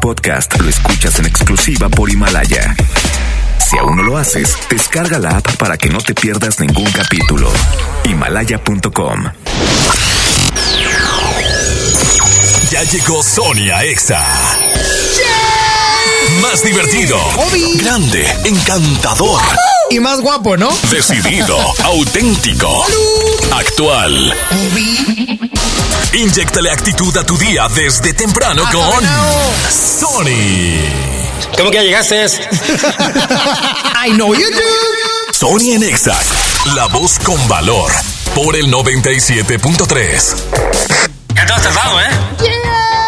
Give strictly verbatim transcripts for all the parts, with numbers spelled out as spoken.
podcast lo escuchas en exclusiva por Himalaya. Si aún no lo haces, descarga la app para que no te pierdas ningún capítulo. Himalaya punto com. Ya llegó Sony a Exa. Yeah. Más divertido, Obi. Grande, encantador y más guapo, ¿no? Decidido, auténtico, actual. Obi. Inyéctale actitud a tu día desde temprano ah, con Sony. ¿Cómo que ya llegaste? I know you do. Sony en Exa, la voz con valor, por el noventa y siete punto tres. Ya te has tardado, ¿eh? Yeah.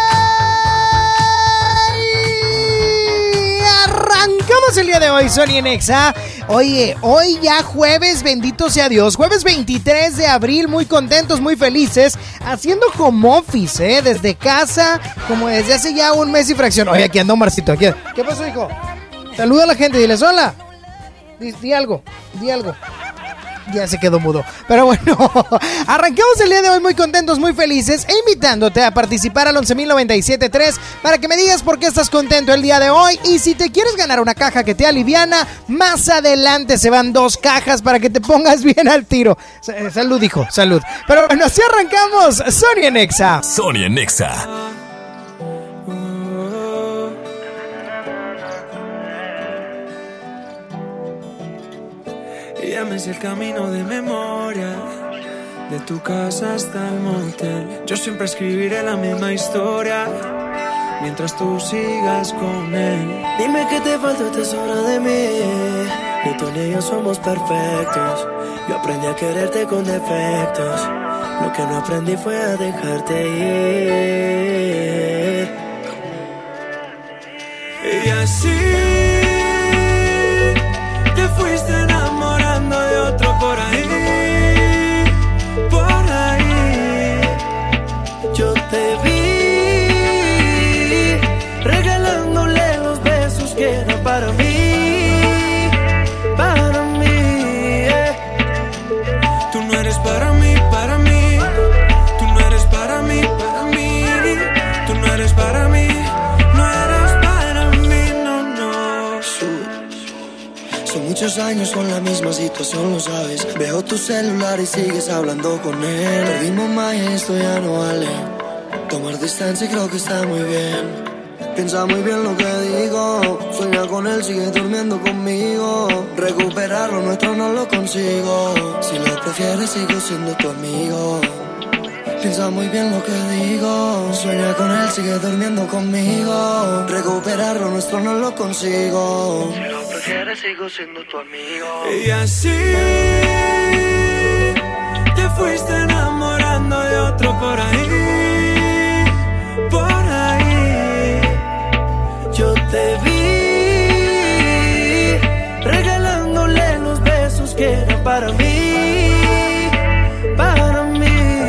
Arrancamos el día de hoy, Sony en Exa. Oye, hoy ya jueves, bendito sea Dios, jueves veintitrés de abril, muy contentos, muy felices, haciendo home office, ¿eh? Desde casa, como desde hace ya un mes y fracción. Oye, aquí anda Omarcito, aquí. ¿Qué pasó, hijo? Saluda a la gente, diles hola. Di, di algo, di algo. Ya se quedó mudo. Pero bueno, arrancamos el día de hoy muy contentos, muy felices e invitándote a participar al once mil noventa y siete tres para que me digas por qué estás contento el día de hoy. Y si te quieres ganar una caja que te aliviana, más adelante se van dos cajas para que te pongas bien al tiro. Salud, hijo, salud. Pero bueno, así arrancamos. Sony en Exa. Sony en Exa. Ya me sé el camino de memoria, de tu casa hasta el motel. Yo siempre escribiré la misma historia, mientras tú sigas con él. Dime qué te falta, te sobra de mí. Que tú y yo somos perfectos. Yo aprendí a quererte con defectos. Lo que no aprendí fue a dejarte ir. Y así te fuiste enamorando de otro por ahí, por ahí. Yo te vi regalándole los besos que eran para mí, para mí. Eh. Tú no eres para mí, para mí. Tú no eres para mí, para mí. Tú no eres para mí. Muchos años con la misma situación, lo sabes. Veo tu celular y sigues hablando con él. Perdimos más y esto ya no vale. Tomar distancia y creo que está muy bien. Piensa muy bien lo que digo. Sueña con él, sigue durmiendo conmigo. Recuperar lo nuestro no lo consigo. Si lo prefieres sigo siendo tu amigo. Piensa muy bien lo que digo. Sueña con él, sigue durmiendo conmigo. Recuperar lo nuestro no lo consigo. Si lo prefieres sigo siendo tu amigo. Y así te fuiste enamorando de otro por ahí, por ahí. Yo te vi regalándole los besos que eran para mí, para mí.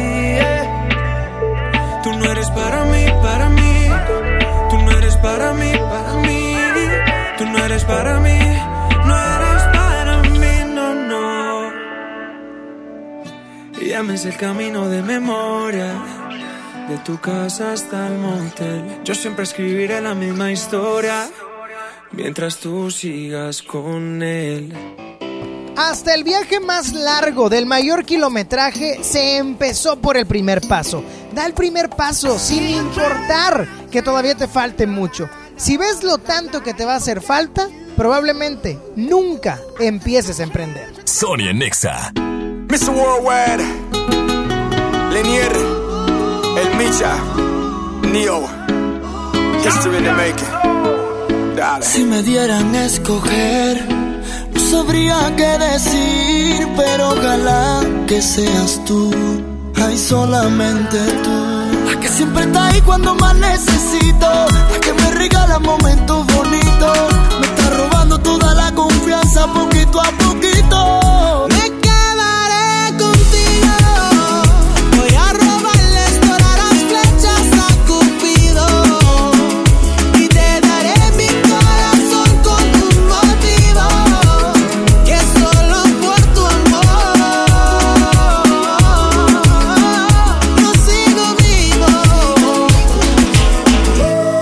Tú no eres para mí, para mí. Tú no eres para mí, para mí. Tú no eres para mí, no eres para mí, no, no. Ya me sé el camino de memoria, de tu casa hasta el motel. Yo siempre escribiré la misma historia, mientras tú sigas con él. Hasta el viaje más largo, del mayor kilometraje, se empezó por el primer paso. Da el primer paso sin importar que todavía te falte mucho. Si ves lo tanto que te va a hacer falta, probablemente nunca empieces a emprender. Sony en Exa. mister Worldwide, Lenier, El Micha, Neo, History in the Making. Dale. Si me dieran a escoger, no sabría qué decir, pero ojalá que seas tú, ay, solamente tú. La que siempre está ahí cuando más necesito, la que me regala momentos bonitos, me está robando toda la confianza poquito a poquito. Me quedaré contigo, voy a robarles todas las flechas a Cupido y te daré mi corazón con un motivo, que solo por tu amor yo sigo vivo.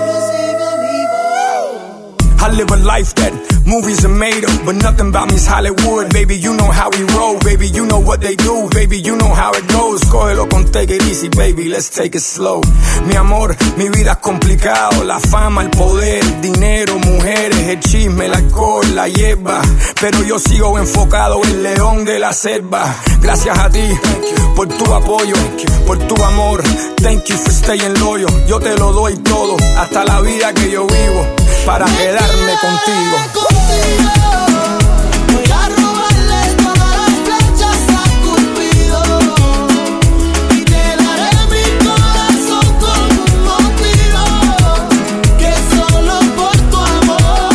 life that movies are made of, but nothing about me's Hollywood. Baby, you know how we roll. Baby, you know what they do. Baby, you know how it goes. Cógelo con take it easy, baby, let's take it slow. Mi amor, mi vida es complicado. La fama, el poder, el dinero, mujeres, el chisme, el alcohol, la hierba. Pero yo sigo enfocado, el león de la selva. Gracias a ti, por tu apoyo, por tu amor. Thank you for staying loyal. Yo te lo doy todo, hasta la vida que yo vivo, para quedarme contigo. Contigo. Voy a robarle todas las flechas a Cupido y te daré mi corazón con un motivo que solo por tu amor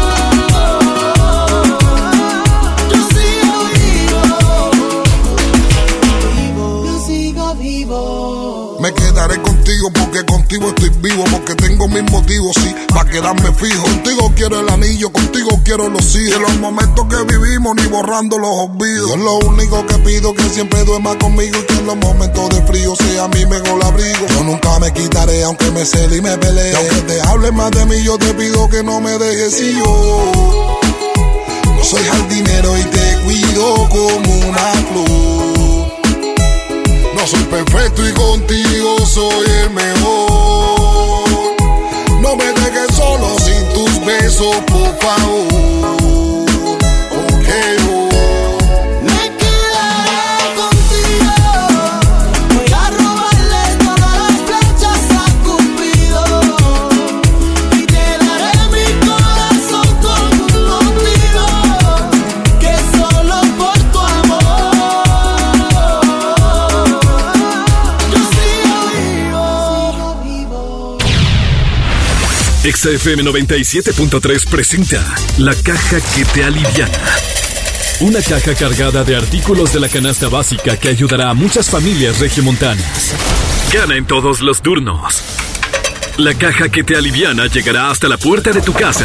yo sigo vivo, vivo, yo sigo vivo. Me quedaré contigo porque contigo estoy vivo, porque tengo mis motivos, sí, para quedarme fijo. Contigo quiero el anillo, contigo quiero los hijos. De los momentos que vivimos ni borrando los olvidos. Yo es lo único que pido, que siempre duerma conmigo y que en los momentos de frío sea mi mejor abrigo. Yo nunca me quitaré aunque me cele y me pelee. Y aunque te hables más de mí, yo te pido que no me dejes. Y yo no soy jardinero y te cuido como una flor. No soy perfecto y contigo soy el mejor. No me dejes solo sin tus besos, por favor. Okay, oh. Me quedaré contigo. Voy a robarle todas las flechas a Cupido y te daré mi corazón con un motivo que solo por tu amor yo sigo vivo, vivo. Exa F M noventa y siete punto tres presenta La Caja que te aliviana. Una caja cargada de artículos de la canasta básica que ayudará a muchas familias regiomontanas. Gana en todos los turnos. La Caja que te aliviana llegará hasta la puerta de tu casa.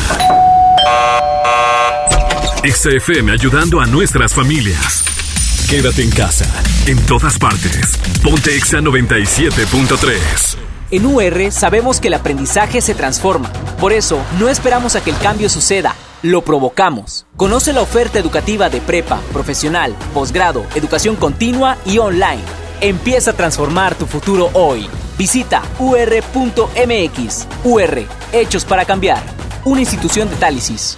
Exa F M ayudando a nuestras familias. Quédate en casa, en todas partes. Ponte Exa noventa y siete punto tres. En U R sabemos que el aprendizaje se transforma. Por eso, no esperamos a que el cambio suceda, lo provocamos. Conoce la oferta educativa de prepa, profesional, posgrado, educación continua y online. Empieza a transformar tu futuro hoy. Visita u r punto m x. U R, hechos para cambiar. Una institución de Tálisis.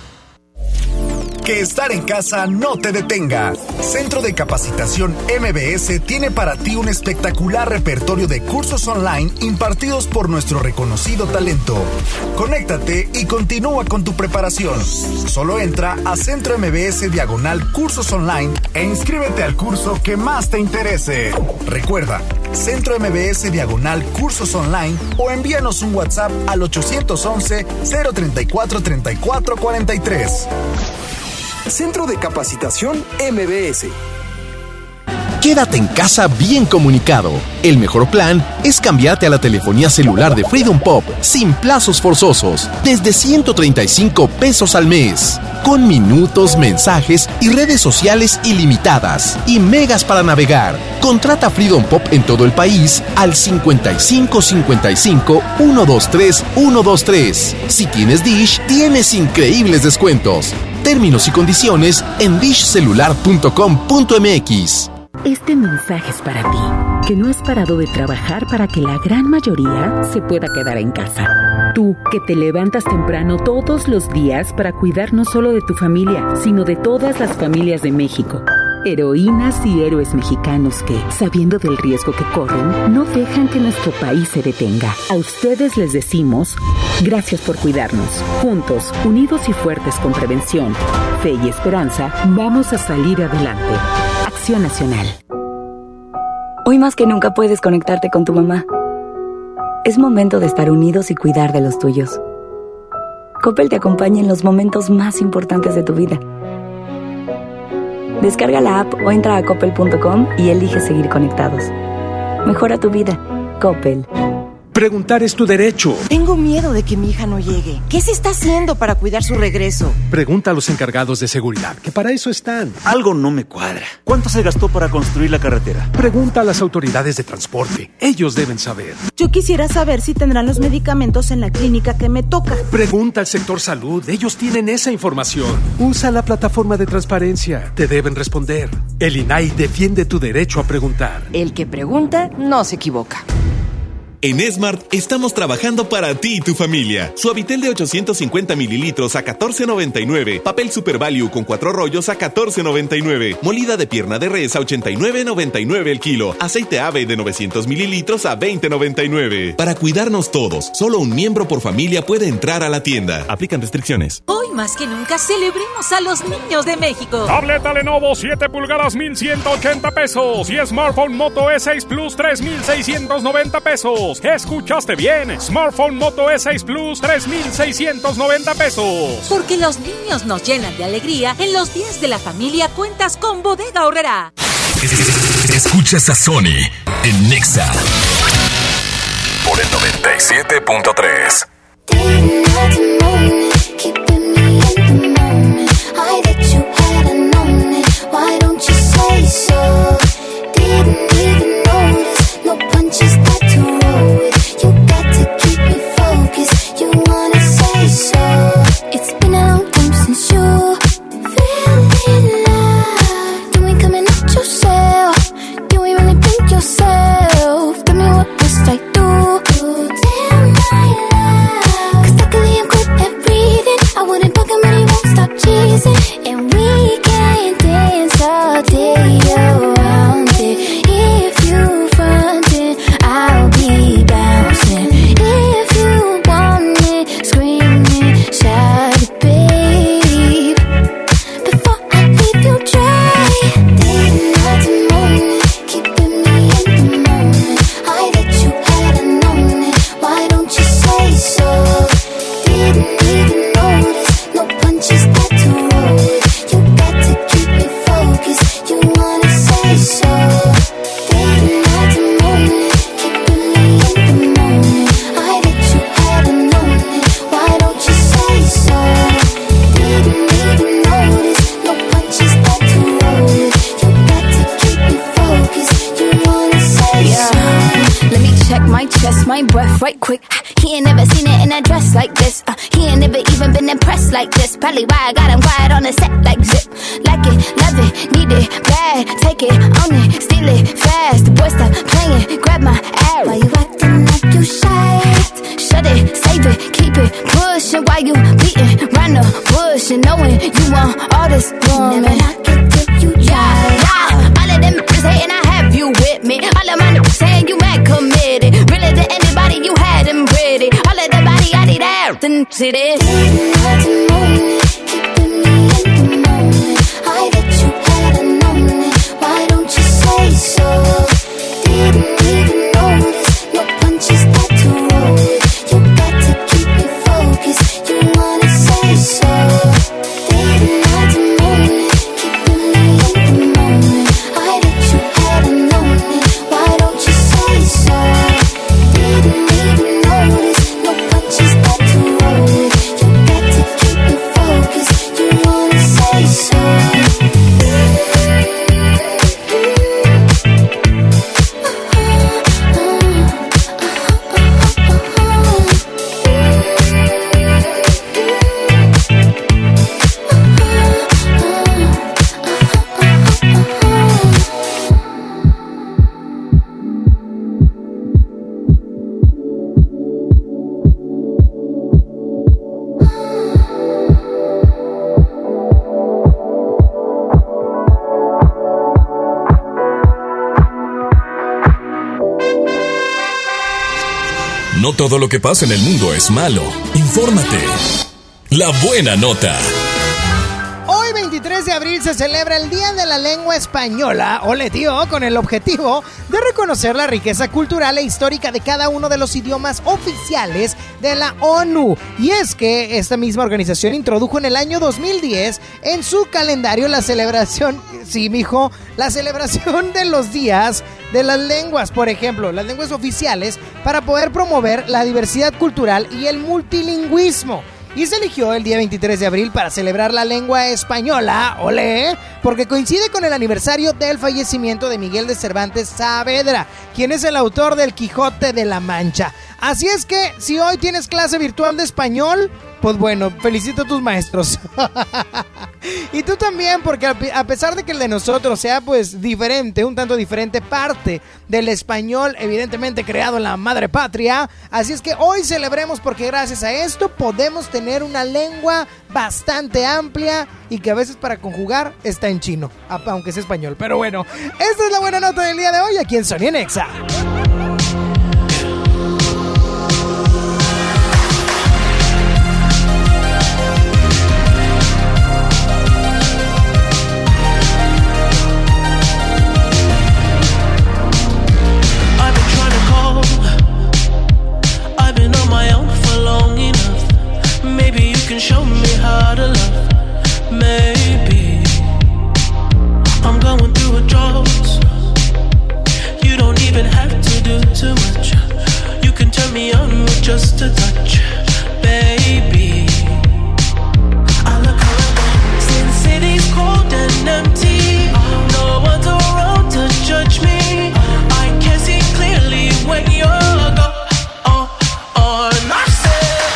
Que estar en casa no te detenga. Centro de Capacitación M B S tiene para ti un espectacular repertorio de cursos online impartidos por nuestro reconocido talento. Conéctate y continúa con tu preparación. Solo entra a Centro M B S Diagonal Cursos Online e inscríbete al curso que más te interese. Recuerda, Centro M B S Diagonal Cursos Online o envíanos un WhatsApp al ochocientos once, cero treinta y cuatro, treinta y cuatro cuarenta y tres. Centro de Capacitación M B S. Quédate en casa bien comunicado. El mejor plan es cambiarte a la telefonía celular de Freedom Pop sin plazos forzosos, desde ciento treinta y cinco pesos al mes, con minutos, mensajes y redes sociales ilimitadas y megas para navegar. Contrata Freedom Pop en todo el país al cincuenta y cinco cincuenta y cinco, ciento veintitrés, ciento veintitrés. Si tienes Dish, tienes increíbles descuentos. Términos y condiciones en dish celular punto com punto m x. Este mensaje es para ti, que no has parado de trabajar para que la gran mayoría se pueda quedar en casa. Tú, que te levantas temprano todos los días para cuidar no solo de tu familia, sino de todas las familias de México. Heroínas y héroes mexicanos que, sabiendo del riesgo que corren, no dejan que nuestro país se detenga. A ustedes les decimos, gracias por cuidarnos. Juntos, unidos y fuertes con prevención, fe y esperanza, vamos a salir adelante. Acción Nacional. Hoy más que nunca puedes conectarte con tu mamá. Es momento de estar unidos y cuidar de los tuyos. Coppel te acompaña en los momentos más importantes de tu vida. Descarga la app o entra a coppel punto com y elige seguir conectados. Mejora tu vida. Coppel. Preguntar es tu derecho. Tengo miedo de que mi hija no llegue. ¿Qué se está haciendo para cuidar su regreso? Pregunta a los encargados de seguridad, que para eso están. Algo no me cuadra. ¿Cuánto se gastó para construir la carretera? Pregunta a las autoridades de transporte. Ellos deben saber. Yo quisiera saber si tendrán los medicamentos en la clínica que me toca. Pregunta al sector salud. Ellos tienen esa información. Usa la plataforma de transparencia. Te deben responder. El I N A I defiende tu derecho a preguntar. El que pregunta no se equivoca. En Smart estamos trabajando para ti y tu familia. Suavitel de ochocientos cincuenta mililitros a catorce noventa y nueve. Papel Super Value con cuatro rollos a catorce noventa y nueve. Molida de pierna de res a ochenta y nueve noventa y nueve el kilo. Aceite ave de novecientos mililitros a veinte noventa y nueve. Para cuidarnos todos, solo un miembro por familia puede entrar a la tienda. Aplican restricciones. Hoy más que nunca celebremos a los niños de México. Tableta Lenovo siete pulgadas mil ciento ochenta pesos y Smartphone Moto E seis Plus tres mil seiscientos noventa pesos. Escuchaste bien, Smartphone Moto E seis Plus tres mil seiscientos noventa pesos. Porque los niños nos llenan de alegría, en los días de la familia cuentas con Bodega Aurrerá. Escuchas a Sony en Nexa por el noventa y siete punto tres. My breath right quick. He ain't never seen it in a dress like this. Uh, he ain't never even been impressed like this. Probably why I got him quiet on the set like zip. Like it, love it, need it, bad. Take it, own it, steal it, fast. The boy stop playing, grab my ass. Why you acting like you shy? Shut it, save it, keep it pushing. Why you beating round the bush and knowing you want all this woman? Never knock it till you try. Yeah, yeah. All of them is hating, I have you with me. All of my niggas saying you mad committed. Really to anybody, you had them pretty. All of the body, I need that. Then see this. Keeping me in the moment. I bet you hadn't known it. Why don't you say so? Didn't even notice. No punches that to roll with. You got to keep me focused. You wanna say so? Didn't have to moan it. Keeping me in the moment. I bet you hadn't known it. Why don't you say so? Didn't even notice. No punches that to roll with. You got to keep me focused. You wanna say so? No todo lo que pasa en el mundo es malo. Infórmate. La buena nota. Hoy, veintitrés de abril, se celebra el Día de la Lengua Española, ole tío, con el objetivo de reconocer la riqueza cultural e histórica de cada uno de los idiomas oficiales de la ONU. Y es que esta misma organización introdujo en el año dos mil diez en su calendario la celebración, sí, mijo, la celebración de los días de las lenguas, por ejemplo, las lenguas oficiales, para poder promover la diversidad cultural y el multilingüismo. Y se eligió el día veintitrés de abril para celebrar la lengua española, ¡olé!, porque coincide con el aniversario del fallecimiento de Miguel de Cervantes Saavedra, quien es el autor del Quijote de la Mancha. Así es que, si hoy tienes clase virtual de español, pues bueno, felicito a tus maestros. Y tú también, porque a pesar de que el de nosotros sea pues diferente, un tanto diferente, parte del español evidentemente creado en la madre patria. Así es que hoy celebremos porque gracias a esto podemos tener una lengua bastante amplia y que a veces para conjugar está en chino, aunque es español. Pero bueno, esta es la buena nota del día de hoy aquí en Sony en Exa. Show me how to love. Maybe I'm going through a drought. You don't even have to do too much. You can turn me on with just a touch, baby. I look around since city's cold and empty. No one's around to judge me. I can see clearly when you're gone. Oh, oh, and I say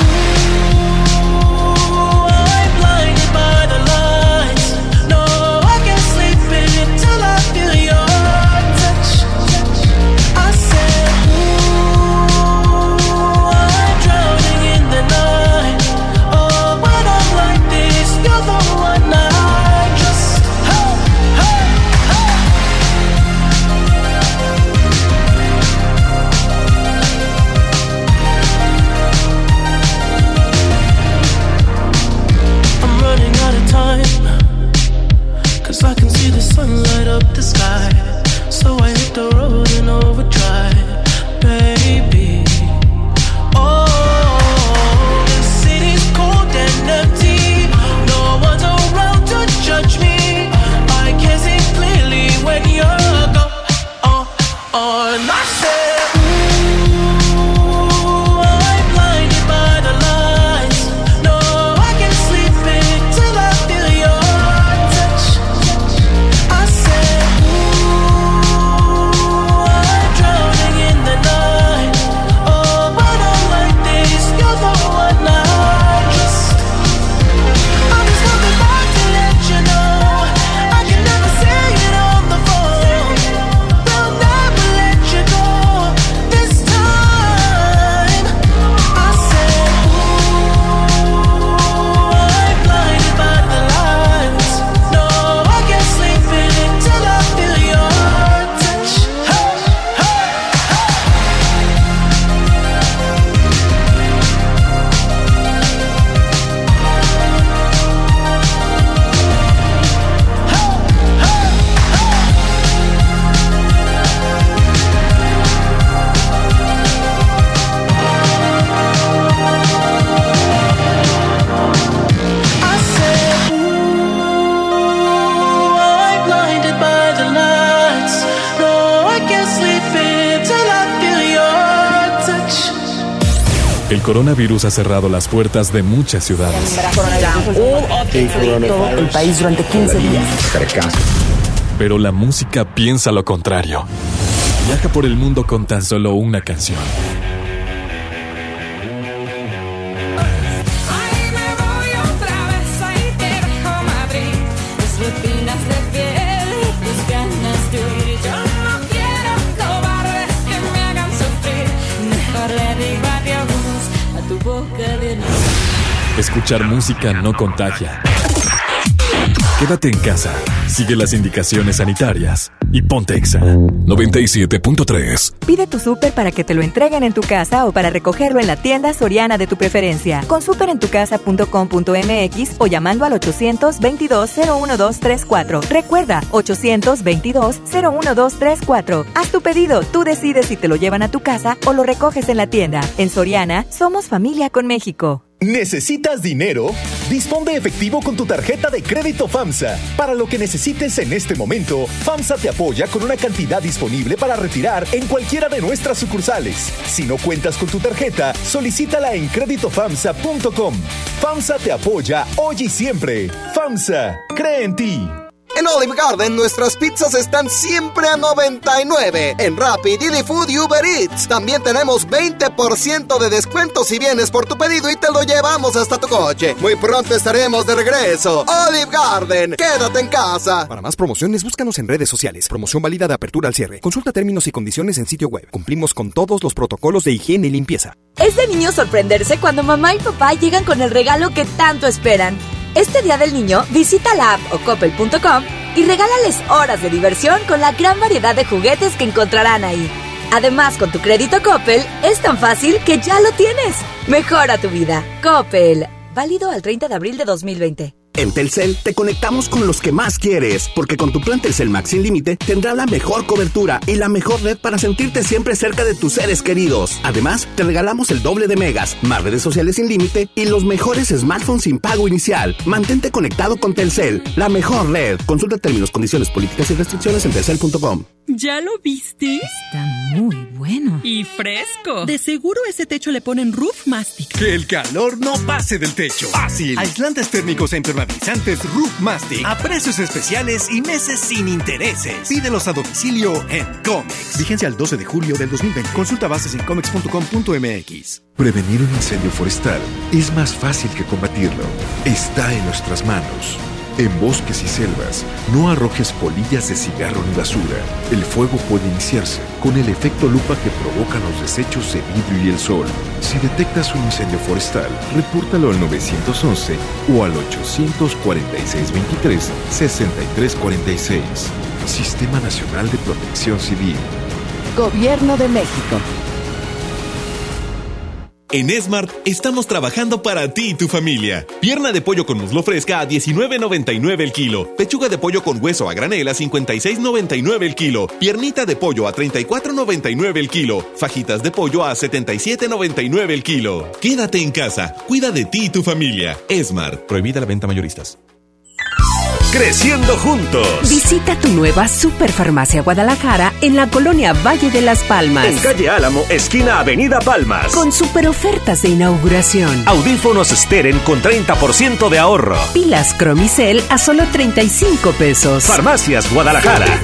the sky, so I hit the road in overdrive, baby. Oh, the city's cold and empty. No one's around to judge me. I can see clearly when you're gone. Oh, oh, and I said, ooh, I'm blinded by the lights. No, I can't sleep until I feel your touch. I said, El coronavirus ha cerrado las puertas de muchas ciudades. El país durante quince días. Pero la música piensa lo contrario. Viaja por el mundo con tan solo una canción. Escuchar música no contagia. Quédate en casa, sigue las indicaciones sanitarias y ponte Exa noventa y siete punto tres. Pide tu súper para que te lo entreguen en tu casa o para recogerlo en la tienda Soriana de tu preferencia. Con súper en tu casa punto com punto m x o llamando al ochocientos veintidós cero uno dos tres cuatro. Recuerda, ochocientos veintidós cero uno dos tres cuatro. Haz tu pedido, tú decides si te lo llevan a tu casa o lo recoges en la tienda. En Soriana, somos familia con México. ¿Necesitas dinero? Dispón de efectivo con tu tarjeta de crédito FAMSA. Para lo que necesites en este momento, FAMSA te apoya con una cantidad disponible para retirar en cualquiera de nuestras sucursales. Si no cuentas con tu tarjeta, solicítala en crédito famsa punto com. FAMSA te apoya hoy y siempre. FAMSA, cree en ti. En Olive Garden, nuestras pizzas están siempre a noventa y nueve. En Rappi, Didi Food y Uber Eats. También tenemos veinte por ciento de descuento si vienes por tu pedido y te lo llevamos hasta tu coche. Muy pronto estaremos de regreso. Olive Garden, quédate en casa. Para más promociones, búscanos en redes sociales. Promoción válida de apertura al cierre. Consulta términos y condiciones en sitio web. Cumplimos con todos los protocolos de higiene y limpieza. Es de niño sorprenderse cuando mamá y papá llegan con el regalo que tanto esperan. Este Día del Niño, visita la app o coppel punto com y regálales horas de diversión con la gran variedad de juguetes que encontrarán ahí. Además, con tu crédito Coppel, es tan fácil que ya lo tienes. Mejora tu vida. Coppel. Válido al treinta de abril de dos mil veinte. En Telcel te conectamos con los que más quieres, porque con tu plan Telcel Max sin límite tendrás la mejor cobertura y la mejor red para sentirte siempre cerca de tus seres queridos. Además, te regalamos el doble de megas, más redes sociales sin límite y los mejores smartphones sin pago inicial. Mantente conectado con Telcel, la mejor red. Consulta términos, condiciones, políticas y restricciones en telcel punto com. ¿Ya lo viste? Está muy bueno. Y fresco. De seguro ese techo le ponen Roof Mastic. Que el calor no pase del techo. Fácil. Aislantes térmicos e impermeabilizantes Roof Mastic a precios especiales y meses sin intereses. Pídelos a domicilio en Comex. Vigencia al doce de julio del dos mil veinte. Consulta bases en comex punto com punto m x. Prevenir un incendio forestal es más fácil que combatirlo. Está en nuestras manos. En bosques y selvas, no arrojes polillas de cigarro ni basura. El fuego puede iniciarse con el efecto lupa que provocan los desechos de vidrio y el sol. Si detectas un incendio forestal, repórtalo al nueve once o al ochocientos cuarenta y seis veintitrés sesenta y tres cuarenta y seis. Sistema Nacional de Protección Civil. Gobierno de México. En Smart estamos trabajando para ti y tu familia. Pierna de pollo con muslo fresca a diecinueve noventa y nueve el kilo. Pechuga de pollo con hueso a granel a cincuenta y seis noventa y nueve el kilo. Piernita de pollo a treinta y cuatro noventa y nueve el kilo. Fajitas de pollo a setenta y siete noventa y nueve el kilo. Quédate en casa. Cuida de ti y tu familia. Smart. Prohibida la venta mayoristas. Creciendo juntos. Visita tu nueva Superfarmacia Guadalajara en la colonia Valle de las Palmas. En calle Álamo, esquina Avenida Palmas. Con super ofertas de inauguración. Audífonos Steren con treinta por ciento de ahorro. Pilas Cromicel a solo treinta y cinco pesos. Farmacias Guadalajara.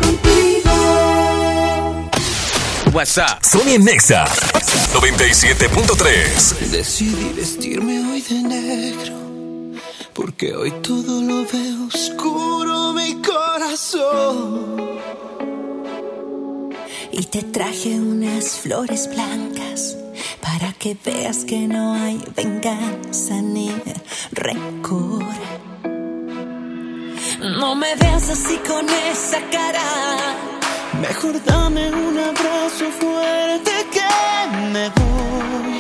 WhatsApp. Sony Nexa noventa y siete punto tres. Decidí vestirme hoy de negro porque hoy todo lo veo oscuro, mi corazón. Y te traje unas flores blancas para que veas que no hay venganza ni rencor. No me veas así con esa cara. Mejor dame un abrazo fuerte que me voy.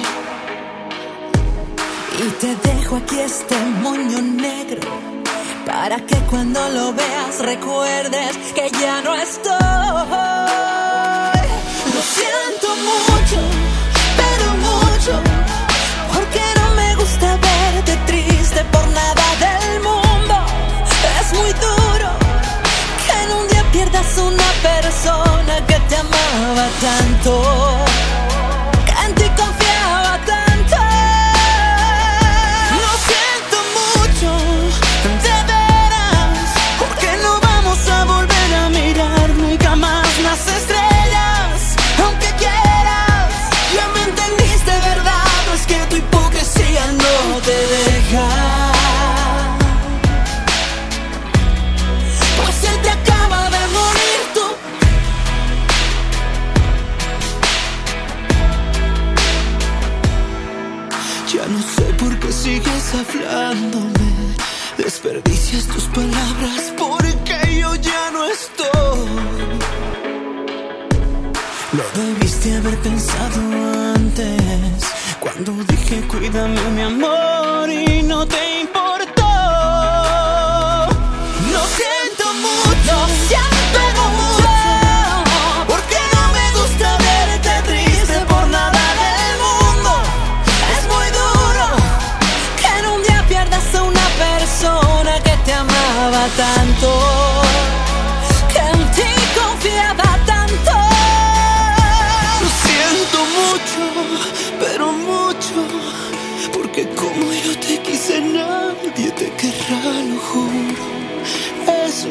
Y te dejo aquí este moño negro para que cuando lo veas recuerdes que ya no estoy. Lo siento mucho, pero mucho, porque no me gusta verte triste por nada del mundo. Es muy duro que en un día pierdas una persona que te amaba tanto, que en ti confiaba tanto. Las estrellas, aunque quieras, ya me entendiste, ¿verdad? No es que tu hipocresía no te deja, pues se te acaba de morir tú. Ya no sé por qué sigues hablándome, desperdicias tus palabras porque yo ya no estoy. Lo debiste haber pensado antes, cuando dije cuídame mi amor y no te importó. Lo siento mucho, lo siento mucho, porque no me gusta verte triste por nada del mundo. Es muy duro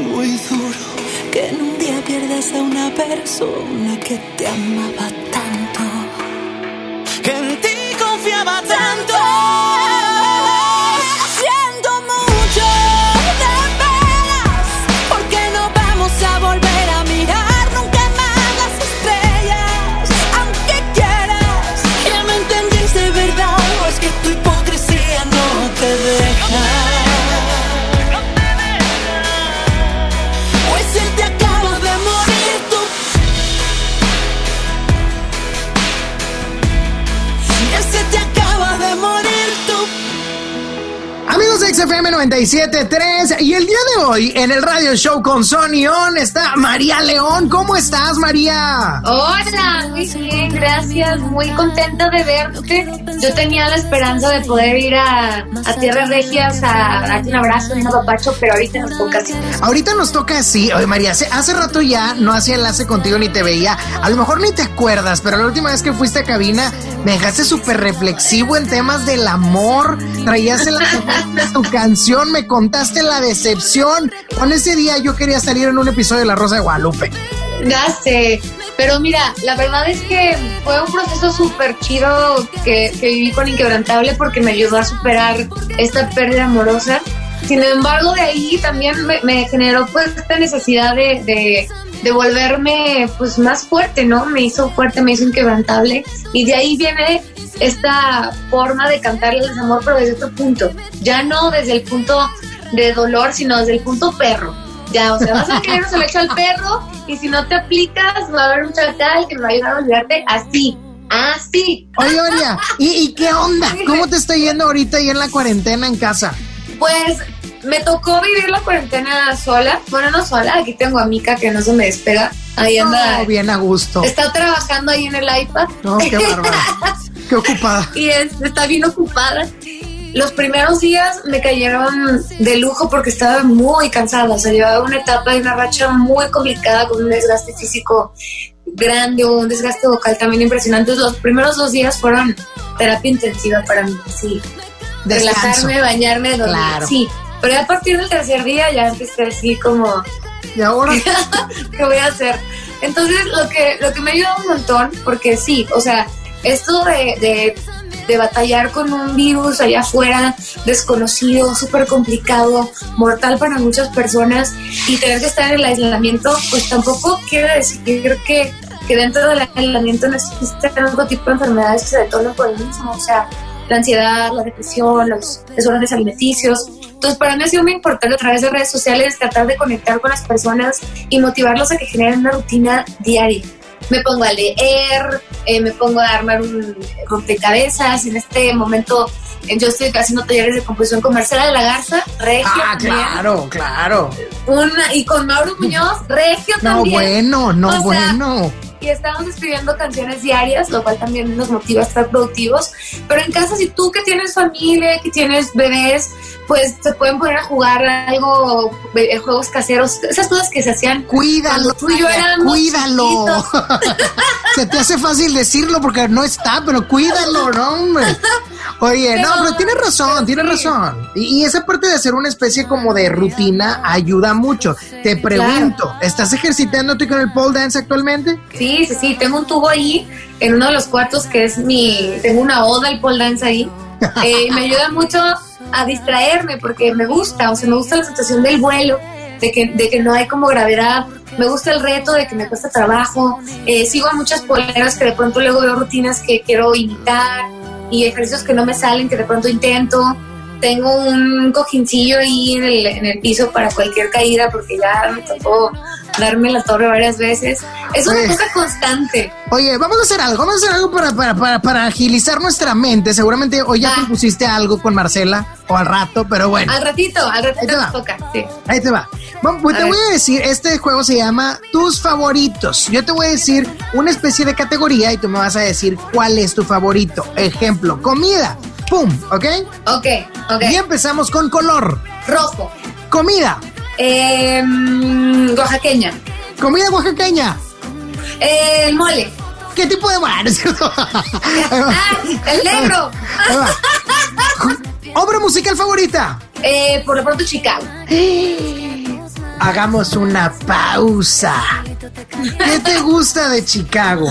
muy duro que en un día pierdas a una persona que te amaba tanto, que en ti confiaba tanto. Siento mucho de veras, porque no vamos a volver a mirar nunca más las estrellas, aunque quieras que me entendéis de verdad, o es que tu hipocresía no te deja. Amigos de X F M noventa y siete punto tres, y el día de hoy en el radio show con Sony On está María León. ¿Cómo estás, María? Hola, muy bien, gracias, muy contenta de verte. Yo tenía la esperanza de poder ir a, a Tierras Regias a darte un abrazo y un apapacho, pero ahorita nos toca así. Ahorita nos toca así. Oye, María, hace, hace rato ya no hacía enlace contigo ni te veía. A lo mejor ni te acuerdas, pero la última vez que fuiste a cabina me dejaste súper reflexivo en temas del amor. Traías en la tu canción, me contaste la decepción. Con ese día yo quería salir en un episodio de La Rosa de Guadalupe. Ya sé, pero mira, la verdad es que fue un proceso súper chido que, que viví con Inquebrantable, porque me ayudó a superar esta pérdida amorosa. Sin embargo, de ahí también me, me generó pues esta necesidad de, de, de volverme pues más fuerte, ¿no? Me hizo fuerte, me hizo inquebrantable, y de ahí viene esta forma de cantarle el desamor, pero desde otro punto, ya no desde el punto de dolor, sino desde el punto perro. Ya, o sea, vas a querer, se lo echa al perro, y si no te aplicas va a haber un chacal que me va a ayudar a olvidarte así, así. Oye, María, ¿y, ¿y qué onda? ¿Cómo te está yendo ahorita ahí en la cuarentena en casa? Pues me tocó vivir la cuarentena sola. Bueno, no sola, aquí tengo a Mika que no se me despega. Ahí anda. No, bien a gusto. Está trabajando ahí en el iPad. No, qué bárbaro. Qué ocupada. Y es, está bien ocupada. Los primeros días me cayeron de lujo porque estaba muy cansada. O sea, llevaba una etapa y una racha muy complicada, con un desgaste físico grande, un desgaste vocal también impresionante. Los primeros dos días fueron terapia intensiva para mí, sí. Descanso. Relajarme, bañarme, dormir, claro. Sí. Pero a partir del tercer día ya empecé así como... ¿Y ahora? ¿Qué voy a hacer? Entonces, lo que, lo que me ayudó un montón, porque sí, o sea, esto de, de, de batallar con un virus allá afuera, desconocido, súper complicado, mortal para muchas personas, y tener que estar en el aislamiento, pues tampoco quiere decir que, que dentro del aislamiento no existen otro tipo de enfermedades que se detonan por el mismo, o sea, la ansiedad, la depresión, los desórdenes alimenticios. Entonces, para mí ha sido muy importante a través de redes sociales tratar de conectar con las personas y motivarlos a que generen una rutina diaria. Me pongo a leer, eh, me pongo a armar un rompecabezas. En este momento eh, yo estoy haciendo talleres de composición con Marcela de la Garza, regio. Ah, también. claro, claro. Una, y con Mauro Muñoz, regio no, también. No, bueno, no, o sea, bueno. Y estamos escribiendo canciones diarias, lo cual también nos motiva a estar productivos. Pero en casa, si tú que tienes familia, que tienes bebés, pues se pueden poner a jugar algo, eh, juegos caseros, esas cosas que se hacían. Cuídalo, tú y yo éramos cuídalo. Se te hace fácil decirlo porque no está, pero cuídalo, ¿no, hombre? Oye, pero, no, pero tienes razón, tienes sí. razón. Y, y esa parte de hacer una especie como de rutina ayuda mucho. Te pregunto, claro. ¿Estás ejercitándote con el pole dance actualmente? Sí, sí, sí, tengo un tubo ahí en uno de los cuartos que es mi, tengo una oda al pole dance ahí. Eh, me ayuda mucho a distraerme porque me gusta, o sea, me gusta la sensación del vuelo, de que, de que no hay como gravedad. Me gusta el reto de que me cuesta trabajo. Eh, sigo a muchas poleras que de pronto luego veo rutinas que quiero imitar y ejercicios que no me salen, que de pronto intento. Tengo un cojincillo ahí en el, en el piso para cualquier caída porque ya me tocó darme la torre varias veces. Es una oye, cosa constante. Oye, vamos a hacer algo, vamos a hacer algo para, para, para, para agilizar nuestra mente. Seguramente hoy ya ah. te pusiste algo con Marcela o al rato, pero bueno. Al ratito, al ratito nos toca, sí. Ahí te va. Bueno, pues a te ver. voy a decir, este juego se llama Tus Favoritos. Yo te voy a decir una especie de categoría y tú me vas a decir cuál es tu favorito. Ejemplo, comida. Pum, ¿ok? Ok, ok. Y empezamos con color. Rojo. Comida. Eh, oaxaqueña. Comida oaxaqueña. Eh, el mole. ¿Qué tipo de mole? ah, el negro. ¿Obra musical favorita? Eh, por lo pronto Chicago. hagamos una pausa. ¿Qué te gusta de Chicago?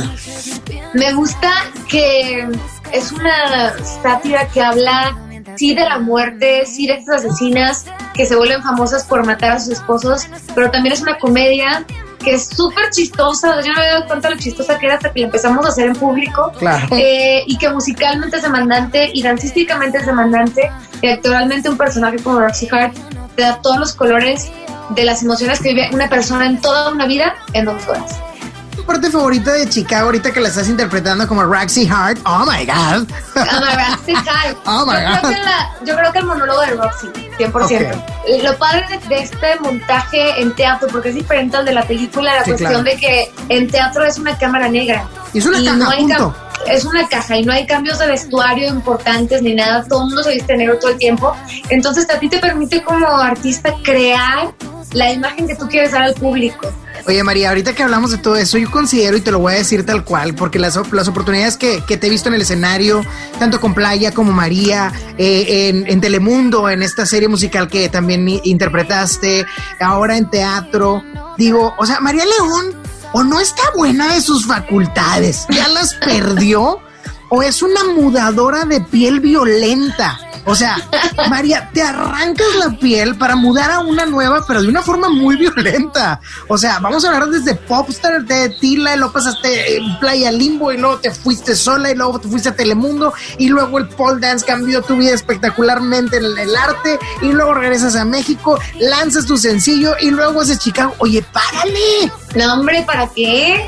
Me gusta que es una sátira que habla, sí, de la muerte, sí, de estas asesinas que se vuelven famosas por matar a sus esposos, pero también es una comedia que es súper chistosa. Yo no me había dado cuenta de lo chistosa que era hasta que la empezamos a hacer en público. Claro. Eh, y que musicalmente es demandante y dancísticamente es demandante. Y actualmente un personaje como Roxy Hart te da todos los colores de las emociones que vive una persona en toda una vida en dos horas. ¿Tu parte favorita de Chicago ahorita que la estás interpretando como Roxy Hart? Oh my God. Oh my Roxy Hart. Oh my yo, God. Creo que la, yo creo que el monólogo de Roxy, cien por ciento. Okay. Lo padre de, de este montaje en teatro, porque es diferente al de la película, la sí, cuestión claro. de que en teatro es una cámara negra. Y es una y caja, no hay punto. Es una caja y no hay cambios de vestuario importantes ni nada. Todo el mundo se viste negro todo el tiempo. Entonces a ti te permite como artista crear la imagen que tú quieres dar al público. Oye, María, ahorita que hablamos de todo eso, yo considero, y te lo voy a decir tal cual, porque las, las oportunidades que, que te he visto en el escenario, tanto con Playa como María, eh, en, en Telemundo, en esta serie musical que también interpretaste, ahora en teatro, digo, o sea, María León, o no está buena de sus facultades, ya las perdió, o es una mudadora de piel violenta. O sea, María, te arrancas la piel para mudar a una nueva, pero de una forma muy violenta. O sea, vamos a hablar desde Popstar, de Tila, y luego pasaste en Playa Limbo, y luego te fuiste sola, y luego te fuiste a Telemundo, y luego el pole dance cambió tu vida espectacularmente en el arte, y luego regresas a México, lanzas tu sencillo, y luego haces Chicago. Oye, párale. No, hombre, ¿para qué?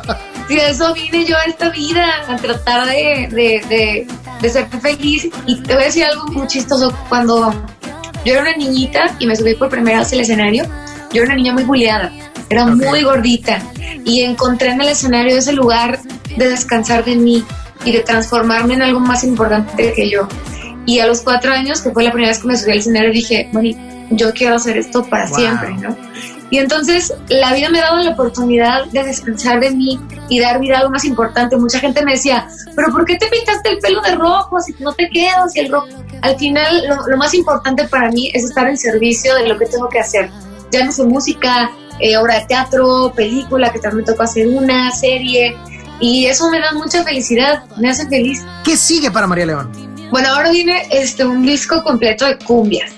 Si eso vine yo a esta vida, a tratar de, de, de, de ser feliz. Y te voy a decir algo muy chistoso. Cuando yo era una niñita y me subí por primera vez al escenario, yo era una niña muy buleada, era okay. muy gordita, y encontré en el escenario ese lugar de descansar de mí y de transformarme en algo más importante que yo. Y a los cuatro años, que fue la primera vez que me subí al escenario, dije, bueno, yo quiero hacer esto para wow. siempre, ¿no? Y entonces la vida me ha dado la oportunidad de descansar de mí y dar vida a algo más importante. Mucha gente me decía, pero ¿por qué te pintaste el pelo de rojo si no te quedas? Y el rojo. Al final lo, lo más importante para mí es estar en servicio de lo que tengo que hacer. Ya no sé, música, eh, obra de teatro, película, que también me tocó hacer una serie, y eso me da mucha felicidad, me hace feliz. ¿Qué sigue para María León? Bueno, ahora viene este, un disco completo de cumbias.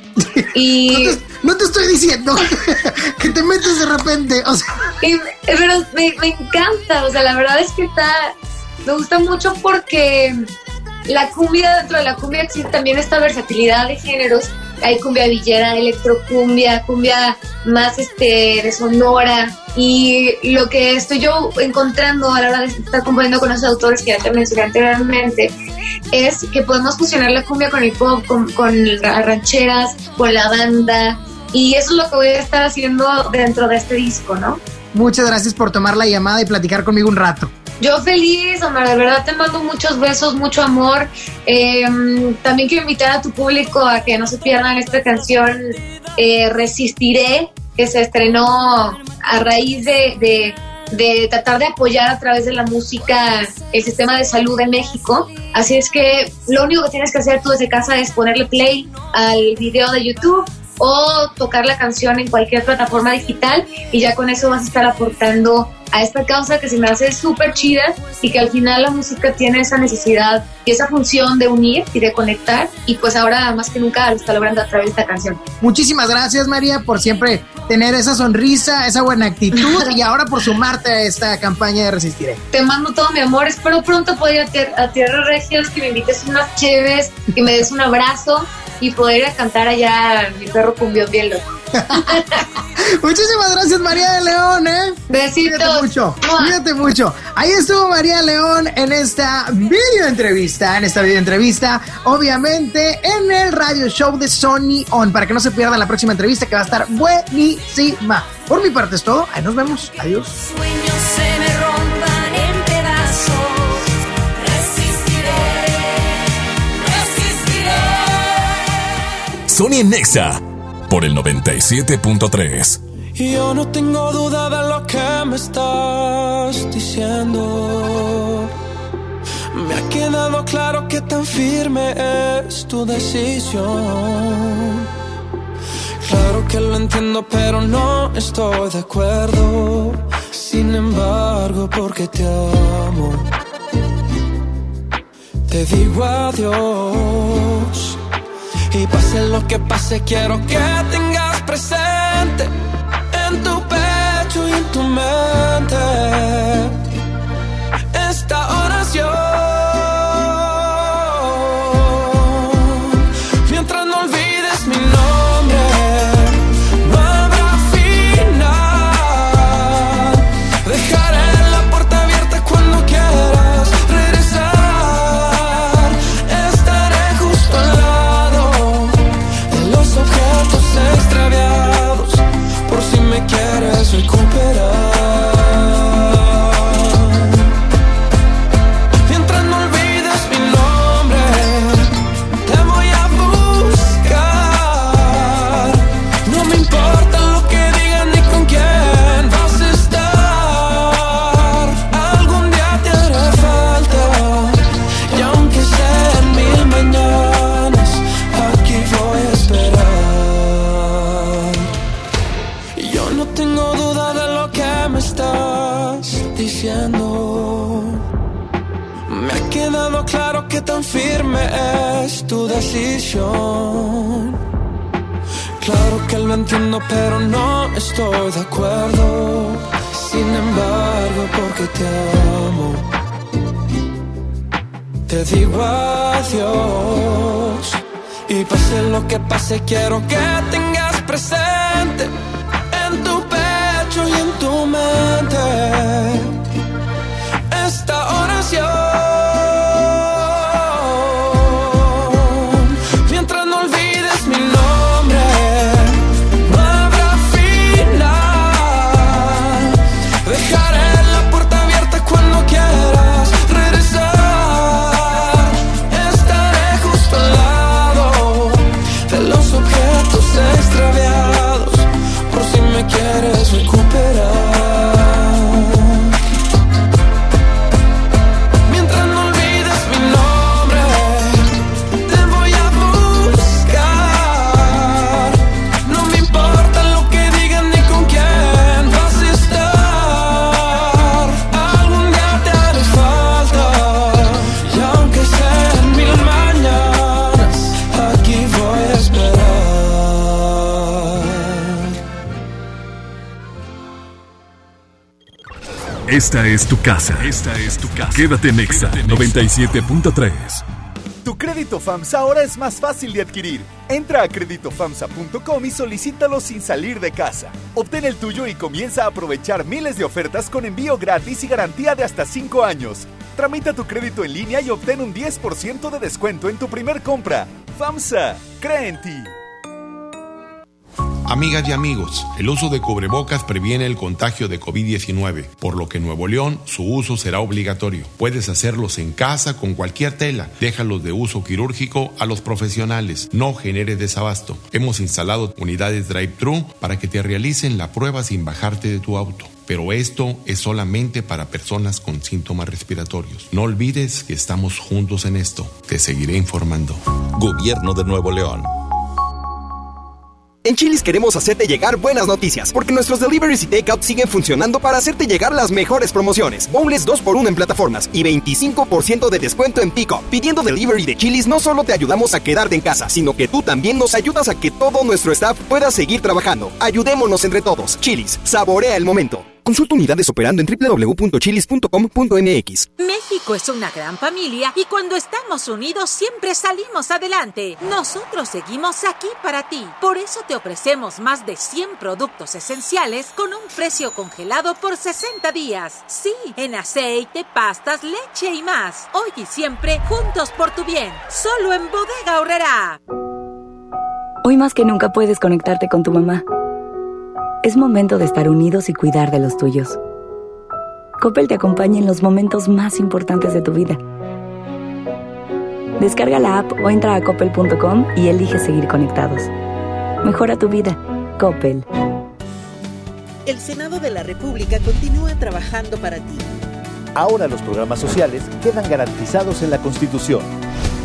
Y no, te, no te estoy diciendo que te metes de repente, o sea. Y, pero me, me encanta, o sea, la verdad es que está, me gusta mucho porque la cumbia, dentro de la cumbia existe también esta versatilidad de géneros. Hay cumbia villera, electrocumbia, cumbia más este de sonora, y lo que estoy yo encontrando a la hora de estar componiendo con los autores que ya te mencioné anteriormente es que podemos fusionar la cumbia con el pop, con, con las rancheras, con la banda, y eso es lo que voy a estar haciendo dentro de este disco, ¿no? Muchas gracias por tomar la llamada y platicar conmigo un rato. Yo feliz, Omar, de verdad te mando muchos besos, mucho amor. Eh, también quiero invitar a tu público a que no se pierdan esta canción, eh, Resistiré, que se estrenó a raíz de, de, de tratar de apoyar a través de la música el sistema de salud de México. Así es que lo único que tienes que hacer tú desde casa es ponerle play al video de YouTube o tocar la canción en cualquier plataforma digital, y ya con eso vas a estar aportando a esta causa que se me hace súper chida, y que al final la música tiene esa necesidad y esa función de unir y de conectar, y pues ahora más que nunca lo está logrando a través de esta canción. Muchísimas gracias, María, por siempre tener esa sonrisa, esa buena actitud y ahora por sumarte a esta campaña de Resistiré. Te mando todo mi amor, espero pronto poder ir a, tier- a Tierra Regios, que me invites unas cheves, que me des un abrazo y poder ir a cantar allá mi perro cumbión bien loco. Muchísimas gracias, María de León, ¿eh? Besitos. Cuídate mucho, cuídate mucho. Ahí estuvo María León en esta video entrevista, en esta video entrevista, obviamente en el radio show de Sony On, para que no se pierdan la próxima entrevista, que va a estar buenísima. Por mi parte es todo, ahí nos vemos, adiós. Sueños se me rompan en pedazos, resistiré, resistiré. Sony en Nexa por el noventa y siete punto tres. Y yo no tengo duda de lo que me estás diciendo. Me ha quedado claro que tan firme es tu decisión. Claro que lo entiendo. entiendo, pero no estoy de acuerdo. Sin embargo, porque te amo, te digo adiós. Y pase lo que pase, quiero que tengas presente en tu pecho y en tu mente esta oración. Mientras no olvides mi nombre, no habrá final. Dejaré la puerta abierta cuando quieras regresar. Estaré justo al lado de los objetos extraviados, por si me quieres recuperar. Mientras no olvides mi nombre, te voy a buscar. No me importa lo que digan ni con quién vas a estar. Algún día te haré falta, y aunque sean mil mañanas, aquí voy a esperar. Y yo no tengo duda de lo que me estás diciendo. Me ha quedado claro que tan firme es tu decisión. Claro que lo entiendo, pero no estoy de acuerdo. Sin embargo, porque te amo, te digo adiós. Y pase lo que pase, quiero que tengas presente en tu pecho y en tu mente esta oración. Mientras no olvides mi nombre, no habrá final. Dejaré la puerta abierta cuando quieras regresar. Estaré justo al lado de los objetos extraviados, por si me quieres recuperar. Mientras no olvides mi nombre, te voy a buscar. No me importa lo que digan ni con quién vas a estar. Algún día te haré falta, y aunque sean mil mañanas, aquí voy a esperar. Esta es tu casa. Esta es tu casa. Quédate en Exa noventa y siete punto tres. Tu crédito FAMSA ahora es más fácil de adquirir. Entra a crédito famsa punto com y solicítalo sin salir de casa. Obtén el tuyo y comienza a aprovechar miles de ofertas con envío gratis y garantía de hasta cinco años. Tramita tu crédito en línea y obtén un diez por ciento de descuento en tu primer compra. FAMSA, cree en ti. Amigas y amigos, el uso de cubrebocas previene el contagio de covid diecinueve, por lo que en Nuevo León su uso será obligatorio. Puedes hacerlos en casa con cualquier tela. Déjalos de uso quirúrgico a los profesionales. No genere desabasto. Hemos instalado unidades drive-thru para que te realicen la prueba sin bajarte de tu auto. Pero esto es solamente para personas con síntomas respiratorios. No olvides que estamos juntos en esto. Te seguiré informando. Gobierno de Nuevo León. En Chili's queremos hacerte llegar buenas noticias, porque nuestros deliveries y takeout siguen funcionando para hacerte llegar las mejores promociones. Boneless dos por uno en plataformas y veinticinco por ciento de descuento en pick-up. Pidiendo delivery de Chili's no solo te ayudamos a quedarte en casa, sino que tú también nos ayudas a que todo nuestro staff pueda seguir trabajando. Ayudémonos entre todos. Chili's, saborea el momento. Consulta unidades operando en doble u doble u doble u punto chilis punto com punto m x. México es una gran familia y cuando estamos unidos siempre salimos adelante. Nosotros seguimos aquí para ti. Por eso te ofrecemos más de cien productos esenciales con un precio congelado por sesenta días. Sí, en aceite, pastas, leche y más. Hoy y siempre, juntos por tu bien. Solo en Bodega Aurrerá. Hoy más que nunca puedes conectarte con tu mamá. Es momento de estar unidos y cuidar de los tuyos. Coppel te acompaña en los momentos más importantes de tu vida. Descarga la app o entra a coppel punto com y elige seguir conectados. Mejora tu vida. Coppel. El Senado de la República continúa trabajando para ti. Ahora los programas sociales quedan garantizados en la Constitución.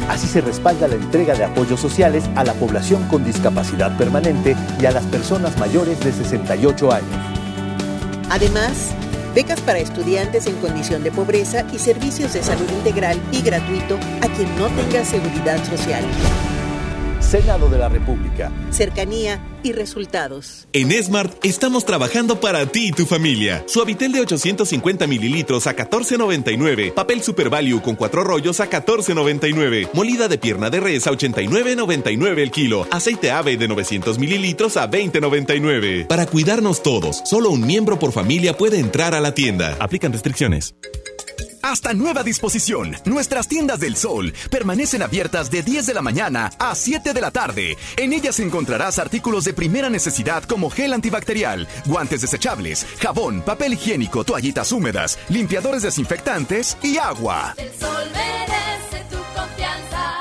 Así se respalda la entrega de apoyos sociales a la población con discapacidad permanente y a las personas mayores de sesenta y ocho años. Además, becas para estudiantes en condición de pobreza y servicios de salud integral y gratuito a quien no tenga seguridad social. Senado de la República. Cercanía y resultados. En Smart estamos trabajando para ti y tu familia. Suavitel de ochocientos cincuenta mililitros a catorce noventa y nueve. Papel Super Value con cuatro rollos a catorce noventa y nueve. Molida de pierna de res a ochenta y nueve noventa y nueve el kilo. Aceite ave de novecientos mililitros a veinte noventa y nueve. Para cuidarnos todos, solo un miembro por familia puede entrar a la tienda. Aplican restricciones. Hasta nueva disposición, nuestras tiendas del Sol permanecen abiertas de diez de la mañana a siete de la tarde. En ellas encontrarás artículos de primera necesidad como gel antibacterial, guantes desechables, jabón, papel higiénico, toallitas húmedas, limpiadores desinfectantes y agua. El Sol merece tu confianza.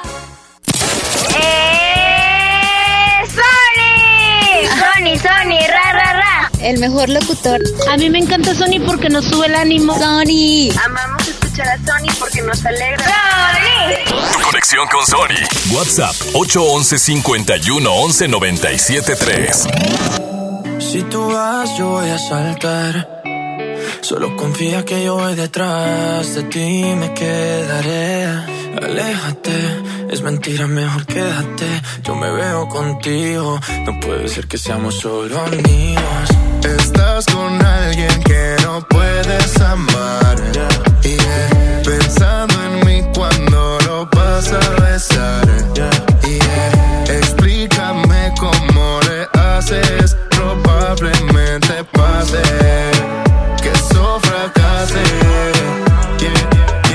¡Eh! ¡Sony! ¡Sony, Sony! ¡Ra, ra, ra! El mejor locutor. A mí me encanta Sony porque nos sube el ánimo. ¡Sony! Amamos escuchar a Sony porque nos alegra. ¡Sony! Conexión con Sony. WhatsApp ocho once cincuenta y uno once noventa y siete tres. Si tú vas, yo voy a saltar. Solo confía que yo voy detrás de ti, me quedaré. Aléjate, es mentira, mejor quédate. Yo me veo contigo, no puede ser que seamos solo amigos. Estás con alguien que no puedes amar. Yeah. Pensando en mí cuando lo vas a besar. Yeah. Explícame cómo le haces. Probablemente pase que eso fracase. Yeah.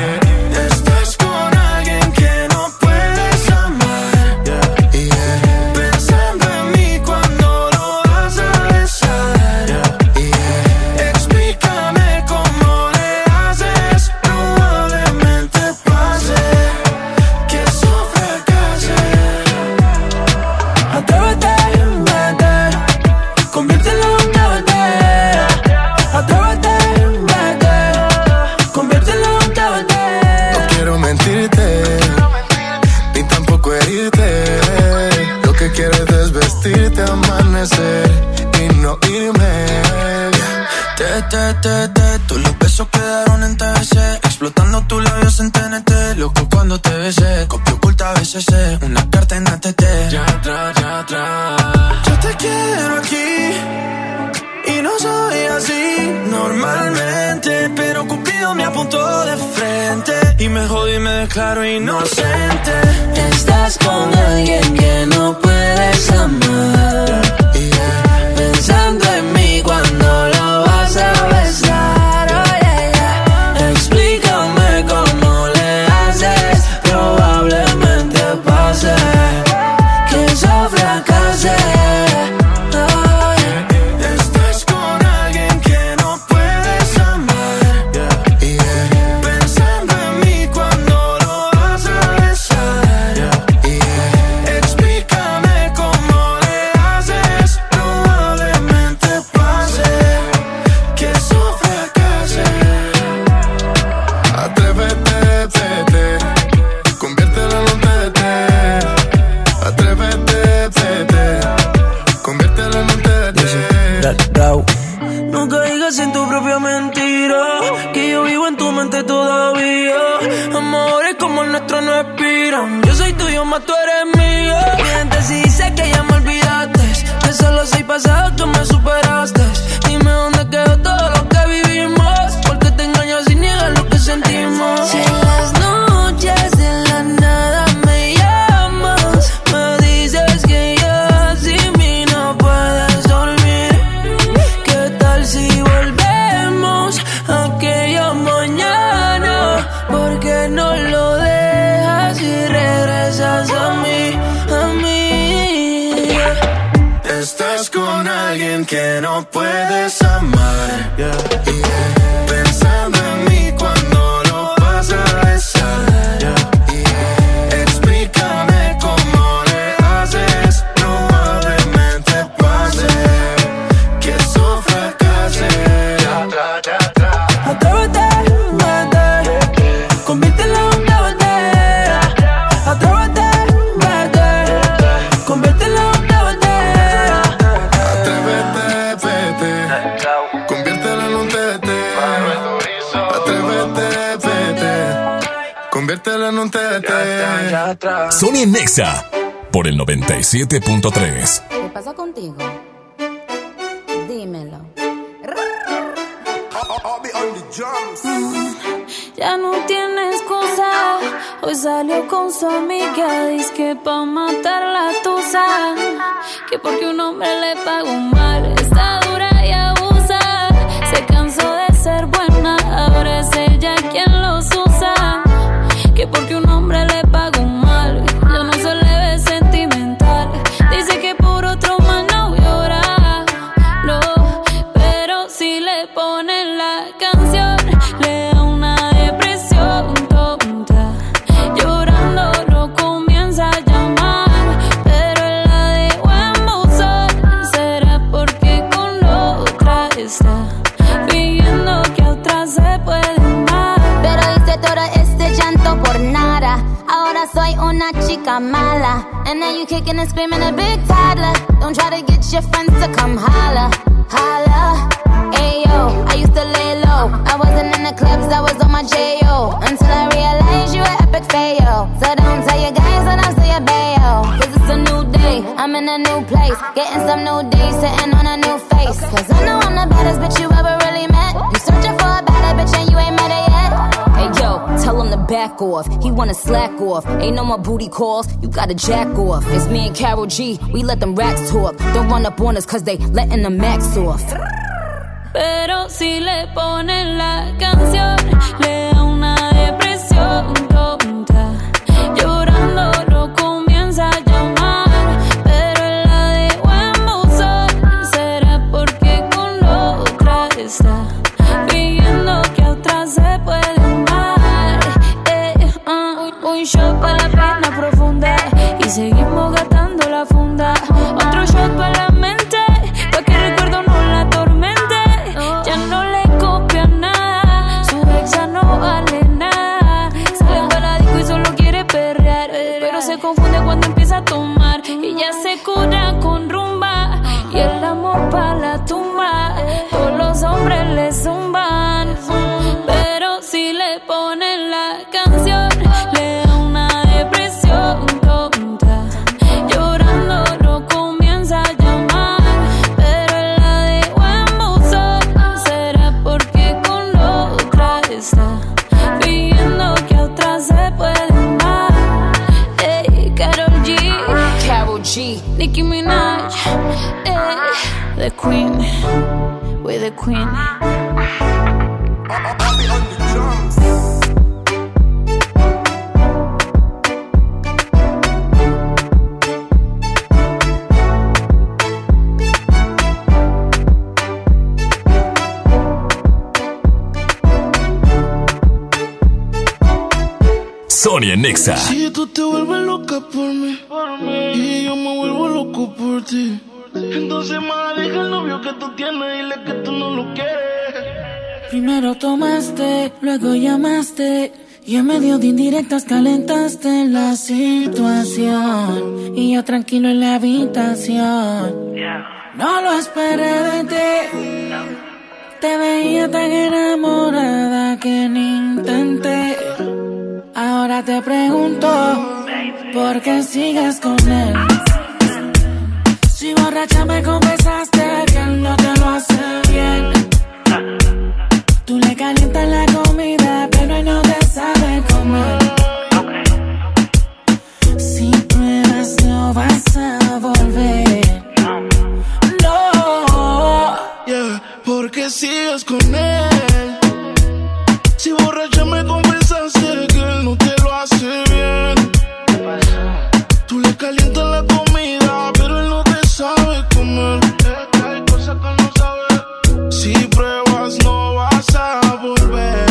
Amanecer y no irme. Te, te, te, te, todos los besos quedaron en T V C. Explotando tus labios en T N T. Loco cuando te besé, copia oculta B C C. Una carta en A T T. Ya atrás, ya atrás. Yo te quiero aquí y no soy así normalmente, pero Cupido me apuntó de frente y me jodí y me declaro inocente. Estás con alguien que no puedes amar. Yeah. Pensando en mí cuando lo vas a besar. Oh, yeah, yeah. Explícame cómo le haces. Probablemente pase que eso fracase. No caigas en tu propia mentira, que yo vivo en tu mente todavía. Amores como el nuestro no expiran. Yo soy tuyo, más tú eres mío. Mientes si dice que ya me olvidaste, que solo soy pasado, tú me superaste. Dime dónde quedó todo lo que vivimos, porque te engañas y niegas lo que sentimos. Si en las noches de la nada me llamas, me dices que ya sin mí no puedes dormir. ¿Qué tal si volvemos a aquella mañana? ¿Por qué no lo dejas y regresas a mí, a mí? Estás con alguien que no puedes amar. Yeah. Yeah. Pensando en mí cuando lo vas a besar. Yeah. Yeah. Explícame cómo le haces. Probablemente pase que eso fracase. Atrévete, vete, conviértelo en una botella. Atrévete. convertirlo en un tete. Sony Nexa por el noventa y siete punto tres. ¿Qué pasa contigo? Dímelo. Mm, ya no tiene excusa. Hoy salió con su amiga, dice que pa' matar la tusa, que porque un hombre le pagó mal, está dura y abusa. Se cansó de ser buena, ahora es ella quien los usa, que porque un hombre le pagó mal, yo no soy leve sentimental. Dice que por otro más no llora, no, pero si le ponen la canción, le da una depresión tonta. Llorando lo comienza a llamar, pero él la dejó en buzón. Será porque con otra está fingiendo que a otra se puede amar. Pero hice todo este llanto por nada. Ahora soy una chica mala. And now you kicking and screaming a big toddler. Don't try to get your friends to come holla, holla. Ayo, I used to lay low. I wasn't in the clubs, I was on my J O. Until I realized you were epic fail. So don't tell your guys that I'm still your bayo. Cause it's a new day, I'm in a new place. Getting some new days, sitting on a new face. Cause I know I'm the baddest bitch you ever really met. You searching for a better bitch and you ain't met her yet. Hey yo, tell him to back off. He wanna slack off. Ain't no more booty calls, you gotta jack off. It's me and Karol G, we let them racks talk. Don't run up on us cause they letting the max off. Pero si le ponen la canción, le da una depresión tonta. Llorando lo comienza a llamar, pero él la dejó en buzón. Será porque con otra está fingiendo que a otra se puede amar. Eh, uh, un shot para la pena profunda y seguimos gastando la funda. Otro shot para la mente, pa' que el recuerdo no la atormente. Ya no le copia nada, su ex ya no vale nada. Sale para disco y solo quiere perrear, pero se confunde cuando empieza a tomar. Y ya se cura con rumba y el amor pa' la tumba. Todos los hombres le zumban, pero si le ponen la canción, le da una depresión tonta. Llorando lo comienza a llamar, pero él la dejó en buzón. Será porque con otra está fingiendo que a otra se puede amar. Ey, Karol G, Karol G, Nicki Minaj, ey, the queen, we're the queen. Sony Nexa. Si tú te vuelves loca por mí, y yo me vuelvo loco por ti, entonces más deja el novio que tú tienes, dile que tú no lo quieres. Primero tomaste, luego llamaste, y en medio de indirectas calentaste la situación, y yo tranquilo en la habitación. No lo esperé de ti, te veía tan enamorada que ni intenté. Ahora te pregunto, ¿por qué sigues con él? Si borracha me confesaste que él no te lo hace bien. Tú le calientas la comida, pero él no te sabe comer. Si pruebas no vas a volver. No, yeah, ¿por qué sigues con él? Si borracha me confesaste que él no te lo hace bien. Tú le calientas la comida, pero él no te sabe comer. Hay cosas que no sabe. Si pruebas no vas a volver.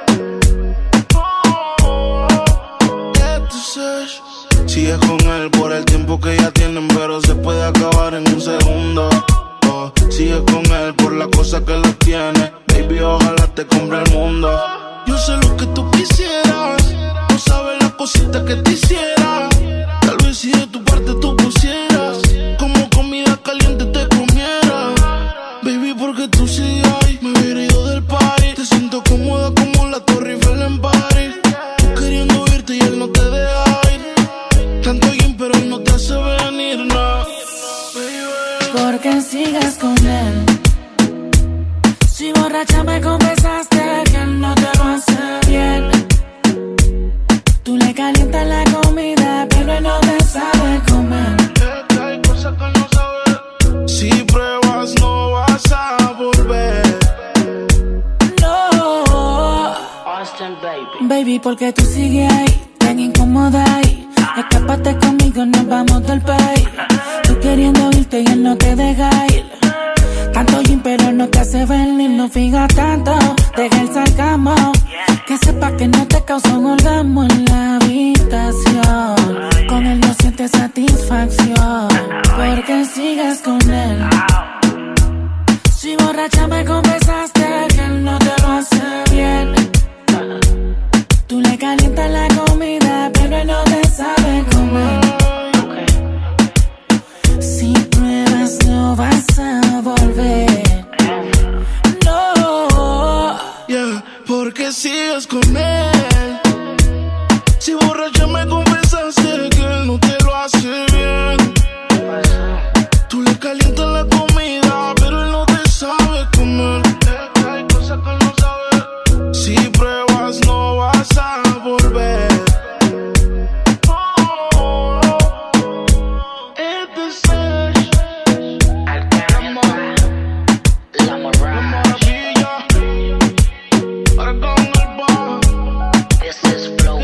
Entonces, sigues con él por el tiempo que ya tienen, pero se puede acabar en un segundo. Oh, sigues con él por la cosa que lo tiene. Baby, ojalá te compre el mundo. Yo sé lo que tú quisieras, no sabes las cositas que te hiciera. Tal vez si de tu parte tú pusieras, como comida caliente te comiera. Baby, porque tú sigues ahí, me hubiera ido del party. Te siento cómoda como la Torre Eiffel en París. Tú queriendo irte porque sigas con él. Si borracha me confesaste que él no te lo hace bien. Tú le calientas la comida, pero él no te sabe comer. Hay cosas que no sabes. Si pruebas no vas a volver. No. Austin, baby. Baby, porque tú sigues ahí, tan incómoda ahí. Escápate conmigo, nos vamos del país. Tú queriendo irte y él no te deja ir. Tanto gym pero no te hace venir. No fijas tanto, deja el sarcasmo. Que sepa que no te causa un orgasmo en la habitación. Con él no sientes satisfacción, porque sigues con él. Si borracha me confesaste que él no te lo hace bien. Tú le calientas la comida, pero él no te sabe comer. Si pruebas no vas a volver. No. Yeah, porque sigues con él. Si borracha me confesaste que él no te lo hace bien. Tú le calientas la comida, pero él no te sabe comer. Hay cosas que no sabes. Si pruebas no vas a volver. Oh, este es la maravilla. Ahora con el bar. This is Flow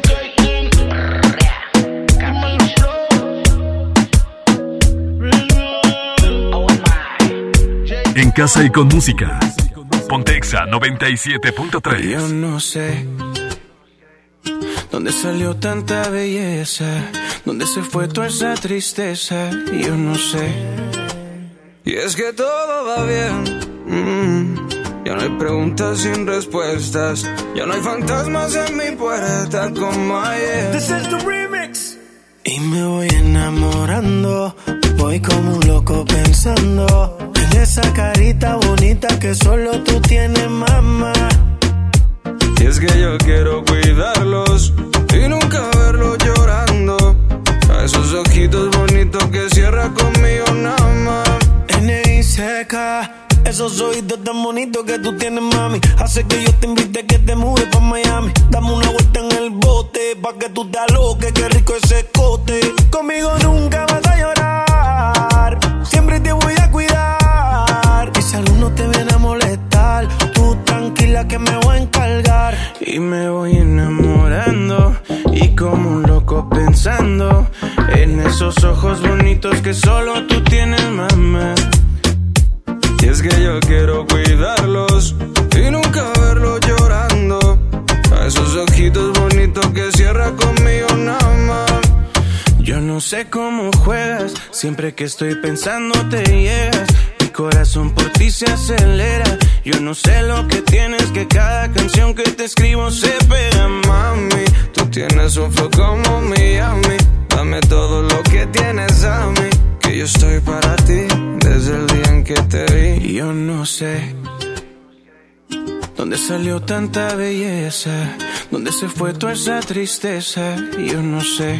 En casa y con música. Pontexa noventa y siete punto tres. Yo no sé dónde salió tanta belleza, dónde se fue toda esa tristeza. Yo no sé. Y es que todo va bien. Mm. Ya no hay preguntas sin respuestas. Ya no hay fantasmas en mi puerta como ayer. This is the remix. Y me voy enamorando, voy como un loco pensando en esa carita bonita que solo tú tienes, mamá. Y es que yo quiero cuidarlos y nunca verlos llorando. A esos ojitos bonitos que cierra conmigo nada más. N I C K, esos ojitos tan bonitos que tú tienes, mami, hace que yo te invite a que te mudes pa' Miami. Dame una vuelta en el bote, pa' que tú te aloques, qué rico ese cote. Conmigo nunca vas a llorar, siempre te voy a cuidar. Y si alguno te viene a molestar, tú tranquila que me voy a encargar. Y me voy enamorando y como un loco pensando en esos ojos bonitos que solo tú tienes, mamá. Y es que yo quiero cuidarlos y nunca verlos llorando. A esos ojitos bonitos que cierra conmigo nada más. Yo no sé cómo juegas, siempre que estoy pensando te llegas. Mi corazón por ti se acelera. Yo no sé lo que tienes, que cada canción que te escribo se pega, mami. Tú tienes un flow como Miami. Dame todo lo que tienes a mí, que yo estoy para ti desde el día en que te vi. Yo no sé dónde salió tanta belleza, dónde se fue toda esa tristeza. Yo no sé.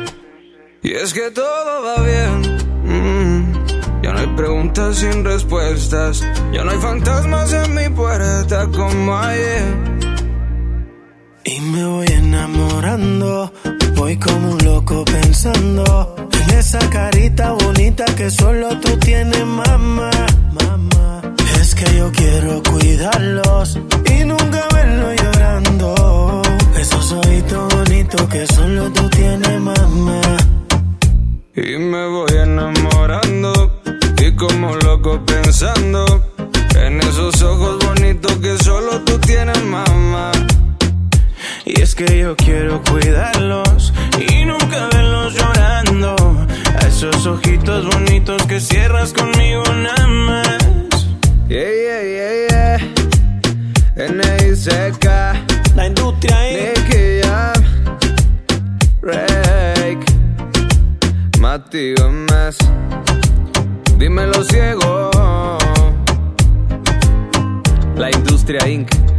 Y es que todo va bien. Mm. Ya no hay preguntas sin respuestas. Ya no hay fantasmas en mi puerta como ayer. Y me voy enamorando, voy como un loco pensando en esa carita bonita que solo tú tienes, mamá. Mamá, es que yo quiero cuidarlos y nunca verlos llorando. Esos ojitos bonitos que solo tú tienes, mamá. Y me voy enamorando y como loco pensando en esos ojos bonitos que solo tú tienes, mamá. Y es que yo quiero cuidarlos y nunca verlos llorando. A esos ojitos bonitos que cierras conmigo nada más. Yeah, yeah, yeah, yeah. N I C K, la industria ahí. Nicky Jam, Rake, Mati Gómez. Dímelo ciego. La industria incorporated.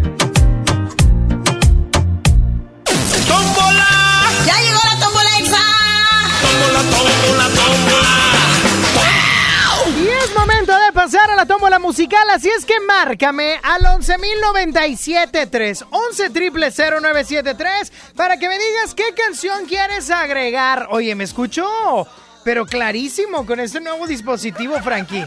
¡Tómbola! ¡Ya llegó la tómbola exa! ¡Tómbola, tómbola, tómbola! pasar a la tómbola musical, así es que márcame al once mil noventa y siete tres, once triple cero nueve siete tres, para que me digas qué canción quieres agregar. Oye, ¿me escuchó? Pero clarísimo con este nuevo dispositivo, Frankie.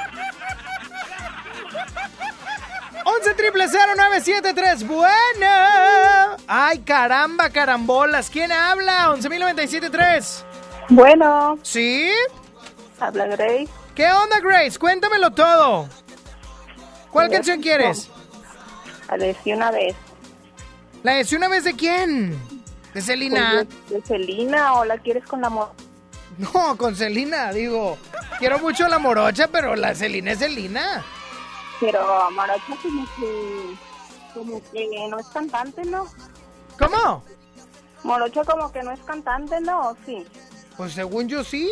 once triple cero nueve siete tres. Bueno. Ay, caramba, carambolas. ¿Quién habla? once mil noventa y siete tres. Bueno. ¿Sí? Habla Grace. ¿Qué onda, Grace? Cuéntamelo todo. ¿Cuál Grace, canción quieres? La de Si Una Vez. ¿La de Si Una Vez de quién? ¿De Selena? Pues de, de Selena, ¿o la quieres con la morocha? No, con Selena, digo. Quiero mucho la morocha, pero la Selena es Selena. Pero morocha como que, como que no es cantante, ¿no? ¿Cómo? Morocha como que no es cantante, ¿no? Sí. Pues según yo sí.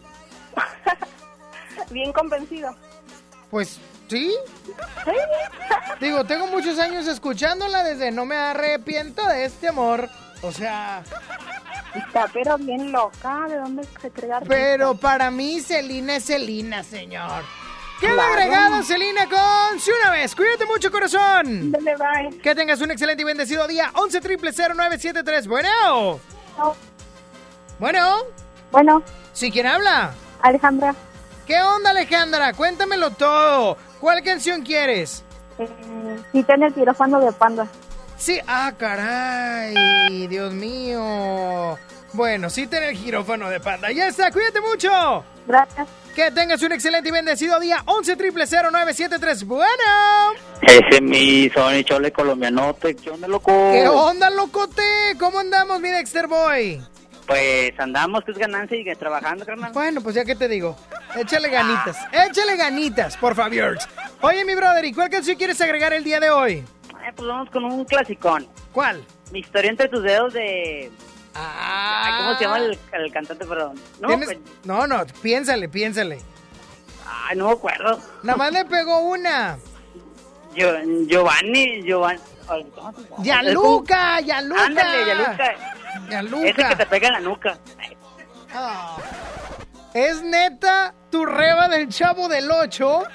Bien convencido. Pues sí. Sí. Digo, tengo muchos años escuchándola desde No Me Arrepiento de Este Amor. O sea... Está pero bien loca. ¿De dónde se cree artista? Pero para mí Selena es Selena, señor. Queda Claro. agregado Selena con Si Una Vez. Cuídate mucho, corazón. Dale, bye. Que tengas un excelente y bendecido día. once triple cero nueve siete tres. Bueno. No. Bueno. Bueno. ¿Sí, quién habla? Alejandra. ¿Qué onda, Alejandra? Cuéntamelo todo. ¿Cuál canción quieres? Eh, sí, tiene el quirófano de Panda. Sí, ah, caray, Dios mío. Bueno, sí tiene el quirófano de Panda. Ya está, cuídate mucho. Gracias. Que tengas un excelente y bendecido día. once triple cero nueve siete tres. Bueno. Ese es mi Sony Chole colombianote. ¿Qué onda, loco? ¿Qué onda, locote? ¿Cómo andamos, mi Dexter Boy? Pues andamos, que es ganancia y que trabajando, carnal. Bueno, pues ya que te digo. Échale ganitas. Échale ganitas, por favor. Oye, mi brother, ¿y cuál canción quieres agregar el día de hoy? Eh, pues vamos con un clasicón. ¿Cuál? Mi historia entre tus dedos de... Ah. Ay, ¿cómo se llama el, el cantante, perdón? No, ¿Tienes? pues... no, no, piénsale, piénsale. Ay, no me acuerdo. Nada más le pegó una. Yo, Giovanni, Giovanni... Ay, ¿cómo se llama? ¡Yaluca! ¡Yaluca! Ándale, Yaluca. ¡Yaluca! Ese que te pega en la nuca. Oh. ¿Es neta tu reba del Chavo del Ocho?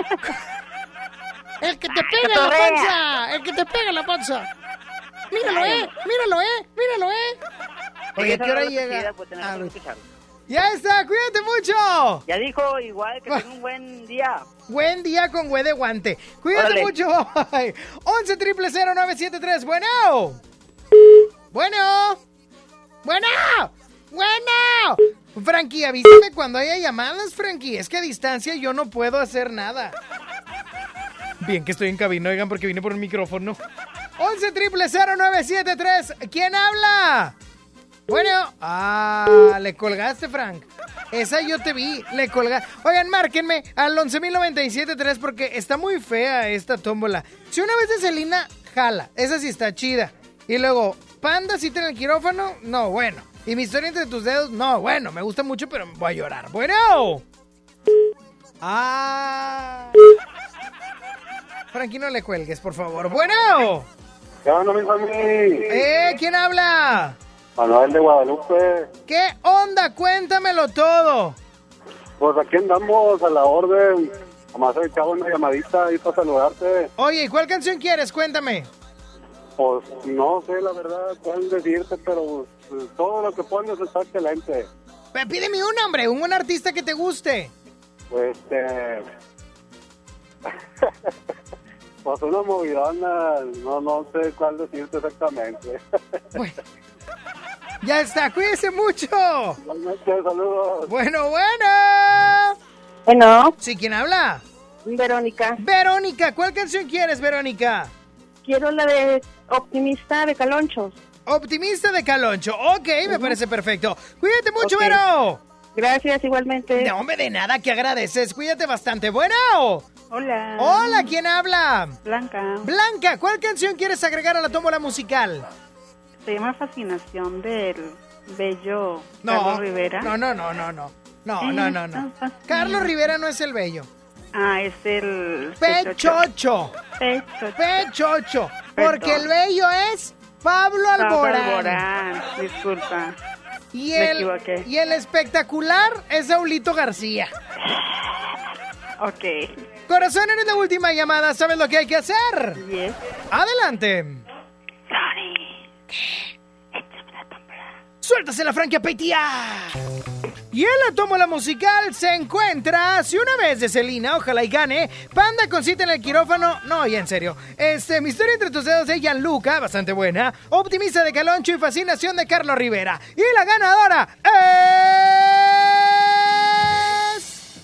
El que te pega en la panza. El que te pega en la panza. Míralo, eh. Míralo, eh. Míralo, eh. Oye, ¿qué hora llega? Ah, ya está, cuídate mucho. Ya dijo, igual que tenga un buen día. Buen día con güey de guante. Cuídate Órale. mucho. once triple cero nueve siete tres. Bueno. Bueno. Bueno. Bueno. Frankie, avísame cuando haya llamadas, Frankie. Es que a distancia yo no puedo hacer nada. Bien que estoy en cabina, oigan, porque vine por un micrófono. once triple cero nueve siete tres. ¿Quién habla? Bueno. Ah, le colgaste, Frank. Esa yo te vi, le colgaste. Oigan, márquenme al once mil noventa y siete tres porque está muy fea esta tómbola. Si una vez de Selena, jala. Esa sí está chida. Y luego, Panda, si tiene el quirófano, no, bueno. Y Mi Historia Entre Tus Dedos, no, bueno, me gusta mucho, pero voy a llorar. Bueno. Ah. Frankie, no le cuelgues, por favor. Bueno. ¿Qué onda, mi familia? Eh, ¿quién habla? Manuel de Guadalupe. ¿Qué onda? Cuéntamelo todo. Pues aquí andamos a la orden. Nomás he echado una llamadita ahí para saludarte. Oye, ¿y cuál canción quieres? Cuéntame. Pues no sé la verdad cuál decirte, pero pues, todo lo que pones está excelente. Pero pídeme un hombre, un, un artista que te guste. Pues, este... pues una movidona, no, no sé cuál decirte exactamente. Bueno, ya está, cuídese mucho. Igualmente, saludos. Bueno, bueno. Bueno. ¿Sí, quién habla? Verónica. Verónica, ¿cuál canción quieres, Verónica? Quiero la de Optimista de Caloncho. Optimista de Caloncho, ok, me uh-huh. parece perfecto. Cuídate mucho, Okay. Vero. Gracias, igualmente. No, hombre, de nada, que agradeces. Cuídate bastante. Bueno. Hola. Hola, ¿quién habla? Blanca. Blanca, ¿cuál canción quieres agregar a la tómbola musical? Se llama Fascinación del bello No, Carlos Rivera. No, no, no, no, no. No, no, no, no. Carlos Rivera no es el bello. Ah, es el... Pechocho. Pechocho. Pechocho. Porque el bello es Pablo Alborán. Pablo Alborán, disculpa. Y Me el, equivoqué. y el espectacular es Saulito García. Ok. Corazón, eres la última llamada. ¿Sabes lo que hay que hacer? Yes. Adelante. Sony. ¿Qué? Échame la tómbola. ¡Suéltase Frankie Petía! Y en la tómbola musical se encuentra, si una vez de Selena, ojalá y gane, Panda con cita en el quirófano, no, ya en serio, este, Mi historia entre tus dedos de Gianluca, bastante buena, Optimista de Caloncho y Fascinación de Carlos Rivera. Y la ganadora es...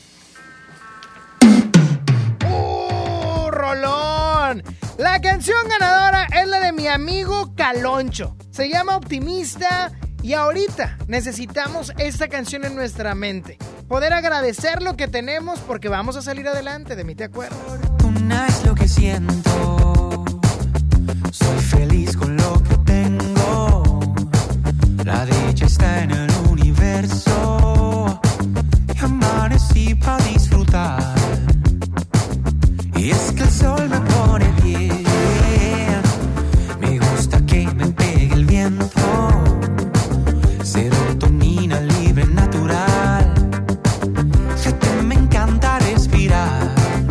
¡Uh, rolón! La canción ganadora es la de mi amigo Caloncho, se llama Optimista. Y ahorita necesitamos esta canción en nuestra mente. Poder agradecer lo que tenemos porque vamos a salir adelante. De mí te acuerdas. Fortuna es lo que siento. Soy feliz con lo que tengo. La dicha está en el universo. Y amanecí para disfrutar. Y es que el sol me pone bien. Me gusta que me pegue el viento. Serotonina libre, natural. Sé que me encanta respirar.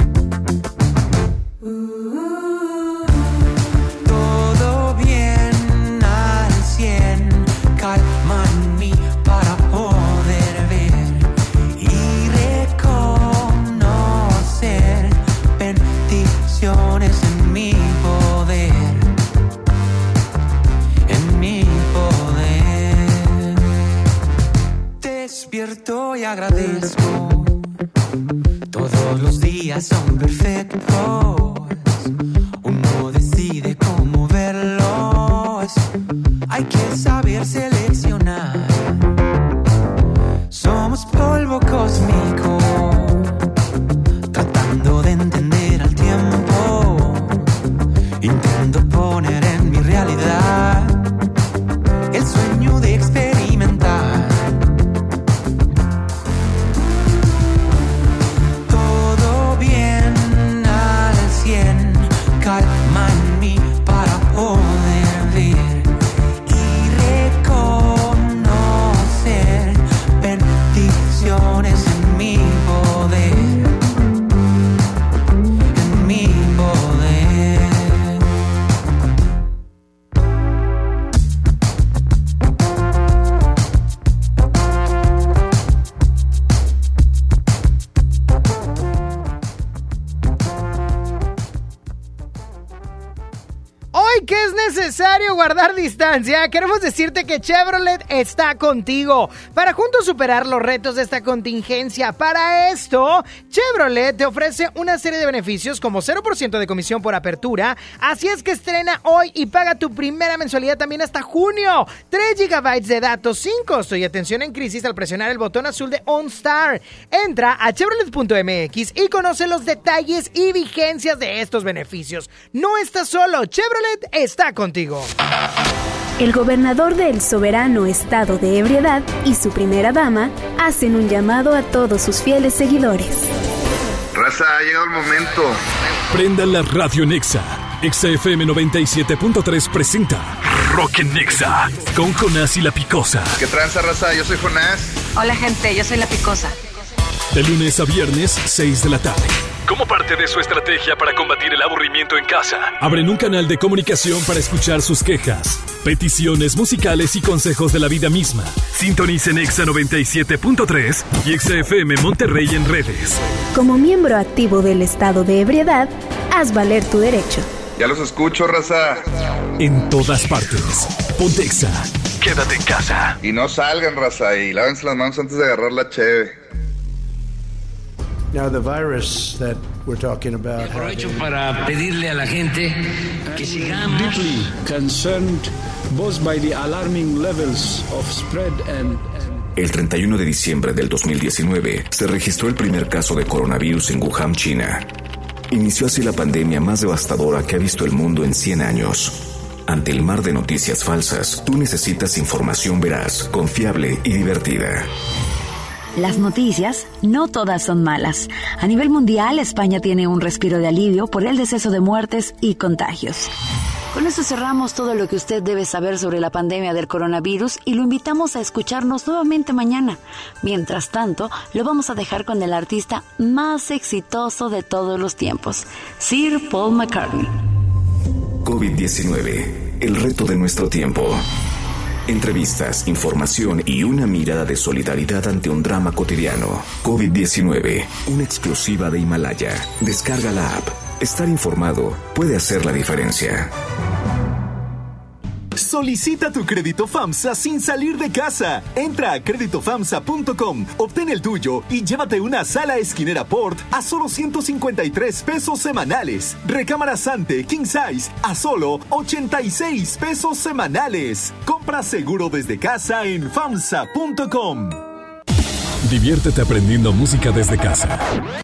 Uh, todo bien al cien. Calma en mí para poder ver y reconocer bendiciones en mi poder. En mi poder. Despierto y agradezco. Todos los días son perfectos. Uno decide cómo verlos. Hay que saber seleccionar. Somos polvo cósmico, tratando de entender al tiempo. Intento poner en mi realidad el sueño de experimentar. Todo bien al cien, calma en mí para poder ver y reconocer bendiciones en mi poder, en mi poder. Hoy que es necesario guardar distancia, queremos decirte que Chevrolet está contigo para juntos superar los retos de esta contingencia. Para esto, Chevrolet te ofrece una serie de beneficios como cero por ciento de comisión por apertura, así es que estrena hoy y paga tu primera mensualidad también hasta junio. tres gigabytes de datos sin costo y atención en crisis al presionar el botón azul de OnStar. Entra a Chevrolet punto m x y conoce los detalles y vigencias de estos beneficios. No estás solo, Chevrolet está contigo. El gobernador del soberano estado de ebriedad y su primera dama hacen un llamado a todos sus fieles seguidores. Raza, ha llegado el momento. Prenda la radio Nexa. Exa F M noventa y siete punto tres presenta Rock en Nexa con Jonás y La Picosa. ¿Qué tranza, raza? Yo soy Jonás. Hola, gente, yo soy La Picosa. De lunes a viernes, seis de la tarde. Como parte de su estrategia para combatir el aburrimiento en casa, abren un canal de comunicación para escuchar sus quejas, peticiones musicales y consejos de la vida misma. Sintonicen Exa noventa y siete punto tres y Exa F M Monterrey en redes. Como miembro activo del estado de ebriedad, haz valer tu derecho. Ya los escucho, raza. En todas partes. Ponte Exa. Quédate en casa. Y no salgan, raza, y lávense las manos antes de agarrar la cheve. Now the virus that we're talking about. Aprovecho para pedirle a la gente que sigamos deeply concerned both by the alarming levels of spread and El treinta y uno de diciembre del dos mil diecinueve se registró el primer caso de coronavirus en Wuhan, China. Inició así la pandemia más devastadora que ha visto el mundo en cien años. Ante el mar de noticias falsas, tú necesitas información veraz, confiable y divertida. Las noticias no todas son malas. A nivel mundial, España tiene un respiro de alivio por el deceso de muertes y contagios. Con eso cerramos todo lo que usted debe saber sobre la pandemia del coronavirus y lo invitamos a escucharnos nuevamente mañana. Mientras tanto, lo vamos a dejar con el artista más exitoso de todos los tiempos, Sir Paul McCartney. COVID diecinueve, el reto de nuestro tiempo. Entrevistas, información y una mirada de solidaridad ante un drama cotidiano. COVID diecinueve, una exclusiva de Himalaya. Descarga la app. Estar informado puede hacer la diferencia. Solicita tu crédito FAMSA sin salir de casa. Entra a crédito famsa punto com, obtén el tuyo y llévate una sala esquinera Port a solo ciento cincuenta y tres pesos semanales. Recámara Sante King Size a solo ochenta y seis pesos semanales. Compra seguro desde casa en famsa punto com. Diviértete aprendiendo música desde casa.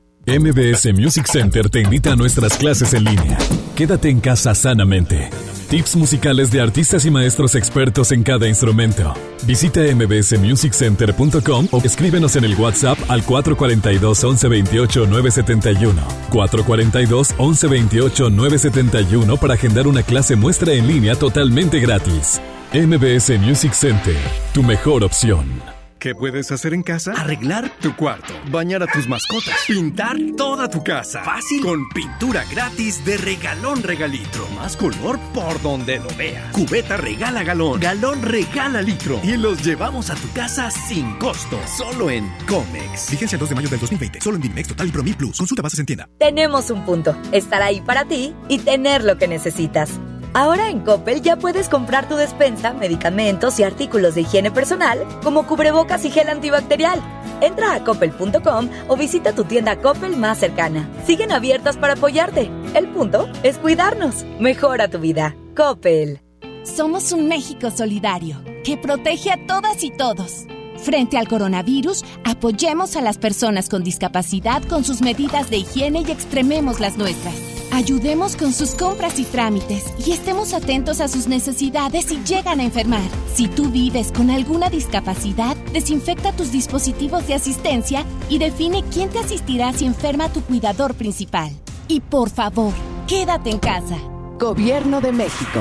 M B S Music Center te invita a nuestras clases en línea. Quédate en casa sanamente. Tips musicales de artistas y maestros expertos en cada instrumento. Visita m b s music center punto com o escríbenos en el WhatsApp al cuatro cuatro dos, once veintiocho, nueve setenta y uno. cuatro cuatro dos, once veintiocho, nueve setenta y uno para agendar una clase muestra en línea totalmente gratis. M B S Music Center, tu mejor opción. ¿Qué puedes hacer en casa? Arreglar tu cuarto, bañar a tus mascotas, pintar toda tu casa. Fácil, con pintura gratis de Regalón Regalitro. Más color por donde lo veas. Cubeta regala galón, galón regala litro. Y los llevamos a tu casa sin costo, solo en Comex. Vigencia el dos de mayo del dos mil veinte, solo en Dimex Total y Promil Plus. Consulta bases en tienda. Tenemos un punto, estar ahí para ti y tener lo que necesitas. Ahora en Coppel ya puedes comprar tu despensa, medicamentos y artículos de higiene personal, como cubrebocas y gel antibacterial. Entra a coppel punto com o visita tu tienda Coppel más cercana. Siguen abiertas para apoyarte. El punto es cuidarnos. Mejora tu vida. Coppel. Somos un México solidario que protege a todas y todos. Frente al coronavirus, apoyemos a las personas con discapacidad con sus medidas de higiene y extrememos las nuestras. Ayudemos con sus compras y trámites y estemos atentos a sus necesidades si llegan a enfermar. Si tú vives con alguna discapacidad, desinfecta tus dispositivos de asistencia y define quién te asistirá si enferma tu cuidador principal. Y por favor, quédate en casa. Gobierno de México.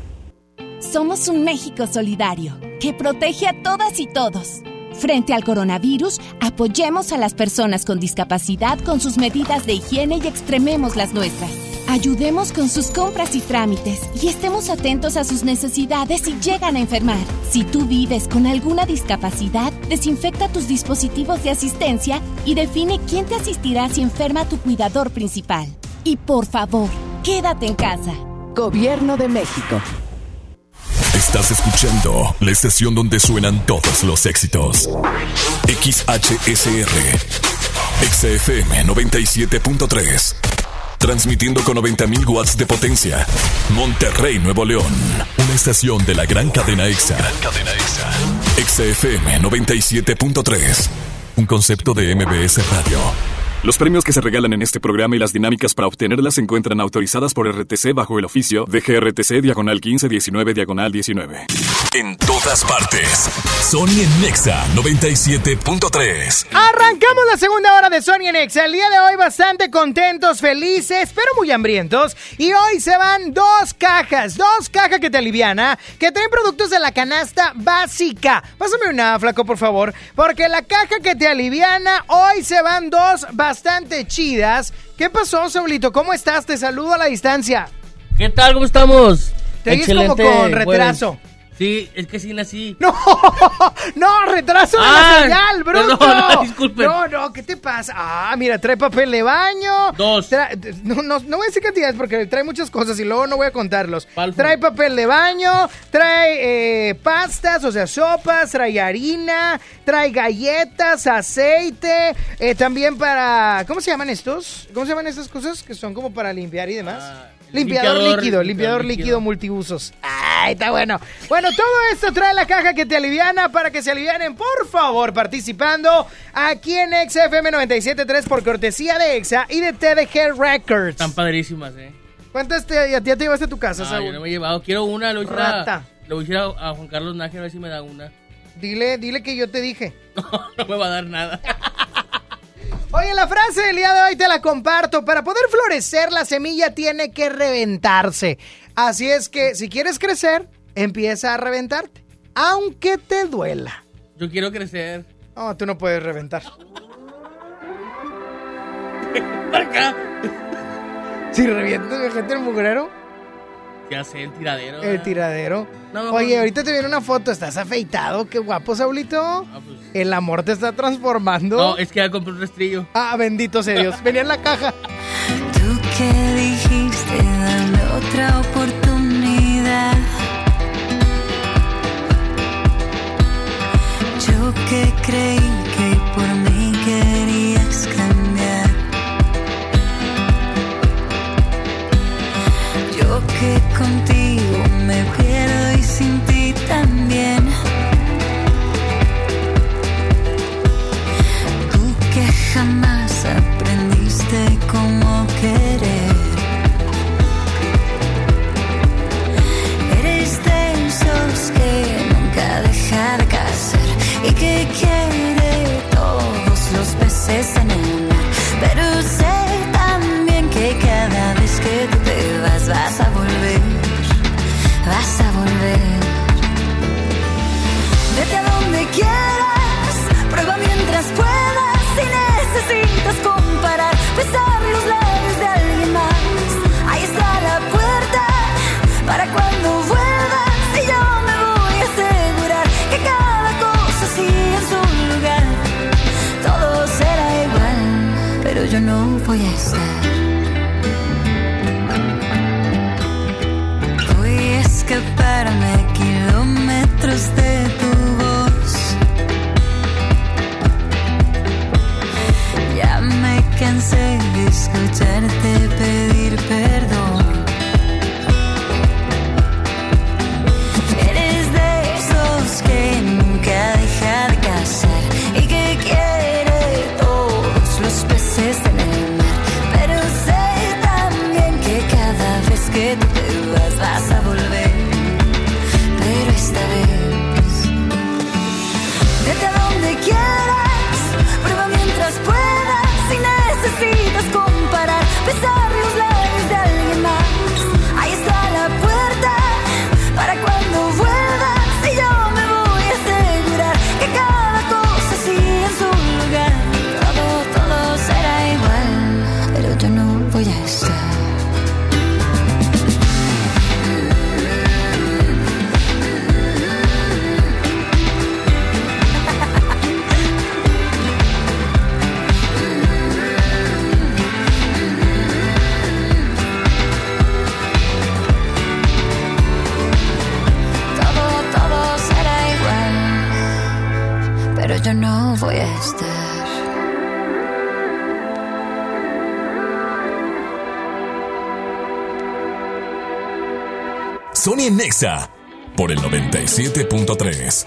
Somos un México solidario que protege a todas y todos. Frente al coronavirus, apoyemos a las personas con discapacidad con sus medidas de higiene y extrememos las nuestras. Ayudemos con sus compras y trámites y estemos atentos a sus necesidades si llegan a enfermar. Si tú vives con alguna discapacidad, desinfecta tus dispositivos de asistencia y define quién te asistirá si enferma tu cuidador principal. Y por favor, quédate en casa. Gobierno de México. Estás escuchando la estación donde suenan todos los éxitos. X H S R X F M noventa y siete punto tres. Transmitiendo con noventa mil watts de potencia. Monterrey, Nuevo León. Una estación de la gran cadena EXA. Cadena EXA. X F M noventa y siete punto tres. Un concepto de M B S Radio. Los premios que se regalan en este programa y las dinámicas para obtenerlas se encuentran autorizadas por R T C bajo el oficio de G R T C diagonal quince diecinueve diagonal diecinueve. En todas partes. Sony en Nexa noventa y siete punto tres. Arrancamos la segunda hora de Sony en Nexa. El día de hoy bastante contentos, felices, pero muy hambrientos. Y hoy se van dos cajas, dos cajas que te aliviana, que traen productos de la canasta básica. Pásame una, flaco, por favor, porque la caja que te aliviana, hoy se van dos bastante chidas. ¿Qué pasó, Saulito? ¿Cómo estás? Te saludo a la distancia. ¿Qué tal? ¿Cómo estamos? Te oyes como con retraso. Pues, sí, es que sí nací. No, no, retraso de ah, la señal, bruto. Perdón, no, disculpen. No, no, ¿qué te pasa? Ah, mira, trae papel de baño. Dos. Trae, no, no, no voy a decir cantidades porque trae muchas cosas y luego no voy a contarlos. Palfo. Trae papel de baño, trae eh, pastas, o sea, sopas, trae harina, trae galletas, aceite, eh, también para... ¿Cómo se llaman estos? ¿Cómo se llaman estas cosas que son como para limpiar y demás? Ah. Limpiador, limpiador líquido, limpiador líquido. líquido multiusos. Ay, está bueno. Bueno, todo esto trae la caja que te aliviana para que se alivianen, por favor, participando aquí en X F M noventa y siete punto tres por cortesía de Exa y de T D G Records. Están padrísimas, ¿eh? ¿Cuántas te, ya, ya te llevaste a tu casa, ah, Saúl? Yo no me he llevado. Quiero una, lo voy a Rata. Le voy a decir a, a Juan Carlos Nájera a ver si me da una. Dile, dile que yo te dije. No, no me va a dar nada. Oye, la frase del día de hoy te la comparto. Para poder florecer, la semilla tiene que reventarse. Así es que, si quieres crecer, empieza a reventarte, aunque te duela. Yo quiero crecer. No, tú no puedes reventar. Para acá. Si revientas gente el mugrero. Ya sé, el tiradero. El tiradero. No, no, Oye, no. ahorita te viene una foto. ¿Estás afeitado? Qué guapo, Saulito. Ah, pues. El amor te está transformando. No, es que ya compré un rastrillo. Ah, bendito sea Dios. Venía en la caja. Tú que dijiste dame otra oportunidad. Yo que creí que por mí querías cambiar. Yo que contigo me pierdo y sin ti también. Tú que jamás aprendiste cómo querer. Eres de esos que nunca deja de cazar y que quiere todos los peces en el mar. Pero sé también que cada vez que tú te vas, vas a volver, vas a volver. Vete a donde quieras, prueba mientras puedas. Si necesitas comparar, besar los labios de alguien más, ahí está la puerta para cuando vuelvas. Y yo me voy a asegurar que cada cosa sigue en su lugar. Todo será igual, pero yo no voy a estar. Voy a escaparme a kilómetros de tu voz. Ya me cansé de escucharte pedir perdón. Eres de esos que nunca deja de cazar y que quiere todos los peces en el mar. Pero sé también que cada vez que tú te vas, vas a volver. Pero esta vez, vete a donde quieras, prueba mientras puedas. Si necesitas comparar, besar los labios de alguien más, ahí está la puerta para cuando vuelvas. Y yo me voy a asegurar que cada cosa sigue en su lugar. Todo, todo será igual, pero yo no voy a estar. Todo, todo será igual, pero yo no voy a estar. Sony Nexa por el noventa y siete punto tres.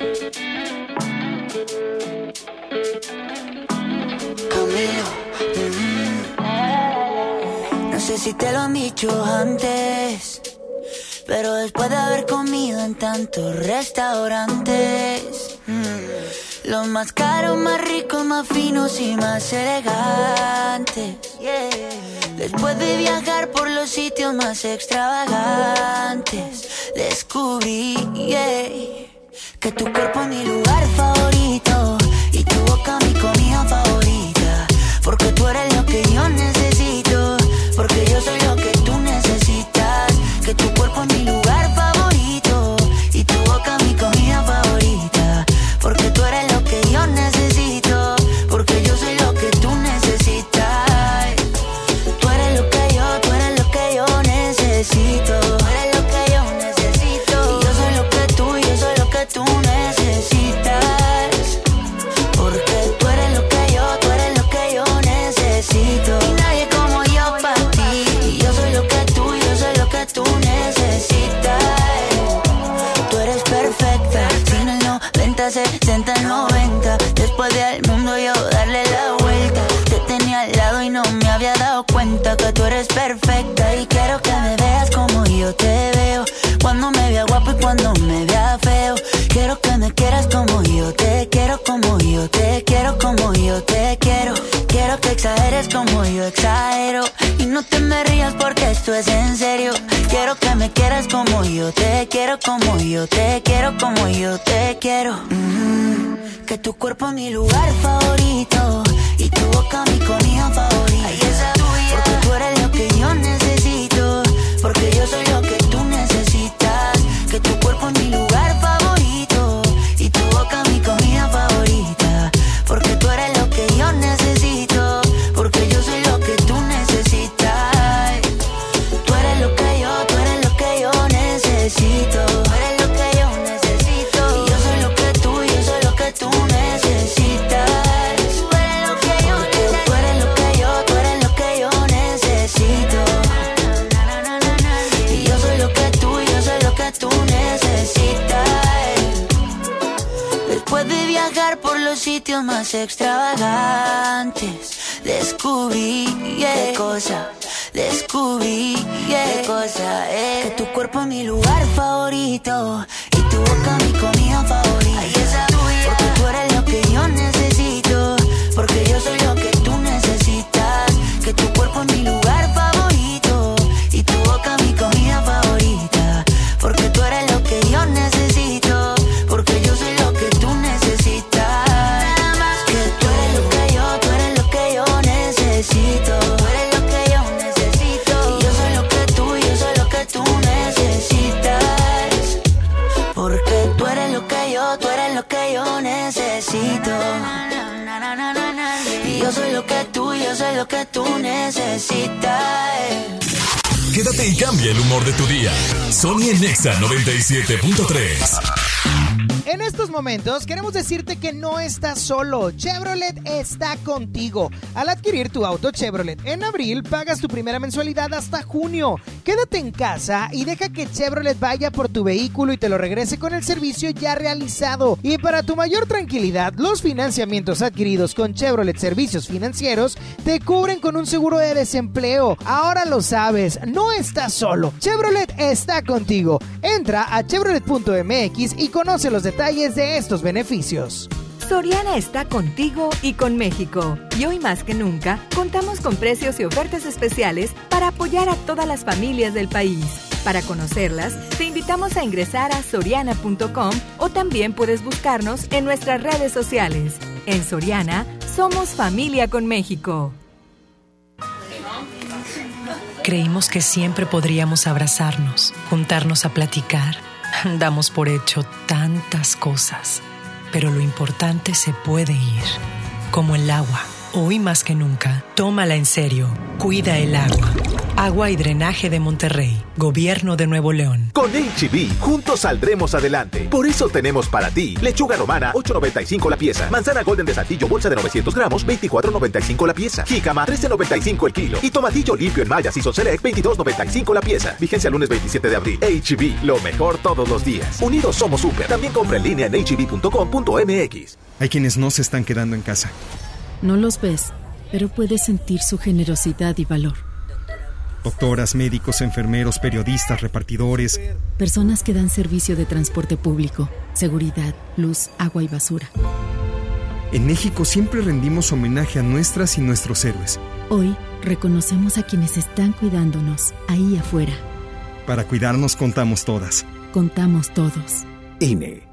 No sé si te lo han dicho antes, pero después de haber comido en tantos restaurantes, mm, los más caros, más ricos, más finos y más elegantes, yeah. Después de viajar por los sitios más extravagantes, descubrí, yeah, que tu cuerpo es mi lugar favorito y tu boca mi comida favorita. Porque tú eres lo que yo necesito, porque yo soy lo que tú necesitas. Que tu cuerpo es mi lugar favorito y tu boca mi comida favorita. Porque tú eres lo que yo necesito, porque yo soy lo que tú necesitas. Tú eres lo que yo, tú eres lo que yo necesito. Tú eres lo que yo necesito. Y yo soy lo que tú, yo soy lo que tú necesitas. Porque tú eres lo que yo, tú eres lo que yo necesito. Y nadie como yo para ti. Y yo soy lo que tú, yo soy lo que tú necesitas. Tú eres perfecta, sin el noventa, sesenta, noventa. Después del mundo yo darle la vuelta. Te tenía al lado y no me había dado cuenta que tú eres perfecta. Y quiero que me veas como yo te veo, cuando me vea guapo y cuando me vea feo. Quiero que me quieras como yo te quiero, como yo te quiero, como yo te quiero. Quiero que exageres como yo exagero. Y no te me rías porque esto es en serio. Quiero que me quieras como yo te quiero, como yo te quiero, como yo te quiero. Mm-hmm. Que tu cuerpo es mi lugar favorito y tu boca mi comida favorita. Ay, esa tuya. Porque tú eres lo que yo necesito, porque yo soy lo que tú necesitas. Que tu cuerpo es mi lugar favorito y tu boca mi comida favorita. Porque tú eres lo que yo necesito, porque yo soy lo que tú necesitas. Tú eres lo que yo, tú eres lo que yo necesito. Tú eres lo que yo necesito. Y yo soy lo que tú, yo soy lo que tú necesitas. Tú eres lo que yo necesito. Tú eres lo que yo, tú eres lo que yo necesito. Y yo soy lo que tú, yo soy lo que tú necesitas. Después de viajar por los sitios más extravagantes, descubrí yeah, qué cosa, descubrí yeah, qué cosa es. Que tu cuerpo es mi lugar favorito y tu boca mi comida favorita. Ay, esa tuya. Porque tú eres lo que yo necesito, porque yo soy lo que tú necesitas. Que tu cuerpo es mi lugar favorito y tu boca mi comida favorita. Porque tú eres lo que yo necesito, porque yo soy lo que tú necesitas. Nada más que tú eres lo que yo, tú eres lo que yo necesito. Tú eres lo que yo necesito. Y yo soy lo que tú, yo soy lo que tú necesitas. Porque tú eres lo que yo, tú eres lo que yo necesito. Y yo soy lo que tú, yo soy lo que tú necesitas. Quédate y cambia el humor de tu día. Sony en Nexa noventa y siete punto tres. En estos momentos queremos decirte que no estás solo. Chevrolet está contigo. Al adquirir tu auto Chevrolet en abril, pagas tu primera mensualidad hasta junio. Quédate en casa y deja que Chevrolet vaya por tu vehículo y te lo regrese con el servicio ya realizado. Y para tu mayor tranquilidad, los financiamientos adquiridos con Chevrolet Servicios Financieros te cubren con un seguro de desempleo. Ahora lo sabes, no estás solo. Chevrolet está contigo. Entra a chevrolet punto m x y conoce los detalles de estos beneficios. Soriana está contigo y con México. Y hoy más que nunca, contamos con precios y ofertas especiales para apoyar a todas las familias del país. Para conocerlas, te invitamos a ingresar a soriana punto com o también puedes buscarnos en nuestras redes sociales. En Soriana, somos familia con México. Creímos que siempre podríamos abrazarnos, juntarnos a platicar. Damos por hecho tantas cosas, pero lo importante se puede ir, como el agua. Hoy más que nunca, tómala en serio. Cuida el agua. Agua y Drenaje de Monterrey. Gobierno de Nuevo León. Con H E B, juntos saldremos adelante. Por eso tenemos para ti lechuga romana, ocho noventa y cinco la pieza. Manzana golden de Saltillo, bolsa de novecientos gramos, veinticuatro noventa y cinco la pieza. Jícama, trece noventa y cinco el kilo. Y tomatillo limpio en Maya Season Select, veintidós noventa y cinco la pieza. Vigencia lunes veintisiete de abril. H E B, lo mejor todos los días. Unidos somos súper. También compra en línea en h e b punto com punto m x. Hay quienes no se están quedando en casa. No los ves, pero puedes sentir su generosidad y valor. Doctoras, médicos, enfermeros, periodistas, repartidores. Personas que dan servicio de transporte público, seguridad, luz, agua y basura. En México siempre rendimos homenaje a nuestras y nuestros héroes. Hoy reconocemos a quienes están cuidándonos ahí afuera. Para cuidarnos contamos todas. Contamos todos. I N E.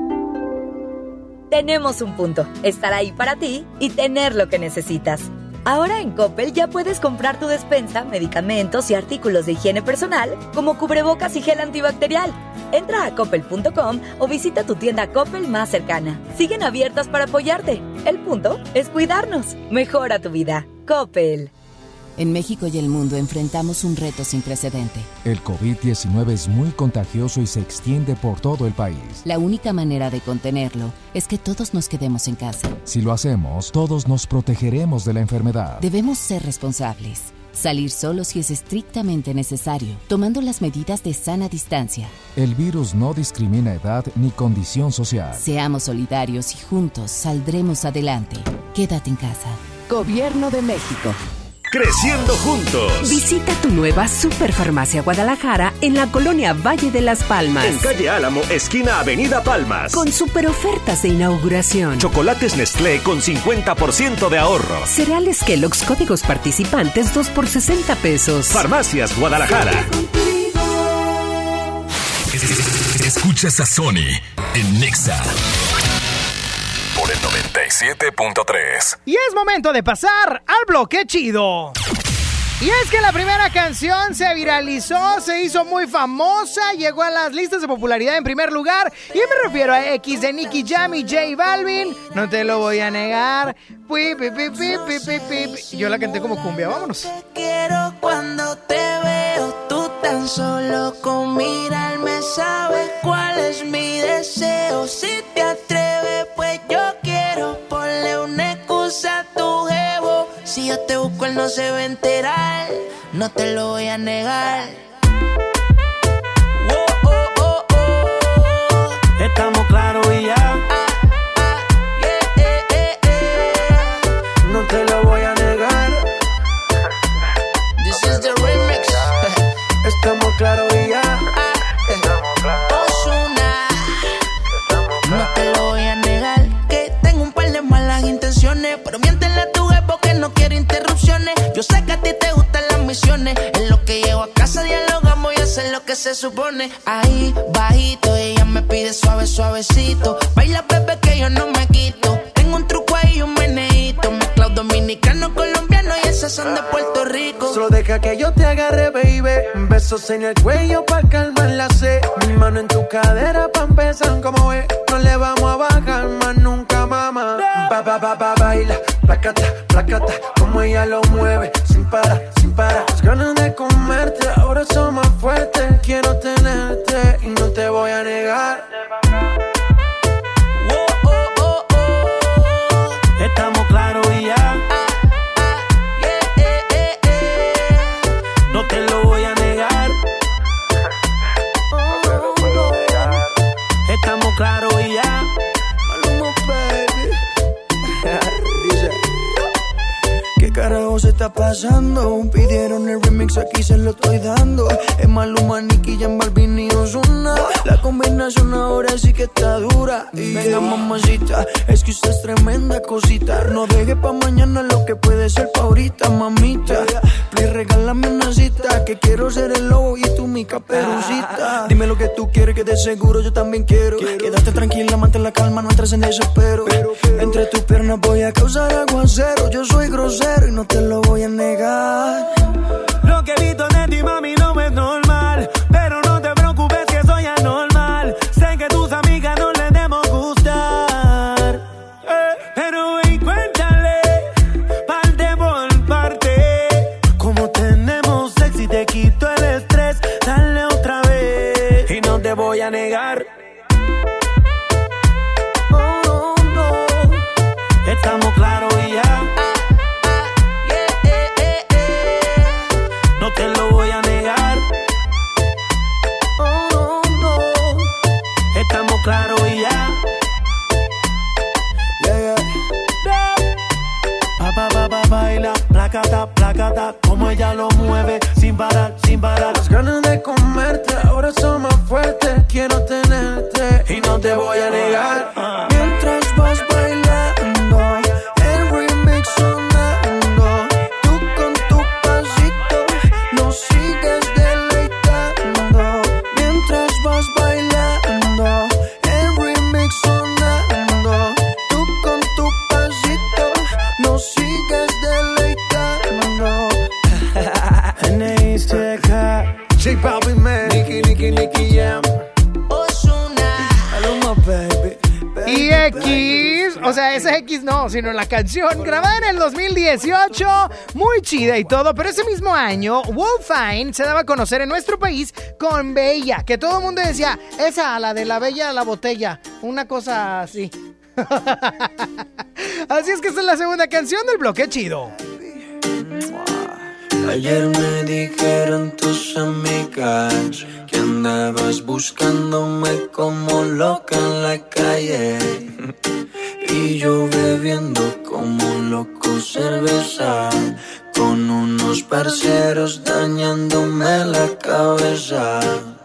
Tenemos un punto, estar ahí para ti y tener lo que necesitas. Ahora en Coppel ya puedes comprar tu despensa, medicamentos y artículos de higiene personal como cubrebocas y gel antibacterial. Entra a coppel punto com o visita tu tienda Coppel más cercana. Siguen abiertas para apoyarte. El punto es cuidarnos. Mejora tu vida. Coppel. En México y el mundo enfrentamos un reto sin precedente. El covid diecinueve es muy contagioso y se extiende por todo el país. La única manera de contenerlo es que todos nos quedemos en casa. Si lo hacemos, todos nos protegeremos de la enfermedad. Debemos ser responsables. Salir solo si es estrictamente necesario, tomando las medidas de sana distancia. El virus no discrimina edad ni condición social. Seamos solidarios y juntos saldremos adelante. Quédate en casa. Gobierno de México. creciendo juntos. Visita tu nueva Superfarmacia Guadalajara en la colonia Valle de las Palmas. En calle Álamo, esquina Avenida Palmas. Con super ofertas de inauguración. Chocolates Nestlé con cincuenta por ciento de ahorro. Cereales Kellogg's, códigos participantes dos por sesenta pesos. Farmacias Guadalajara. Escuchas a Sony en Nexa por el noventa y siete punto tres. Y es momento de pasar al bloque chido. Y es que la primera canción se viralizó, se hizo muy famosa, llegó a las listas de popularidad en primer lugar. Y me refiero a X de Nicky Jam y J Balvin. No te lo voy a negar. Pi, pi, pi, pi, pi, pi, pi. Yo la canté como cumbia, vámonos. Te quiero cuando te veo, tú tan solo con mirarme sabes cuál es mi deseo. Si te atreves, pues yo quiero ponle una excusa a tu jevo. Si yo te busco, él no se va a enterar, no te lo voy a negar. Oh, oh, oh, oh. Estamos claros y ya. Ah, ah, yeah, eh, eh, eh. No te lo voy a negar. This is the remix. Estamos claros y ya. Ah, eh. Ozuna. No te lo voy a negar, que tengo un par de malas intenciones, pero miéntele a tu jefe que no quiere interrupciones. Yo sé que a ti te gustan las misiones, en lo que llego a casa dialogamos y hacer lo que se supone. Ahí, bajito, ella me pide suave, suavecito. Baila, bebé, que yo no me quito. Tengo un truco ahí, un meneíto. Mezclado dominicano, colombiano y esas son de Puerto Rico. Solo deja que yo te agarre, baby. Besos en el cuello pa' calmar la sed. Mi mano en tu cadera pa' empezar, como ves. No le vamos a bajar más nunca, mamá. Ba, ba, ba, ba, baila, placata, placata. Como ella lo mueve, sin parar, sin parar. Las ganas de comerte, ahora son más fuertes. Quiero tenerte y no te voy a negar. Oh, oh, oh, oh. Estamos claros y ya. Ah, ah, yeah, eh, eh, eh. No te lo voy a negar. Oh, no. Estamos claros y ya. Maluma, baby. Dice, ¿qué carajo se está pasando? Pidieron el remix, aquí se lo estoy dando. Es Maluma, Nicky Jam, Balvin y Ozuna. La combinación ahora sí que está dura. Y venga, mamacita, es que usted es tremenda cosita. No deje pa' mañana lo que puede ser pa' ahorita, mamita. Please, regálame una cita, que quiero ser el lobo y tú mi caperucita. Dime lo que tú quieres, que de seguro yo también quiero. Quédate tranquila, mantén la calma, no entres en desespero. Entre tus piernas voy a causar aguacero. Yo soy grosero y no te lo voy a negar. Lo que he visto de ti, mami, no es normal. Pero no te preocupes que soy anormal. Sé que tus amigas no les debemos gustar. Eh, pero ven, cuéntale, parte por parte. Como tenemos sexy, y te quito el estrés. Dale otra vez y no te voy a negar. Oh, no. Estamos claros y ya. No te lo voy a negar. Oh, no. Estamos claros y ya. Yeah, yeah. Pa, pa, pa, pa, baila, placata, placata. Como ella lo mueve, sin parar, sin parar. Las ganas de comerte ahora son más fuertes. Quiero tenerte y no te voy a negar. Uh. Mientras vas bailando, el remix sonando. Tú con tu pasito nos sigues deleitando. Mientras vas bailando, el remix sonando. Tú con tu pasito nos sigues deleitando. N I C K, J Balvin, man, Nicky, Nicky, Nicky Jam, Ozuna, Maluma, baby. Y X, o sea, esa X no, sino la canción grabada en el dos mil dieciocho, muy chida y todo, pero ese mismo año, Wolfine se daba a conocer en nuestro país con Bella, que todo el mundo decía, esa, la de la Bella, la botella, una cosa así. Así es que esta es la segunda canción del bloque chido. Ayer me dijeron tus amigas que andabas buscándome como loca en la calle. Y yo bebiendo como loco cerveza con un unos parceros dañándome la cabeza.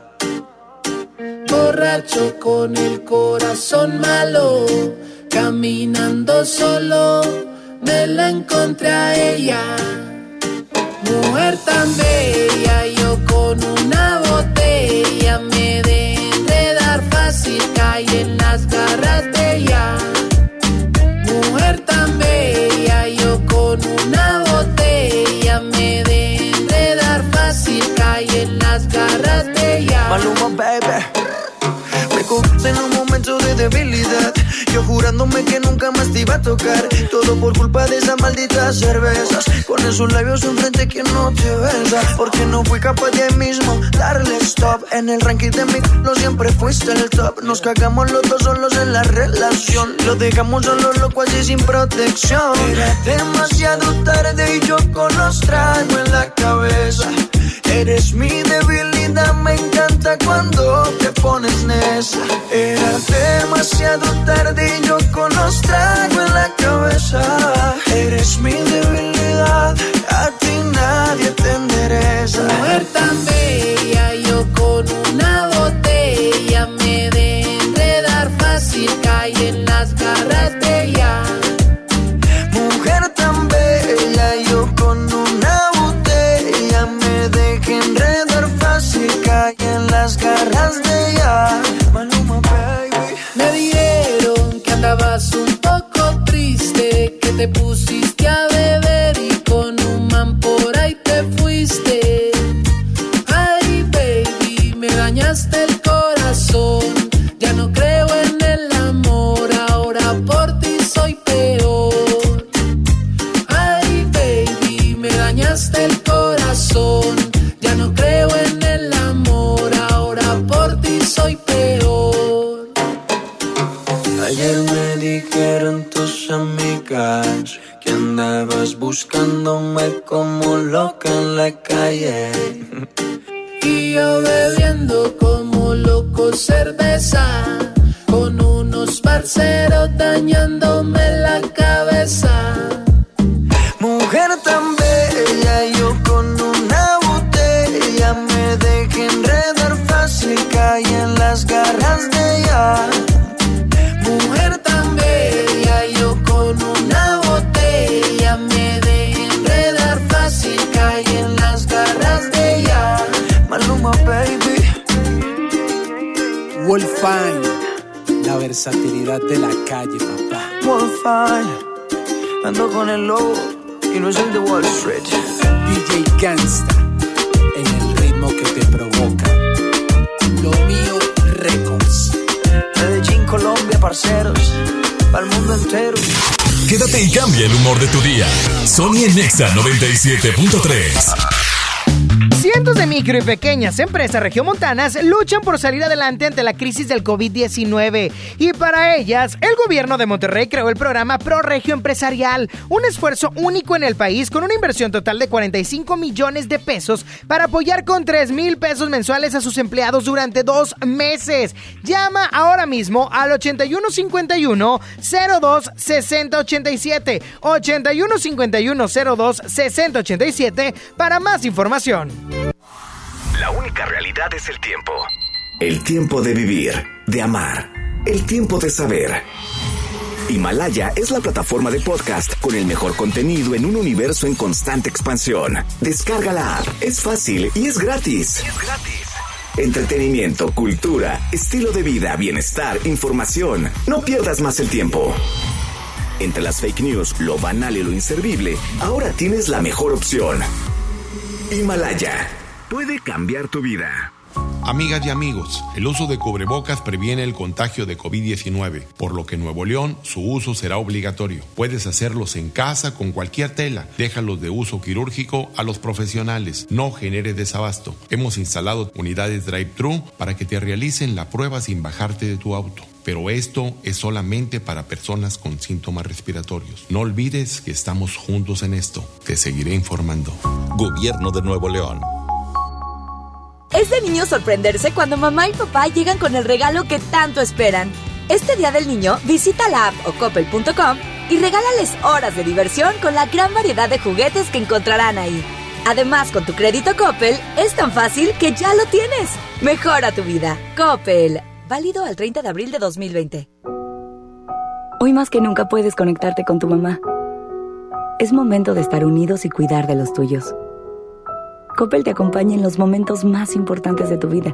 Borracho con el corazón malo, caminando solo, me la encontré a ella. Mujer tan bella, yo con una botella me de enredar fácil, caí en las garras de ella. Mujer tan bella, yo con una botella me de enredar fácil, caí en las garras de ella. Maluma, baby, me cogiste en un momento de debilidad, yo jurándome que nunca más te iba a tocar. Todo por culpa de esas malditas cervezas, con esos labios enfrente que no te besa. Porque no fui capaz de ahí mismo darle stop. En el ranking de mi culo siempre fuiste el top. Nos cagamos los dos solos en la relación, lo dejamos solo loco así sin protección. Era demasiado tarde y yo con los tragos en la cabeza. Eres mi debilidad, me encanta cuando te pones nesa. Era demasiado tarde y yo con los tragos en la cabeza. Eres mi debilidad, a ti nadie te endereza. Mujer tan bella, yo con una botella me de enredar fácil, caí en las garras de ella. Mujer tan bella, yo con una botella me dejé enredar fácil, caí en las garras de ella. Maluma, baby. Me dijeron que andabas un poco triste, que te pusiste a beber y con un man por ahí te fuiste. Ay, baby, me dañaste el corazón, ya no creo en el amor, ahora por ti soy peor. Ay, baby, me dañaste el corazón, ya no creo en el amor, ahora por ti soy peor. Ayer me dijeron tus amigas que andabas buscándome como loca en la calle. Y yo bebiendo como loco cerveza, con unos parceros dañándome la cabeza. Mujer tan bella, yo con una botella me dejé enredar fácil, caí en las garras de ella. Mujer tan bella, yo con una botella me dejé enredar fácil, caí en las garras de ella. Maluma, baby. Wolfine, la versatilidad de la calle, papá. Wolfine, ando con el lobo y no es el de Wall Street. D J Gangsta, en el ritmo que te provoca. Lo mío Records. Medellín, Colombia, parceros, para el mundo entero. Quédate y cambia el humor de tu día. Sony en Nexa noventa y siete punto tres. Cientos de micro y pequeñas empresas regiomontanas luchan por salir adelante ante la crisis del covid diecinueve. Y para ellas, el gobierno de Monterrey creó el programa Pro Regio Empresarial, un esfuerzo único en el país con una inversión total de cuarenta y cinco millones de pesos para apoyar con tres mil pesos mensuales a sus empleados durante dos meses. Llama ahora mismo al ochenta y uno cincuenta y uno cero dos sesenta ochenta y siete, ochenta y uno cincuenta y uno cero dos sesenta ochenta y siete para más información. La única realidad es el tiempo. El tiempo de vivir, de amar, el tiempo de saber. Himalaya es la plataforma de podcast con el mejor contenido en un universo en constante expansión. Descarga la app, es fácil y es gratis. Es gratis. Entretenimiento, cultura, estilo de vida, bienestar, información. No pierdas más el tiempo. Entre las fake news, lo banal y lo inservible, ahora tienes la mejor opción. Himalaya puede cambiar tu vida. Amigas y amigos, el uso de cubrebocas previene el contagio de covid diecinueve, por lo que en Nuevo León su uso será obligatorio. Puedes hacerlos en casa con cualquier tela. Déjalos de uso quirúrgico a los profesionales. No genere desabasto. Hemos instalado unidades drive-thru para que te realicen la prueba sin bajarte de tu auto. Pero esto es solamente para personas con síntomas respiratorios. No olvides que estamos juntos en esto. Te seguiré informando. Gobierno de Nuevo León. Es de niño sorprenderse cuando mamá y papá llegan con el regalo que tanto esperan. Este Día del Niño, visita la app o coppel punto com y regálales horas de diversión con la gran variedad de juguetes que encontrarán ahí. Además, con tu crédito Coppel, es tan fácil que ya lo tienes. Mejora tu vida. Coppel. Válido al treinta de abril de dos mil veinte. Hoy más que nunca puedes conectarte con tu mamá. Es momento de estar unidos y cuidar de los tuyos. Coppel te acompaña en los momentos más importantes de tu vida.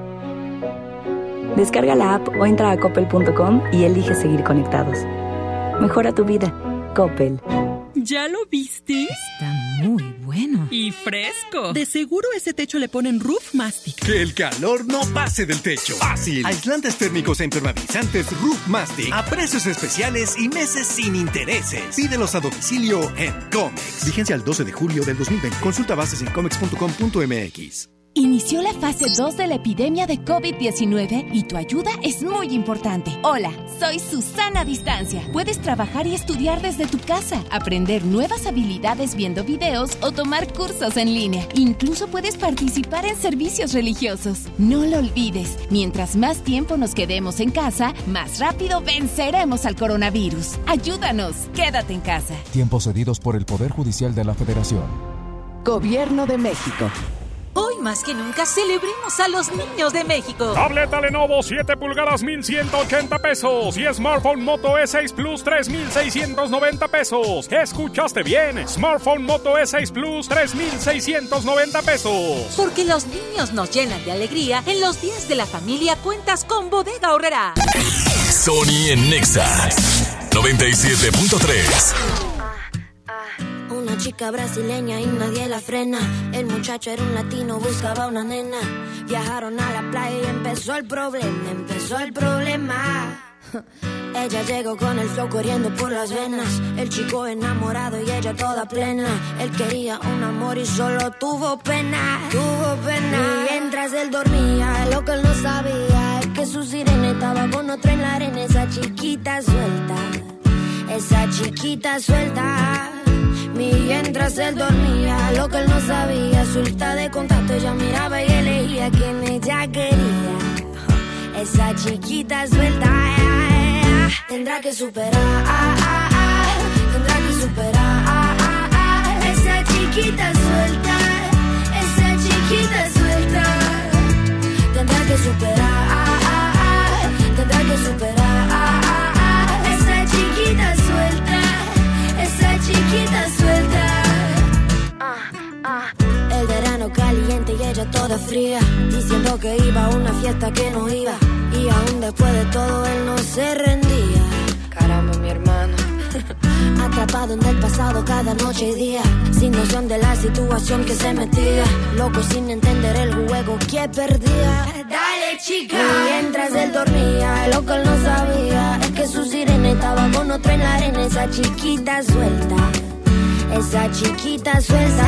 Descarga la app o entra a coppel punto com y elige seguir conectados. Mejora tu vida. Coppel. ¿Ya lo viste? Está muy bueno. Y fresco. De seguro ese techo le ponen Roof Mastic. Que el calor no pase del techo. Fácil. Aislantes térmicos e impermeabilizantes Roof Mastic a precios especiales y meses sin intereses. Pídelos a domicilio en Comex. Vigencia al doce de julio del dos mil veinte. Consulta bases en comex punto com punto m x. Inició la fase dos de la epidemia de covid diecinueve y tu ayuda es muy importante. Hola, soy Susana Distancia. Puedes trabajar y estudiar desde tu casa, aprender nuevas habilidades viendo videos o tomar cursos en línea. Incluso puedes participar en servicios religiosos. No lo olvides, mientras más tiempo nos quedemos en casa, más rápido venceremos al coronavirus. Ayúdanos, quédate en casa. Tiempos cedidos por el Poder Judicial de la Federación. Gobierno de México. Hoy más que nunca celebremos a los niños de México. Tableta Lenovo siete pulgadas mil ciento ochenta pesos y Smartphone Moto E seis Plus tres mil seiscientos noventa pesos. ¿Escuchaste bien? Smartphone Moto E seis Plus tres mil seiscientos noventa pesos. Porque los niños nos llenan de alegría, en los días de la familia cuentas con Bodega Aurrerá. Sony en Nexa noventa y siete punto tres. Una chica brasileña y nadie la frena. El muchacho era un latino, buscaba una nena. Viajaron a la playa y empezó el problema, empezó el problema. Ella llegó con el flow corriendo por las venas. El chico enamorado y ella toda plena. Él quería un amor y solo tuvo pena. Tuvo pena. Y mientras él dormía, lo que él no sabía es que su sirena estaba con otra en la arena. Esa chiquita suelta, esa chiquita suelta. Mientras él dormía, lo que él no sabía, su lista de contacto ella miraba y elegía quien ella quería. Esa chiquita suelta, tendrá que superar, tendrá que superar. Esa chiquita suelta, esa chiquita suelta, tendrá que superar, tendrá que superar. Esa chiquita suelta, esa chiquita suelta. Ah, ah. El verano caliente y ella toda fría, diciendo que iba a una fiesta que no iba. Y aún después de todo él no se rendía. Caramba, mi hermano. Atrapado en el pasado cada noche y día, sin noción de la situación que se metía. Loco sin entender el juego que perdía. Dale, chica. Y mientras él dormía, lo que él no sabía es que su sirena estaba con otra en la arena. Esa chiquita suelta, esa chiquita suelta.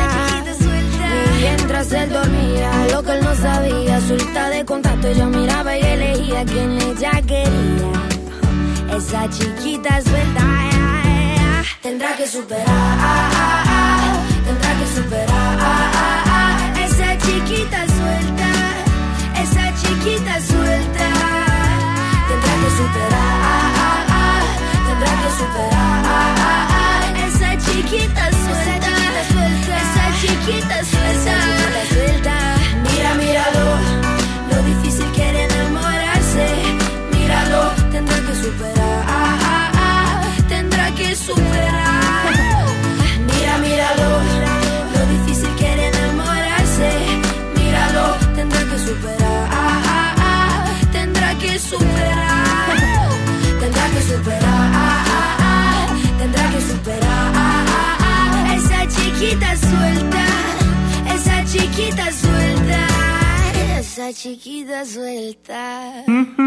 Y mientras él dormía, lo que él no sabía, su lista de contacto ella miraba y elegía quien ella quería. Esa chiquita suelta, tendrá que superar, tendrá que superar. Esa chiquita suelta, esa chiquita suelta, tendrá que superar, tendrá que superar. Esa chiquita suelta, esa chiquita suelta, suelta. Mira, míralo, lo difícil que era enamorarse. Míralo, tendrá que superar, tendrá que superar. Mira, míralo, lo difícil que era enamorarse. Míralo, tendrá que superar, tendrá que superar. Tendrá que superar, tendrá que superar. Esa chiquita suelta, esa chiquita suelta, esa chiquita suelta.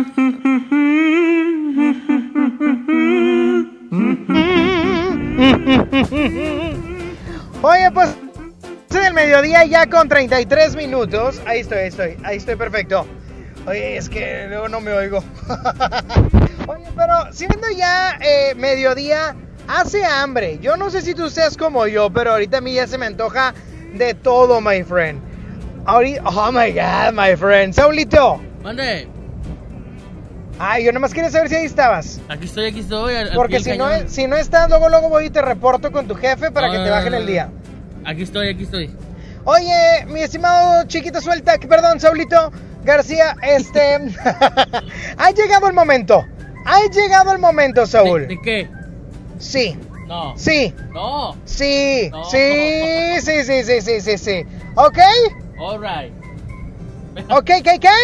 Oye, pues del mediodía ya con treinta y tres minutos. Ahí estoy, ahí estoy, ahí estoy perfecto. Oye, es que luego no me oigo. Oye, pero siendo ya eh, mediodía, hace hambre. Yo no sé si tú seas como yo, pero ahorita a mí ya se me antoja de todo, my friend. Ahorita, oh my God, my friend. Saulito. ¿Dónde? Ay, yo nomás quería saber si ahí estabas. Aquí estoy, aquí estoy. Al, Porque al si no, si no estás, luego luego voy y te reporto con tu jefe para no, que te bajen el día. Aquí estoy, aquí estoy. Oye, mi estimado chiquito suelta, perdón, Saulito García, este... ha llegado el momento. Ha llegado el momento, Saúl. ¿De, de qué? Sí. No. Sí. No. Sí. No. Sí, sí, sí, sí, sí, sí, sí. ¿Ok? All right. ¿Ok, K K?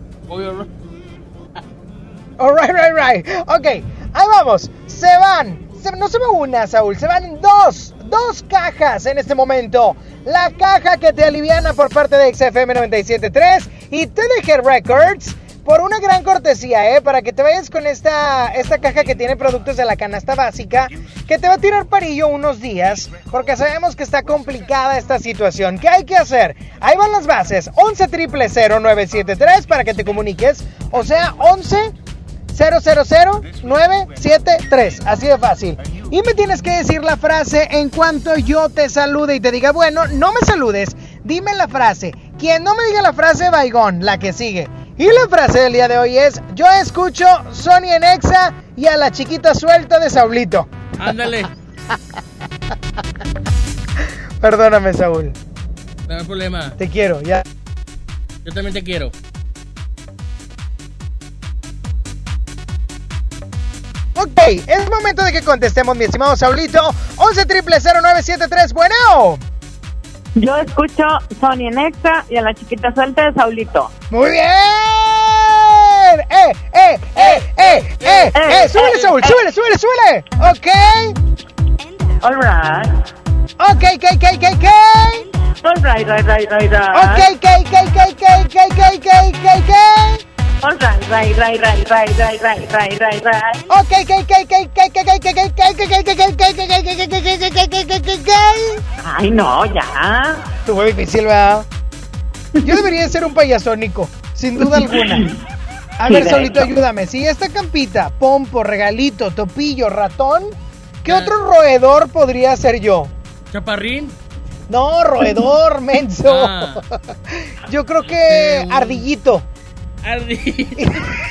All right, right, right. Ok, ahí vamos. Se van. Se, no se va una, Saúl. Se van dos. Dos cajas en este momento. La caja que te aliviana por parte de X F M noventa y siete punto tres y T D G Records. Por una gran cortesía, ¿eh? Para que te vayas con esta, esta caja que tiene productos de la canasta básica, que te va a tirar parillo unos días, porque sabemos que está complicada esta situación. ¿Qué hay que hacer? Ahí van las bases. once triple cero nueve siete tres para que te comuniques. O sea, once cero cero cero nueve siete tres. Así de fácil. Y me tienes que decir la frase en cuanto yo te salude y te diga, bueno, no me saludes, dime la frase. Quien no me diga la frase, vaigón, la que sigue. Y la frase del día de hoy es: yo escucho Sony en Exa y a la chiquita suelta de Saulito. Ándale. Perdóname, Saúl. No hay problema. Te quiero, ya. Yo también te quiero. Ok, es momento de que contestemos, mi estimado Saulito. once triple cero nueve siete tres, bueno. Yo escucho Sony en Exa y a la chiquita suelta de Saulito. ¡Muy bien! ¡Eh, eh, eh, eh, eh! ¡Eh! ¡Súbele, Saúl! ¡Súbele, súbele, súbele! ¡Ok! All right. Ok, ok, ok, ok, ok. All right, right, right, right, right. Ok, ok, ok, ok, ok, ok, ok, ok. All right, right, right, right, right, right, right, right, right, right. Ok, ok, ok, ok, ok, ok, ok, ok, ok, ok. Ay, no, ya. Estuvo difícil, ¿verdad? Yo debería ser un payasónico, sin duda alguna. A ver, Saulito, ayúdame. Si esta campita, pompo, regalito, topillo, ratón, ¿qué otro roedor podría ser yo? ¿Chaparrín? No, roedor, menso. Ah. Yo creo que ardillito. Ardillito.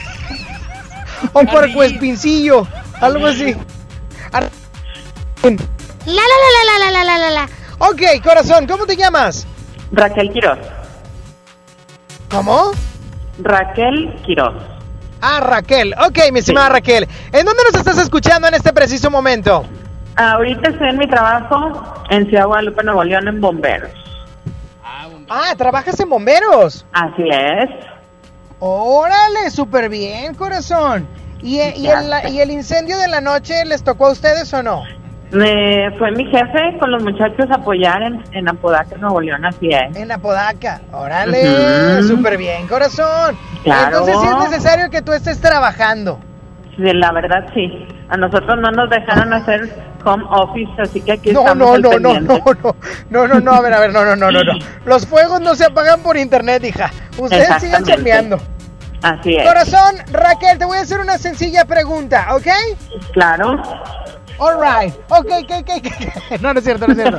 O puercoespincillo, algo así. Ar... La la la la la la la la. Ok, corazón, ¿cómo te llamas? Raquel Quiroz. ¿Cómo? Raquel Quiroz. Ah, Raquel. Ok, mi estimada sí. Raquel. ¿En dónde nos estás escuchando en este preciso momento? Ahorita estoy en mi trabajo en Ciudad Guadalupe, Nuevo León, en Bomberos. Ah, bomberos. Ah, ¿trabajas en Bomberos? Así es. Órale, súper bien, corazón. ¿Y, y, el, ¿Y el incendio de la noche les tocó a ustedes o no? Me fue mi jefe con los muchachos a apoyar en, en Apodaca, Nuevo León, así es. En Apodaca, órale, uh-huh. Súper bien, corazón. Claro. Entonces sí es necesario que tú estés trabajando. Sí, la verdad sí. A nosotros no nos dejaron hacer home office, así que aquí no, estamos no, al no, pendiente. no, no, no, no, no, a ver, a ver, no, no, no, no, no. Los fuegos no se apagan por internet, hija. Ustedes sigan chambeando. Así es. Corazón, Raquel, te voy a hacer una sencilla pregunta, ¿ok? Claro. All right. Ok, ok, ok, ok. No, no es cierto, no es cierto.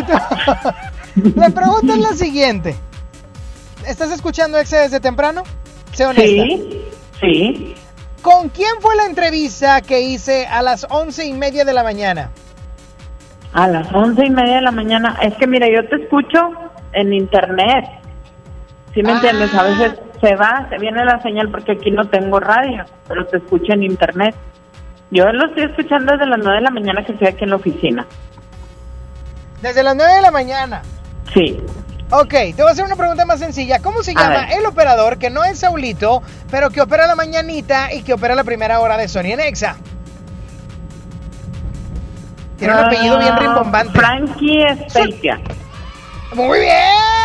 La pregunta es la siguiente. ¿Estás escuchando Exa desde temprano? Sé honesta. Sí, sí. ¿Con quién fue la entrevista que hice a las once y media de la mañana? A las once y media de la mañana. Es que mira, yo te escucho en internet. ¿Sí me ah. entiendes? A veces se va, se viene la señal porque aquí no tengo radio, pero te escucho en internet. Yo lo estoy escuchando desde las nueve de la mañana que estoy aquí en la oficina. ¿Desde las nueve de la mañana? Sí. Ok, te voy a hacer una pregunta más sencilla. ¿Cómo se llama el operador que no es Saulito, pero que opera la mañanita y que opera la primera hora de Sony en Exa? Tiene un uh, apellido bien rimbombante. Frankie Espeitia. ¡Muy bien!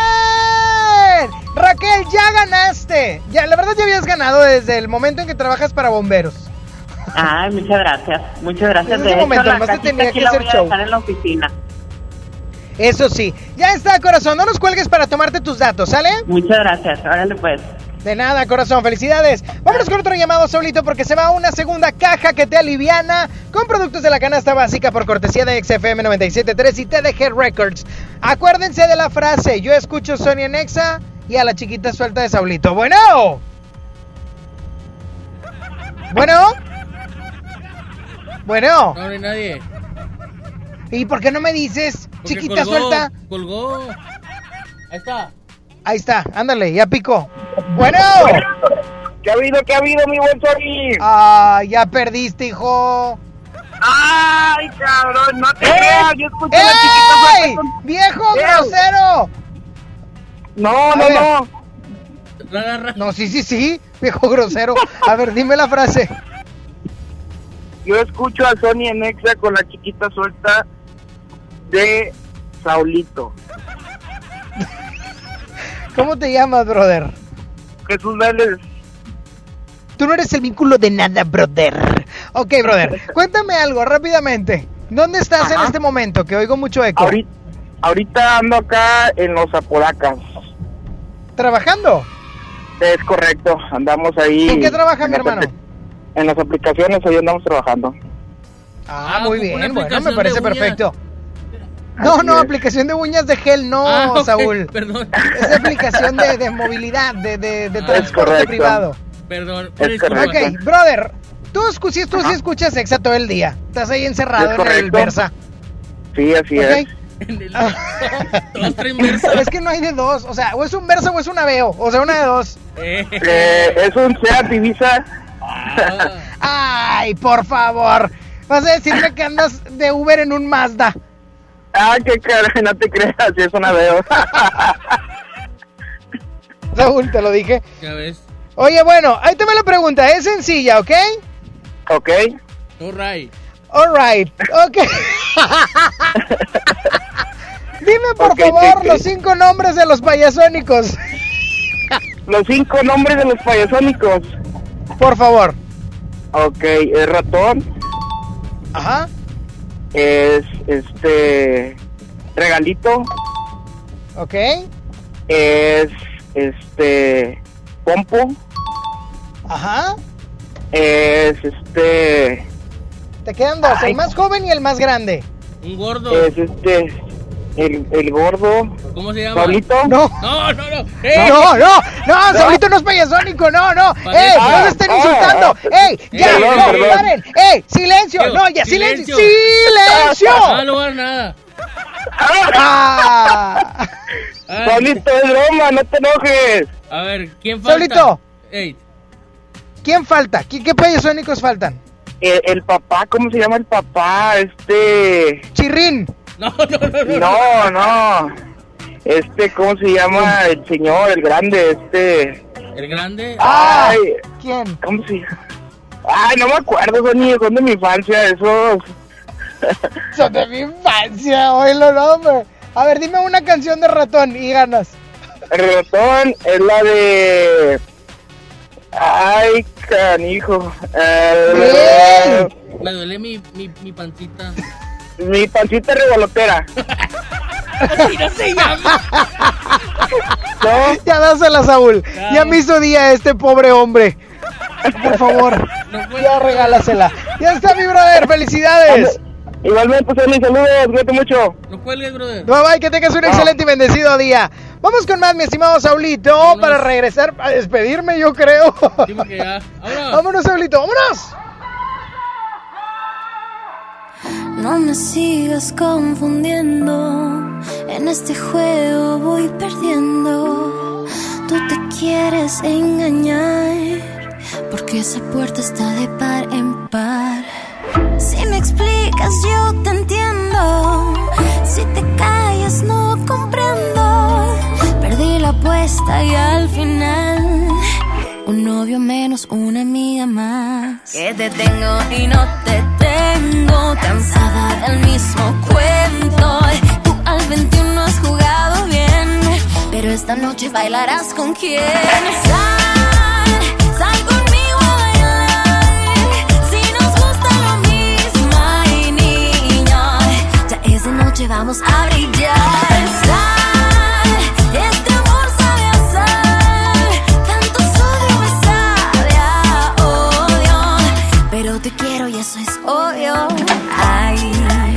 Raquel, ya ganaste. Ya, la verdad ya habías ganado desde el momento en que trabajas para Bomberos. Ay, muchas gracias. Muchas gracias. Desde ese momento, además te tenía que hacer show. Estar en la oficina. Eso sí. Ya está, corazón. No nos cuelgues para tomarte tus datos, ¿sale? Muchas gracias. Órale, pues. De nada, corazón. Felicidades. Vámonos con otro llamado, Saulito, porque se va una segunda caja que te aliviana con productos de la canasta básica por cortesía de X F M noventa y siete punto tres y T D G Records. Acuérdense de la frase: yo escucho Sony en Exa y a la chiquita suelta de Saulito. Bueno. Bueno. Bueno. No, no hay nadie. ¿Y por qué no me dices, Porque chiquita colgó, suelta? Colgó. Ahí está. Ahí está, ándale, ya picó. Bueno. ¿Qué ha habido, qué ha habido, mi buen Sony? Ah, ya perdiste, hijo. Ay, cabrón, no te ¡Eh! creas, yo escuché ¡Ey! a la chiquita con... ¡Viejo ¡Eh! grosero! No, A no, ver. no. No, sí, sí, sí, viejo grosero. A ver, dime la frase. Yo escucho a Sony en Exa con la chiquita suelta de Saulito. ¿Cómo te llamas, brother? Jesús Vélez. Tú no eres el vínculo de nada, brother. Ok, brother, cuéntame algo rápidamente. ¿Dónde estás Ajá. en este momento? Que oigo mucho eco. Ahorita, ahorita ando acá en los Apolacas. ¿Trabajando? Es correcto, andamos ahí. ¿En qué trabaja en mi las hermano? apli- En las aplicaciones, ahí andamos trabajando. Ah, muy bien, una bueno, me aplicación parece de uñas. perfecto. No, Así no, es. aplicación de uñas de gel, no, Ah, ok, Saúl. Perdón. Es aplicación de, de movilidad, de, de, de Ah, transporte correcto. privado. Perdón. Es disculpa. correcto. Ok, brother, tú, escu- sí- tú sí escuchas Exa todo el día. Estás ahí encerrado Es en el correcto. Versa. Sí, así Ok. es. En el- Todos traen Versa. Es que no hay de dos, o sea, o es un Versa o es un Aveo, o sea, una de dos. Eh. Eh, es un Seat Ibiza. Ah. Ay, por favor. Vas a decirme que andas de Uber en un Mazda. Ah, qué caray, no te creas, si es una veo. Saúl, te lo dije. Ya ves. Oye, bueno, ahí te va la pregunta, es sencilla, ¿ok? Ok. Alright. Alright, ok. Dime por Ok, favor ok, ok. los cinco nombres de los payasónicos. Los cinco nombres de los payasónicos. Por favor. Ok, es ratón. Ajá. Es este. Regalito. Ok. Es este. Pompo. Ajá. Es este. Te quedan dos, Ay. el más joven y el más grande. Un gordo. Es este. El, el gordo. ¿Cómo se llama? Saulito. No. No, no, no. ¡Eh! No, no, no, Saulito no es payasónico, no, no. Vale. ¡Ey, Ah, no se estén ah, insultando! ah. ¡Ey, ya, Perdón, no, perdón. paren! ¡Ey, silencio! Tío, No, ya, silencio, silencio. silencio. Ah, no va a dar nada. Ah. Ay, Saulito, es broma, no te enojes. a ver, ¿quién falta? Saulito. Ey, ¿Quién falta? ¿Qué, qué payasónicos faltan? El, el papá, ¿cómo se llama el papá? Este. Chirrín. no, no, no, no. No, no. Este, ¿cómo se llama? El señor, el grande, este. El grande. Ah. Ay, ¿Quién? ¿cómo se llama? Ay, no me acuerdo, son, ni- son de mi infancia, esos. Son de mi infancia, oílo, no, hombre. A ver, dime una canción de ratón y ganas. El ratón es la de. Ay, canijo. Eh, Me duele mi, mi, mi pancita. mi pancita revolotera. Así no se llama. ¿No? Ya dásela, Saúl. Ya. Ya me hizo día este pobre hombre. Por favor, No puede ya regálasela. Ya está, mi brother, felicidades. Igualmente, Sony, saludos, cuídate mucho. No cuelgues, brother. Bye bye, que tengas un excelente y bendecido día. Vamos con más, mi estimado Saulito, Vámonos. para regresar a despedirme, yo creo. Sí, porque ya. Vámonos. Vámonos, Saulito, vámonos. No me sigas confundiendo, en este juego voy perdiendo. Tú te quieres engañar, porque esa puerta está de par en par. Si me explicas yo te entiendo, si te callas no comprendo. Perdí la apuesta y al final un novio menos, una amiga más. Que te tengo y no te tengo, cansada del mismo cuento. Tú al veintiuno has jugado bien, pero esta noche bailarás con quién. Sal, sal conmigo a bailar, si nos gusta lo mismo, ay niña, ya es de noche, vamos a brillar. Sal, este amor sabe a sal, tanto sodio me sabe a odio, pero te quiero y eso es obvio. Ay,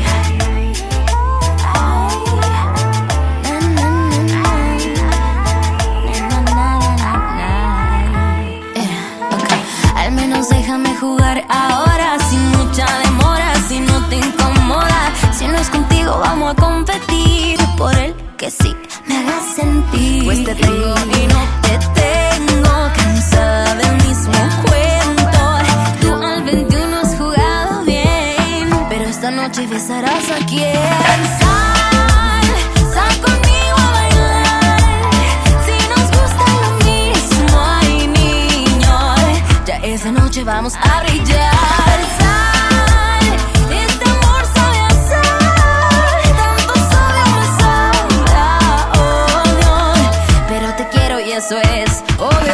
al menos déjame jugar ahora, sin mucha demora, si no te incomoda. Si no es contigo vamos a competir por el que me hagas sentir. Pues te tengo y no te tengo, cansada del mismo cuento. Tú al veintiuno has jugado bien, pero esta noche besarás a quien. Sal, sal conmigo a bailar. Si nos gusta lo mismo, ay niño, ya esa noche vamos a brillar. Eso es obvio.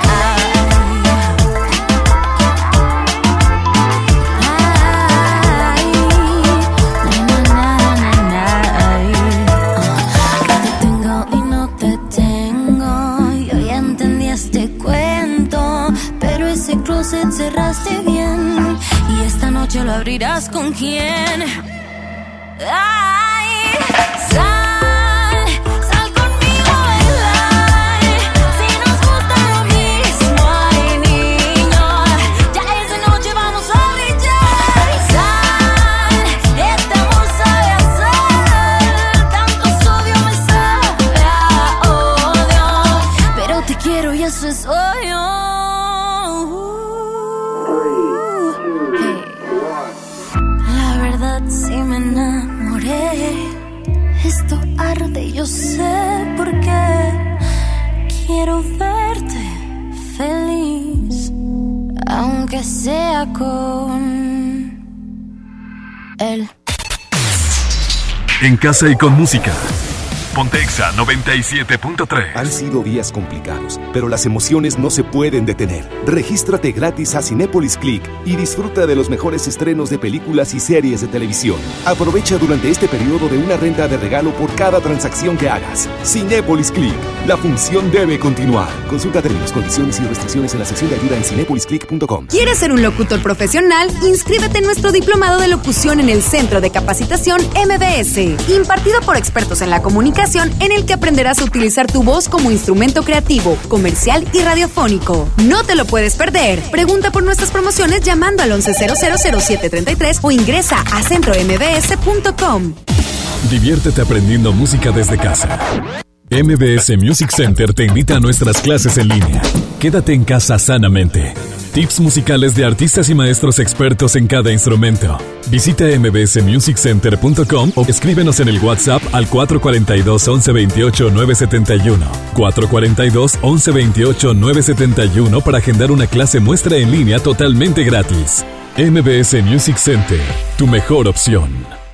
Ay, na, na, na, na, ay. Que te tengo y no te tengo. Yo ya entendí este cuento, pero ese closet cerraste bien. Y esta noche lo abrirás con quién. Ay, sal. Eso es hoyo. Hey. La verdad sí me enamoré. Esto arde, yo sé por qué. Quiero verte feliz, aunque sea con él. En casa y con música. Ponte Exa noventa y siete punto tres. Han sido días complicados, pero las emociones no se pueden detener. Regístrate gratis a Cinépolis Click y disfruta de los mejores estrenos de películas y series de televisión. Aprovecha durante este periodo de una renta de regalo por cada transacción que hagas. Cinépolis Click. La función debe continuar. Consulta términos, condiciones y restricciones en la sección de ayuda en cinépolis click punto com. ¿Quieres ser un locutor profesional? Inscríbete en nuestro diplomado de locución en el Centro de Capacitación M B S, impartido por expertos en la comunicación, en el que aprenderás a utilizar tu voz como instrumento creativo, comercial y radiofónico. No te lo puedes perder. Pregunta por nuestras promociones llamando al once cero cero cero siete treinta y tres o ingresa a centro m b s punto com. Diviértete aprendiendo música desde casa. M B S Music Center te invita a nuestras clases en línea. Quédate en casa sanamente. Tips musicales de artistas y maestros expertos en cada instrumento. Visita m b s music center punto com o escríbenos en el WhatsApp al cuatro cuatro dos, once veintiocho, nueve setenta y uno. cuatro cuatro dos, once veintiocho, nueve setenta y uno para agendar una clase muestra en línea totalmente gratis. M B S Music Center, tu mejor opción.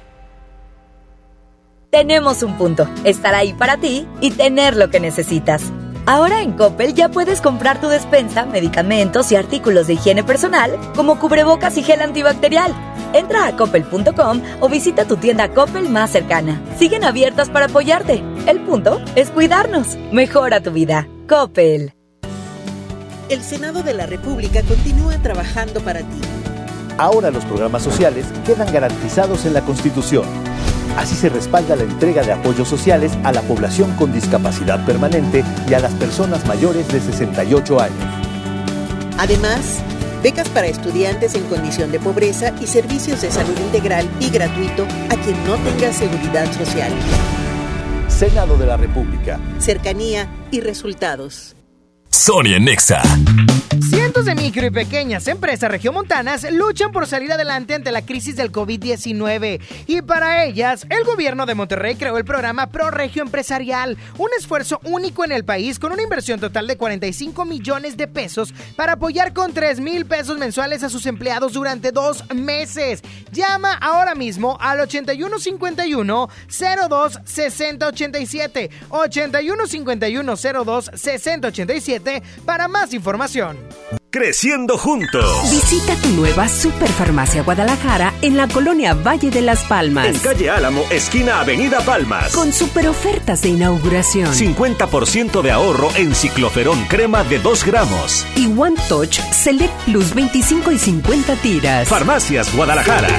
Tenemos un punto, estar ahí para ti y tener lo que necesitas. Ahora en Coppel ya puedes comprar tu despensa, medicamentos y artículos de higiene personal como cubrebocas y gel antibacterial. Entra a coppel punto com o visita tu tienda Coppel más cercana. Siguen abiertas para apoyarte. El punto es cuidarnos. Mejora tu vida. Coppel. El Senado de la República continúa trabajando para ti. Ahora los programas sociales quedan garantizados en la Constitución. Así se respalda la entrega de apoyos sociales a la población con discapacidad permanente y a las personas mayores de sesenta y ocho años. Además, becas para estudiantes en condición de pobreza y servicios de salud integral y gratuito a quien no tenga seguridad social. Senado de la República. Cercanía y resultados. Sony en Nexa. Cientos de micro y pequeñas empresas regiomontanas luchan por salir adelante ante la crisis del covid diecinueve y para ellas el gobierno de Monterrey creó el programa Pro Regio Empresarial, un esfuerzo único en el país con una inversión total de cuarenta y cinco millones de pesos para apoyar con tres mil pesos mensuales a sus empleados durante dos meses. Llama ahora mismo al ochenta y uno cincuenta y uno, cero dos, sesenta ochenta y siete, ochenta y uno cincuenta y uno, cero dos, sesenta ochenta y siete para más información. Creciendo juntos. Visita tu nueva Superfarmacia Guadalajara en la colonia Valle de las Palmas. En calle Álamo, esquina Avenida Palmas. Con super ofertas de inauguración. cincuenta por ciento de ahorro en cicloferón crema de dos gramos. Y One Touch Select Plus veinticinco y cincuenta tiras. Farmacias Guadalajara.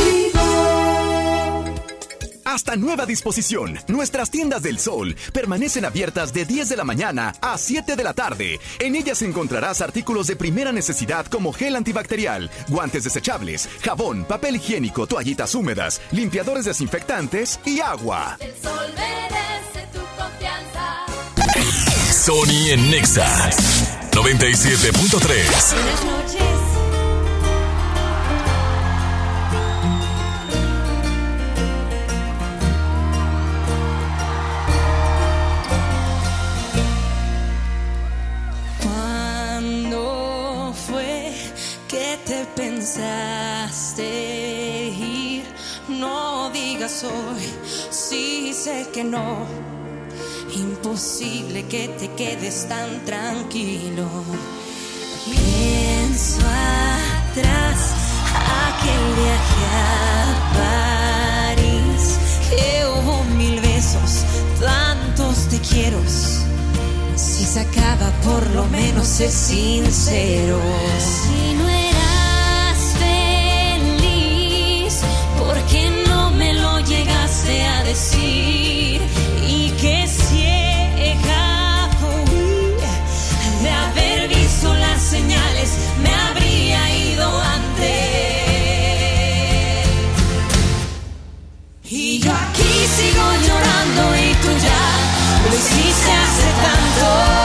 Hasta nueva disposición, nuestras tiendas del Sol permanecen abiertas de diez de la mañana a siete de la tarde. En ellas encontrarás artículos de primera necesidad como gel antibacterial, guantes desechables, jabón, papel higiénico, toallitas húmedas, limpiadores desinfectantes y agua. El Sol merece tu confianza. Sony en Nexa noventa y siete punto tres. Buenas noches. ¿Cuándo fue que te pensaste ir? No digas hoy, sí sé que no. Imposible que te quedes tan tranquilo. Pienso atrás, aquel viaje a París, que hubo mil besos, tantos te quiero. Si se acaba, por lo menos sé sincero. Si no eras feliz, ¿por qué no me lo llegaste a decir? Y que ciega fui de haber visto las señales, me habría ido antes. Y yo aquí sigo llorando y tú ya lo hiciste hace tanto.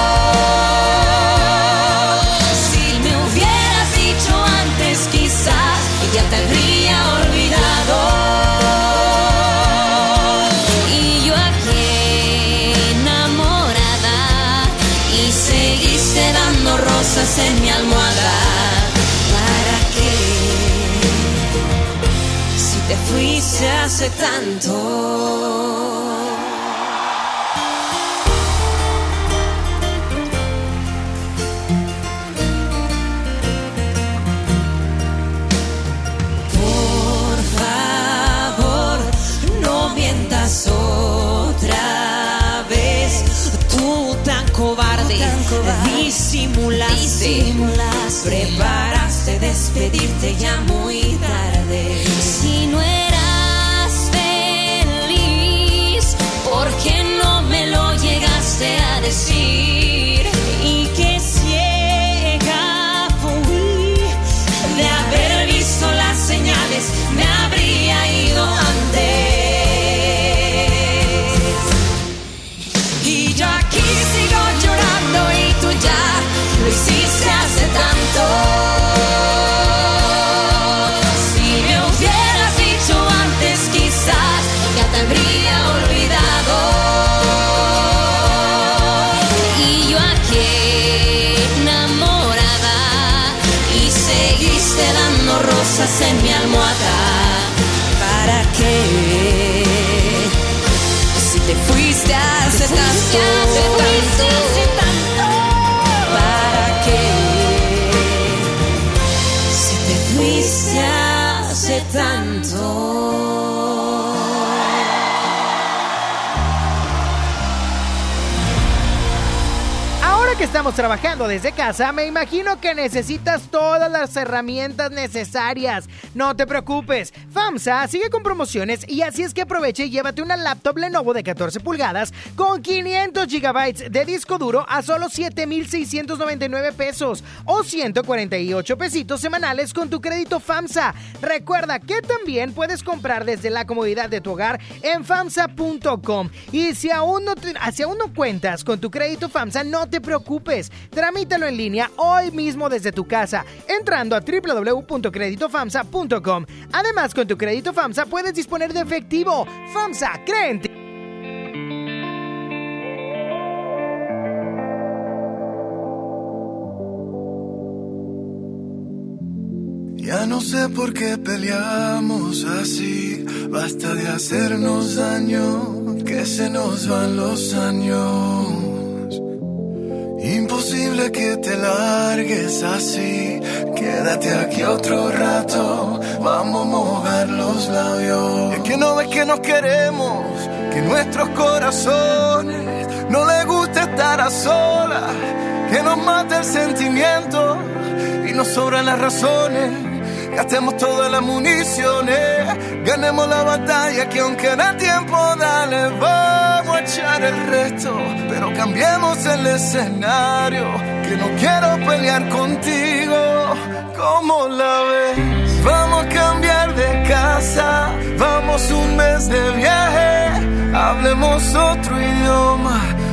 Si me hubieras dicho antes, quizás ya te habría olvidado. Y yo aquí enamorada y seguiste dando rosas en mi almohada. ¿Para qué? Si te fuiste hace tanto. Otra vez, tú tan cobarde, disimulaste, disimulaste, preparaste despedirte ya muy tarde. Si no eras feliz, ¿por qué no me lo llegaste a decir? Y que ciega fui de haber visto las señales, me habría ido antes. Y yo aquí sigo llorando y tú ya lo hiciste hace tanto. Si me hubieras dicho antes, quizás ya te habría olvidado. Y yo aquí enamorada y seguiste dando rosas en mi almohada. ¿Para qué? Te fuiste hace tanto, hace tanto, hace tanto. ¿Para qué? Si te fuiste hace tanto. Ahora que estamos trabajando desde casa, me imagino que necesitas todas las herramientas necesarias. No te preocupes, FAMSA sigue con promociones y así es que aprovecha y llévate una laptop Lenovo de catorce pulgadas con quinientos gigabytes de disco duro a solo siete mil seiscientos noventa y nueve pesos o ciento cuarenta y ocho pesitos semanales con tu crédito FAMSA. Recuerda que también puedes comprar desde la comodidad de tu hogar en FAMSA punto com. Y si aún no, te, si aún no cuentas con tu crédito FAMSA, no te preocupes, tramítalo en línea hoy mismo desde tu casa entrando a doble u doble u doble u punto crédito famsa punto com. Además, con tu crédito FAMSA puedes disponer de efectivo. FAMSA, cree en ti. Ya no sé por qué peleamos así, basta de hacernos daño, que se nos van los años. Imposible que te largues así, quédate aquí otro rato, vamos a mojar los labios. Es que no ves que nos queremos, que nuestros corazones no les gusta estar a solas, que nos mata el sentimiento y nos sobran las razones. Gastemos todas las municiones, ganemos la batalla que aunque da tiempo, dale, vamos a echar el resto. Pero cambiemos el escenario, que no quiero pelear contigo. ¿Cómo la ves? Vamos a cambiar de casa, vamos un mes de viaje, hablemos otro idioma,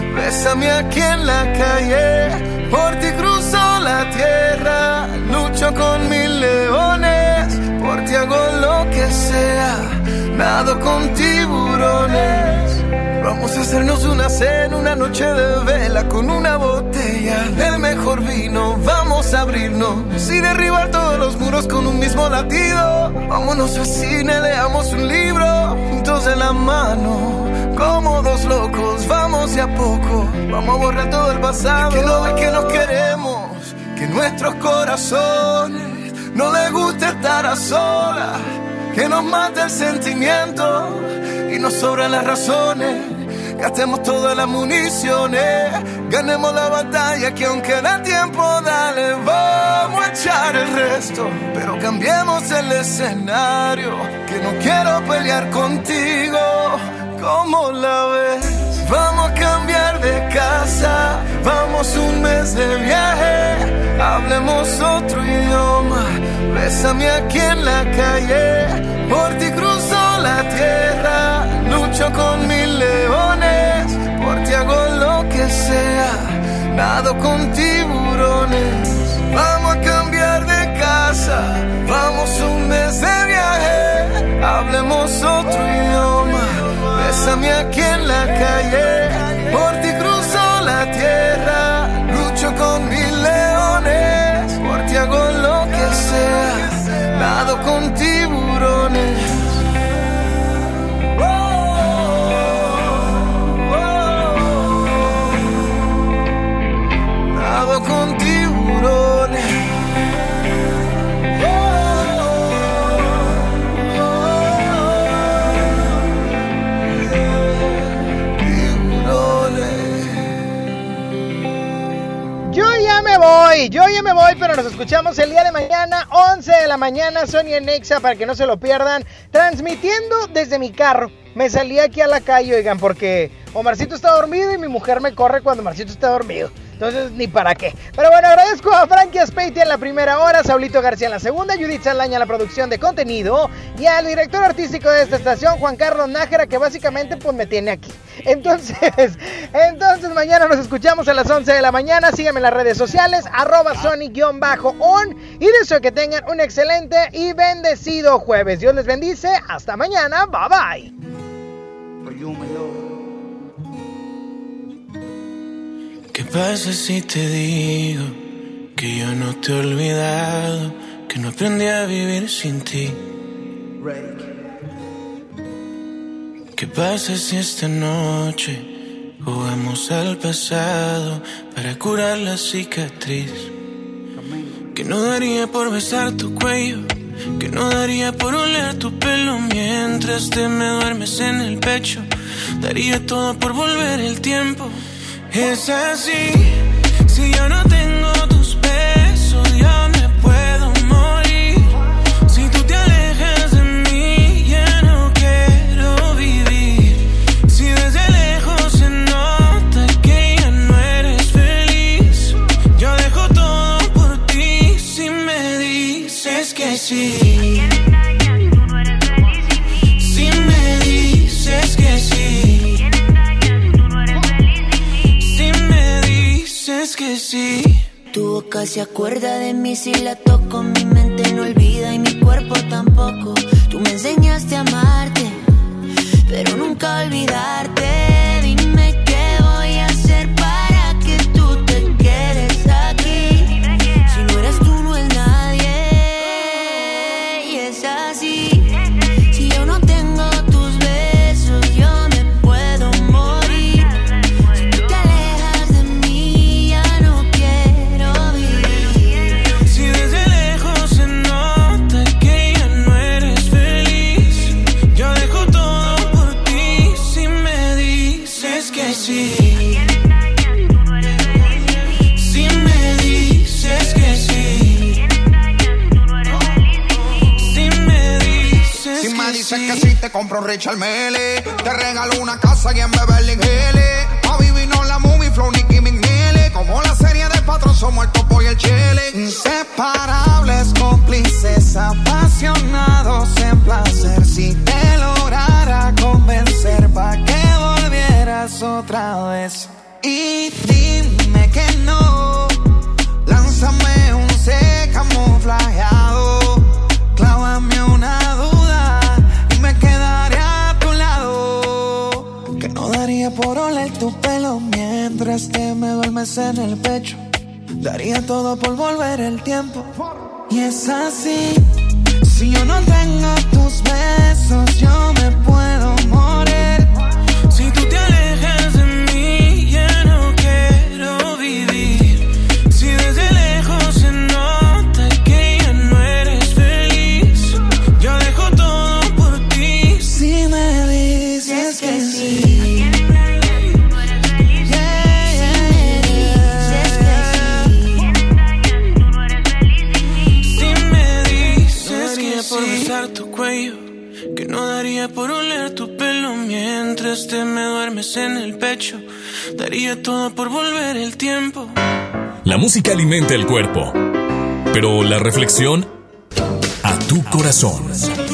Bésame aquí en la calle, por ti cruzo la tierra, lucho con mil leones, por ti hago lo que sea, nado con tiburones. Vamos a hacernos una cena, una noche de vela con una botella del mejor vino. Vamos a abrirnos y derribar todos los muros con un mismo latido. Vámonos al cine, leamos un libro, juntos de la mano, como dos locos. Vamos de a poco, vamos a borrar todo el pasado. Que no ves que nos queremos, que nuestros corazones no les gusta estar a solas, que nos mata el sentimiento y nos sobran las razones. Gastemos todas las municiones, ganemos la batalla que aunque da tiempo, dale, vamos a echar el resto. Pero cambiemos el escenario, que no quiero pelear contigo. ¿Cómo la ves? Vamos a cambiar de casa, vamos un mes de viaje, hablemos otro idioma. Bésame aquí en la calle, por ti cruzo la tierra, lucho con mil leones, por ti hago lo que sea, nado con tiburones. Vamos a cambiar de casa, vamos un mes de viaje, hablemos otro idioma. Bésame aquí en la calle, por ti cruzo la tierra, lucho con mil leones, por ti hago lo que sea, nado con tiburones. Nado con tiburones. Yo ya me voy, yo ya me voy, pero nos escuchamos el día de mañana, once de la mañana, Sony en Nexa, para que no se lo pierdan, transmitiendo desde mi carro. Me salí aquí a la calle, oigan, porque Omarcito está dormido y mi mujer me corre cuando Omarcito está dormido. Entonces, ni para qué. Pero bueno, agradezco a Frankie Aspeiti en la primera hora, Saulito García en la segunda, Judith Salaña en la producción de contenido y al director artístico de esta estación, Juan Carlos Nájera, que básicamente pues me tiene aquí. Entonces, entonces mañana nos escuchamos a las once de la mañana. Síganme en las redes sociales, arroba Sony-on, y deseo que tengan un excelente y bendecido jueves. Dios les bendice. Hasta mañana. Bye bye. ¿Qué pasa si te digo que yo no te he olvidado, que no aprendí a vivir sin ti? ¿Qué pasa si esta noche jugamos al pasado para curar la cicatriz? Que no daría por besar tu cuello, que no daría por oler tu pelo mientras te me duermes en el pecho. Daría todo por volver el tiempo. Es así, si yo no tengo tus besos, yo me puedo morir. Si tú te alejas de mí, ya no quiero vivir. Si desde lejos se nota que ya no eres feliz, yo dejo todo por ti si me dices que sí. Si me dices que sí. Es que sí. Tu boca se acuerda de mí si la toco, mi mente no olvida y mi cuerpo tampoco. Tú me enseñaste a amarte, pero nunca olvidarte. Dime qué voy a hacer para que tú te quedes aquí. Si no eres tú, no es nadie. Y es así. Si yo no tengo tus besos, yo me puedo morir. Si tú te alejas de mí, ya no quiero vivir. Si desde lejos se nota que ya no eres feliz, yo dejo todo por ti si me dices que sí. Si me dices que sí. Si me dices Si me que dices sí. que sí, te compro un Richard Mele, te regalo una casa aquí en Beverly Hills. A vivir no la movie, flow, Nicki McNeely. Como la serie de Patrón, somos el topo y el chile. Inseparables, cómplices, apasionados en placer. Si te lograra convencer pa' que volvieras otra vez. Y mientras que me duermes en el pecho. Daría todo por volver el tiempo. Y es así. Si yo no tengo tus besos, yo me puedo morir. Si tú te alejas de mí, ya no quiero vivir. Si desde lejos se nota que ya no eres feliz, yo dejo todo por ti. Si me dices que sí. Por besar tu cuello, que no daría por oler tu pelo mientras te me duermes en el pecho. Daría todo por volver el tiempo. La música alimenta el cuerpo, pero la reflexión a tu corazón.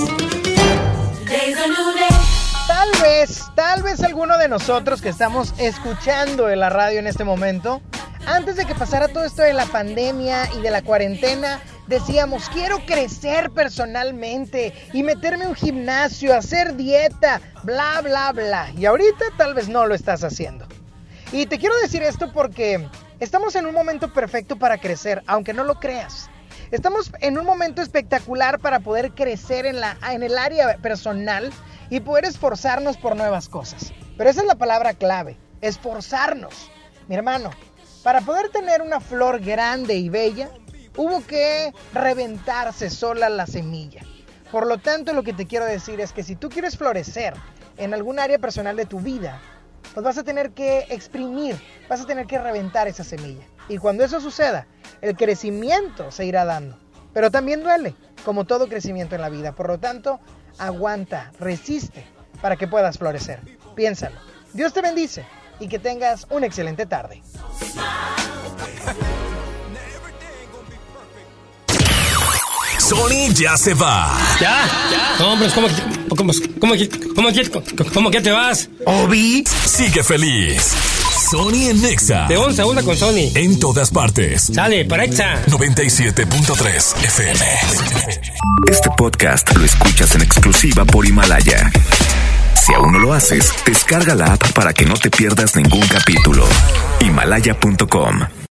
Tal vez, tal vez alguno de nosotros que estamos escuchando en la radio en este momento, antes de que pasara todo esto de la pandemia y de la cuarentena, decíamos, quiero crecer personalmente y meterme a un gimnasio, hacer dieta, bla, bla, bla. Y ahorita tal vez no lo estás haciendo. Y te quiero decir esto porque estamos en un momento perfecto para crecer, aunque no lo creas. Estamos en un momento espectacular para poder crecer en, la, en el área personal y poder esforzarnos por nuevas cosas. Pero esa es la palabra clave, esforzarnos. Mi hermano, para poder tener una flor grande y bella, hubo que reventarse sola la semilla. Por lo tanto, lo que te quiero decir es que si tú quieres florecer en algún área personal de tu vida, pues vas a tener que exprimir, vas a tener que reventar esa semilla. Y cuando eso suceda, el crecimiento se irá dando. Pero también duele, como todo crecimiento en la vida. Por lo tanto, aguanta, resiste para que puedas florecer. Piénsalo. Dios te bendice y que tengas una excelente tarde. Sony ya se va. ¿Ya? ¿Ya? No, hombre, ¿cómo, cómo, cómo, cómo, cómo, cómo que te vas? Obi sigue feliz. Sony en Nexa. De once a una con Sony. En todas partes. Sale, para Exa. noventa y siete punto tres F M. Este podcast lo escuchas en exclusiva por Himalaya. Si aún no lo haces, descarga la app para que no te pierdas ningún capítulo. Himalaya punto com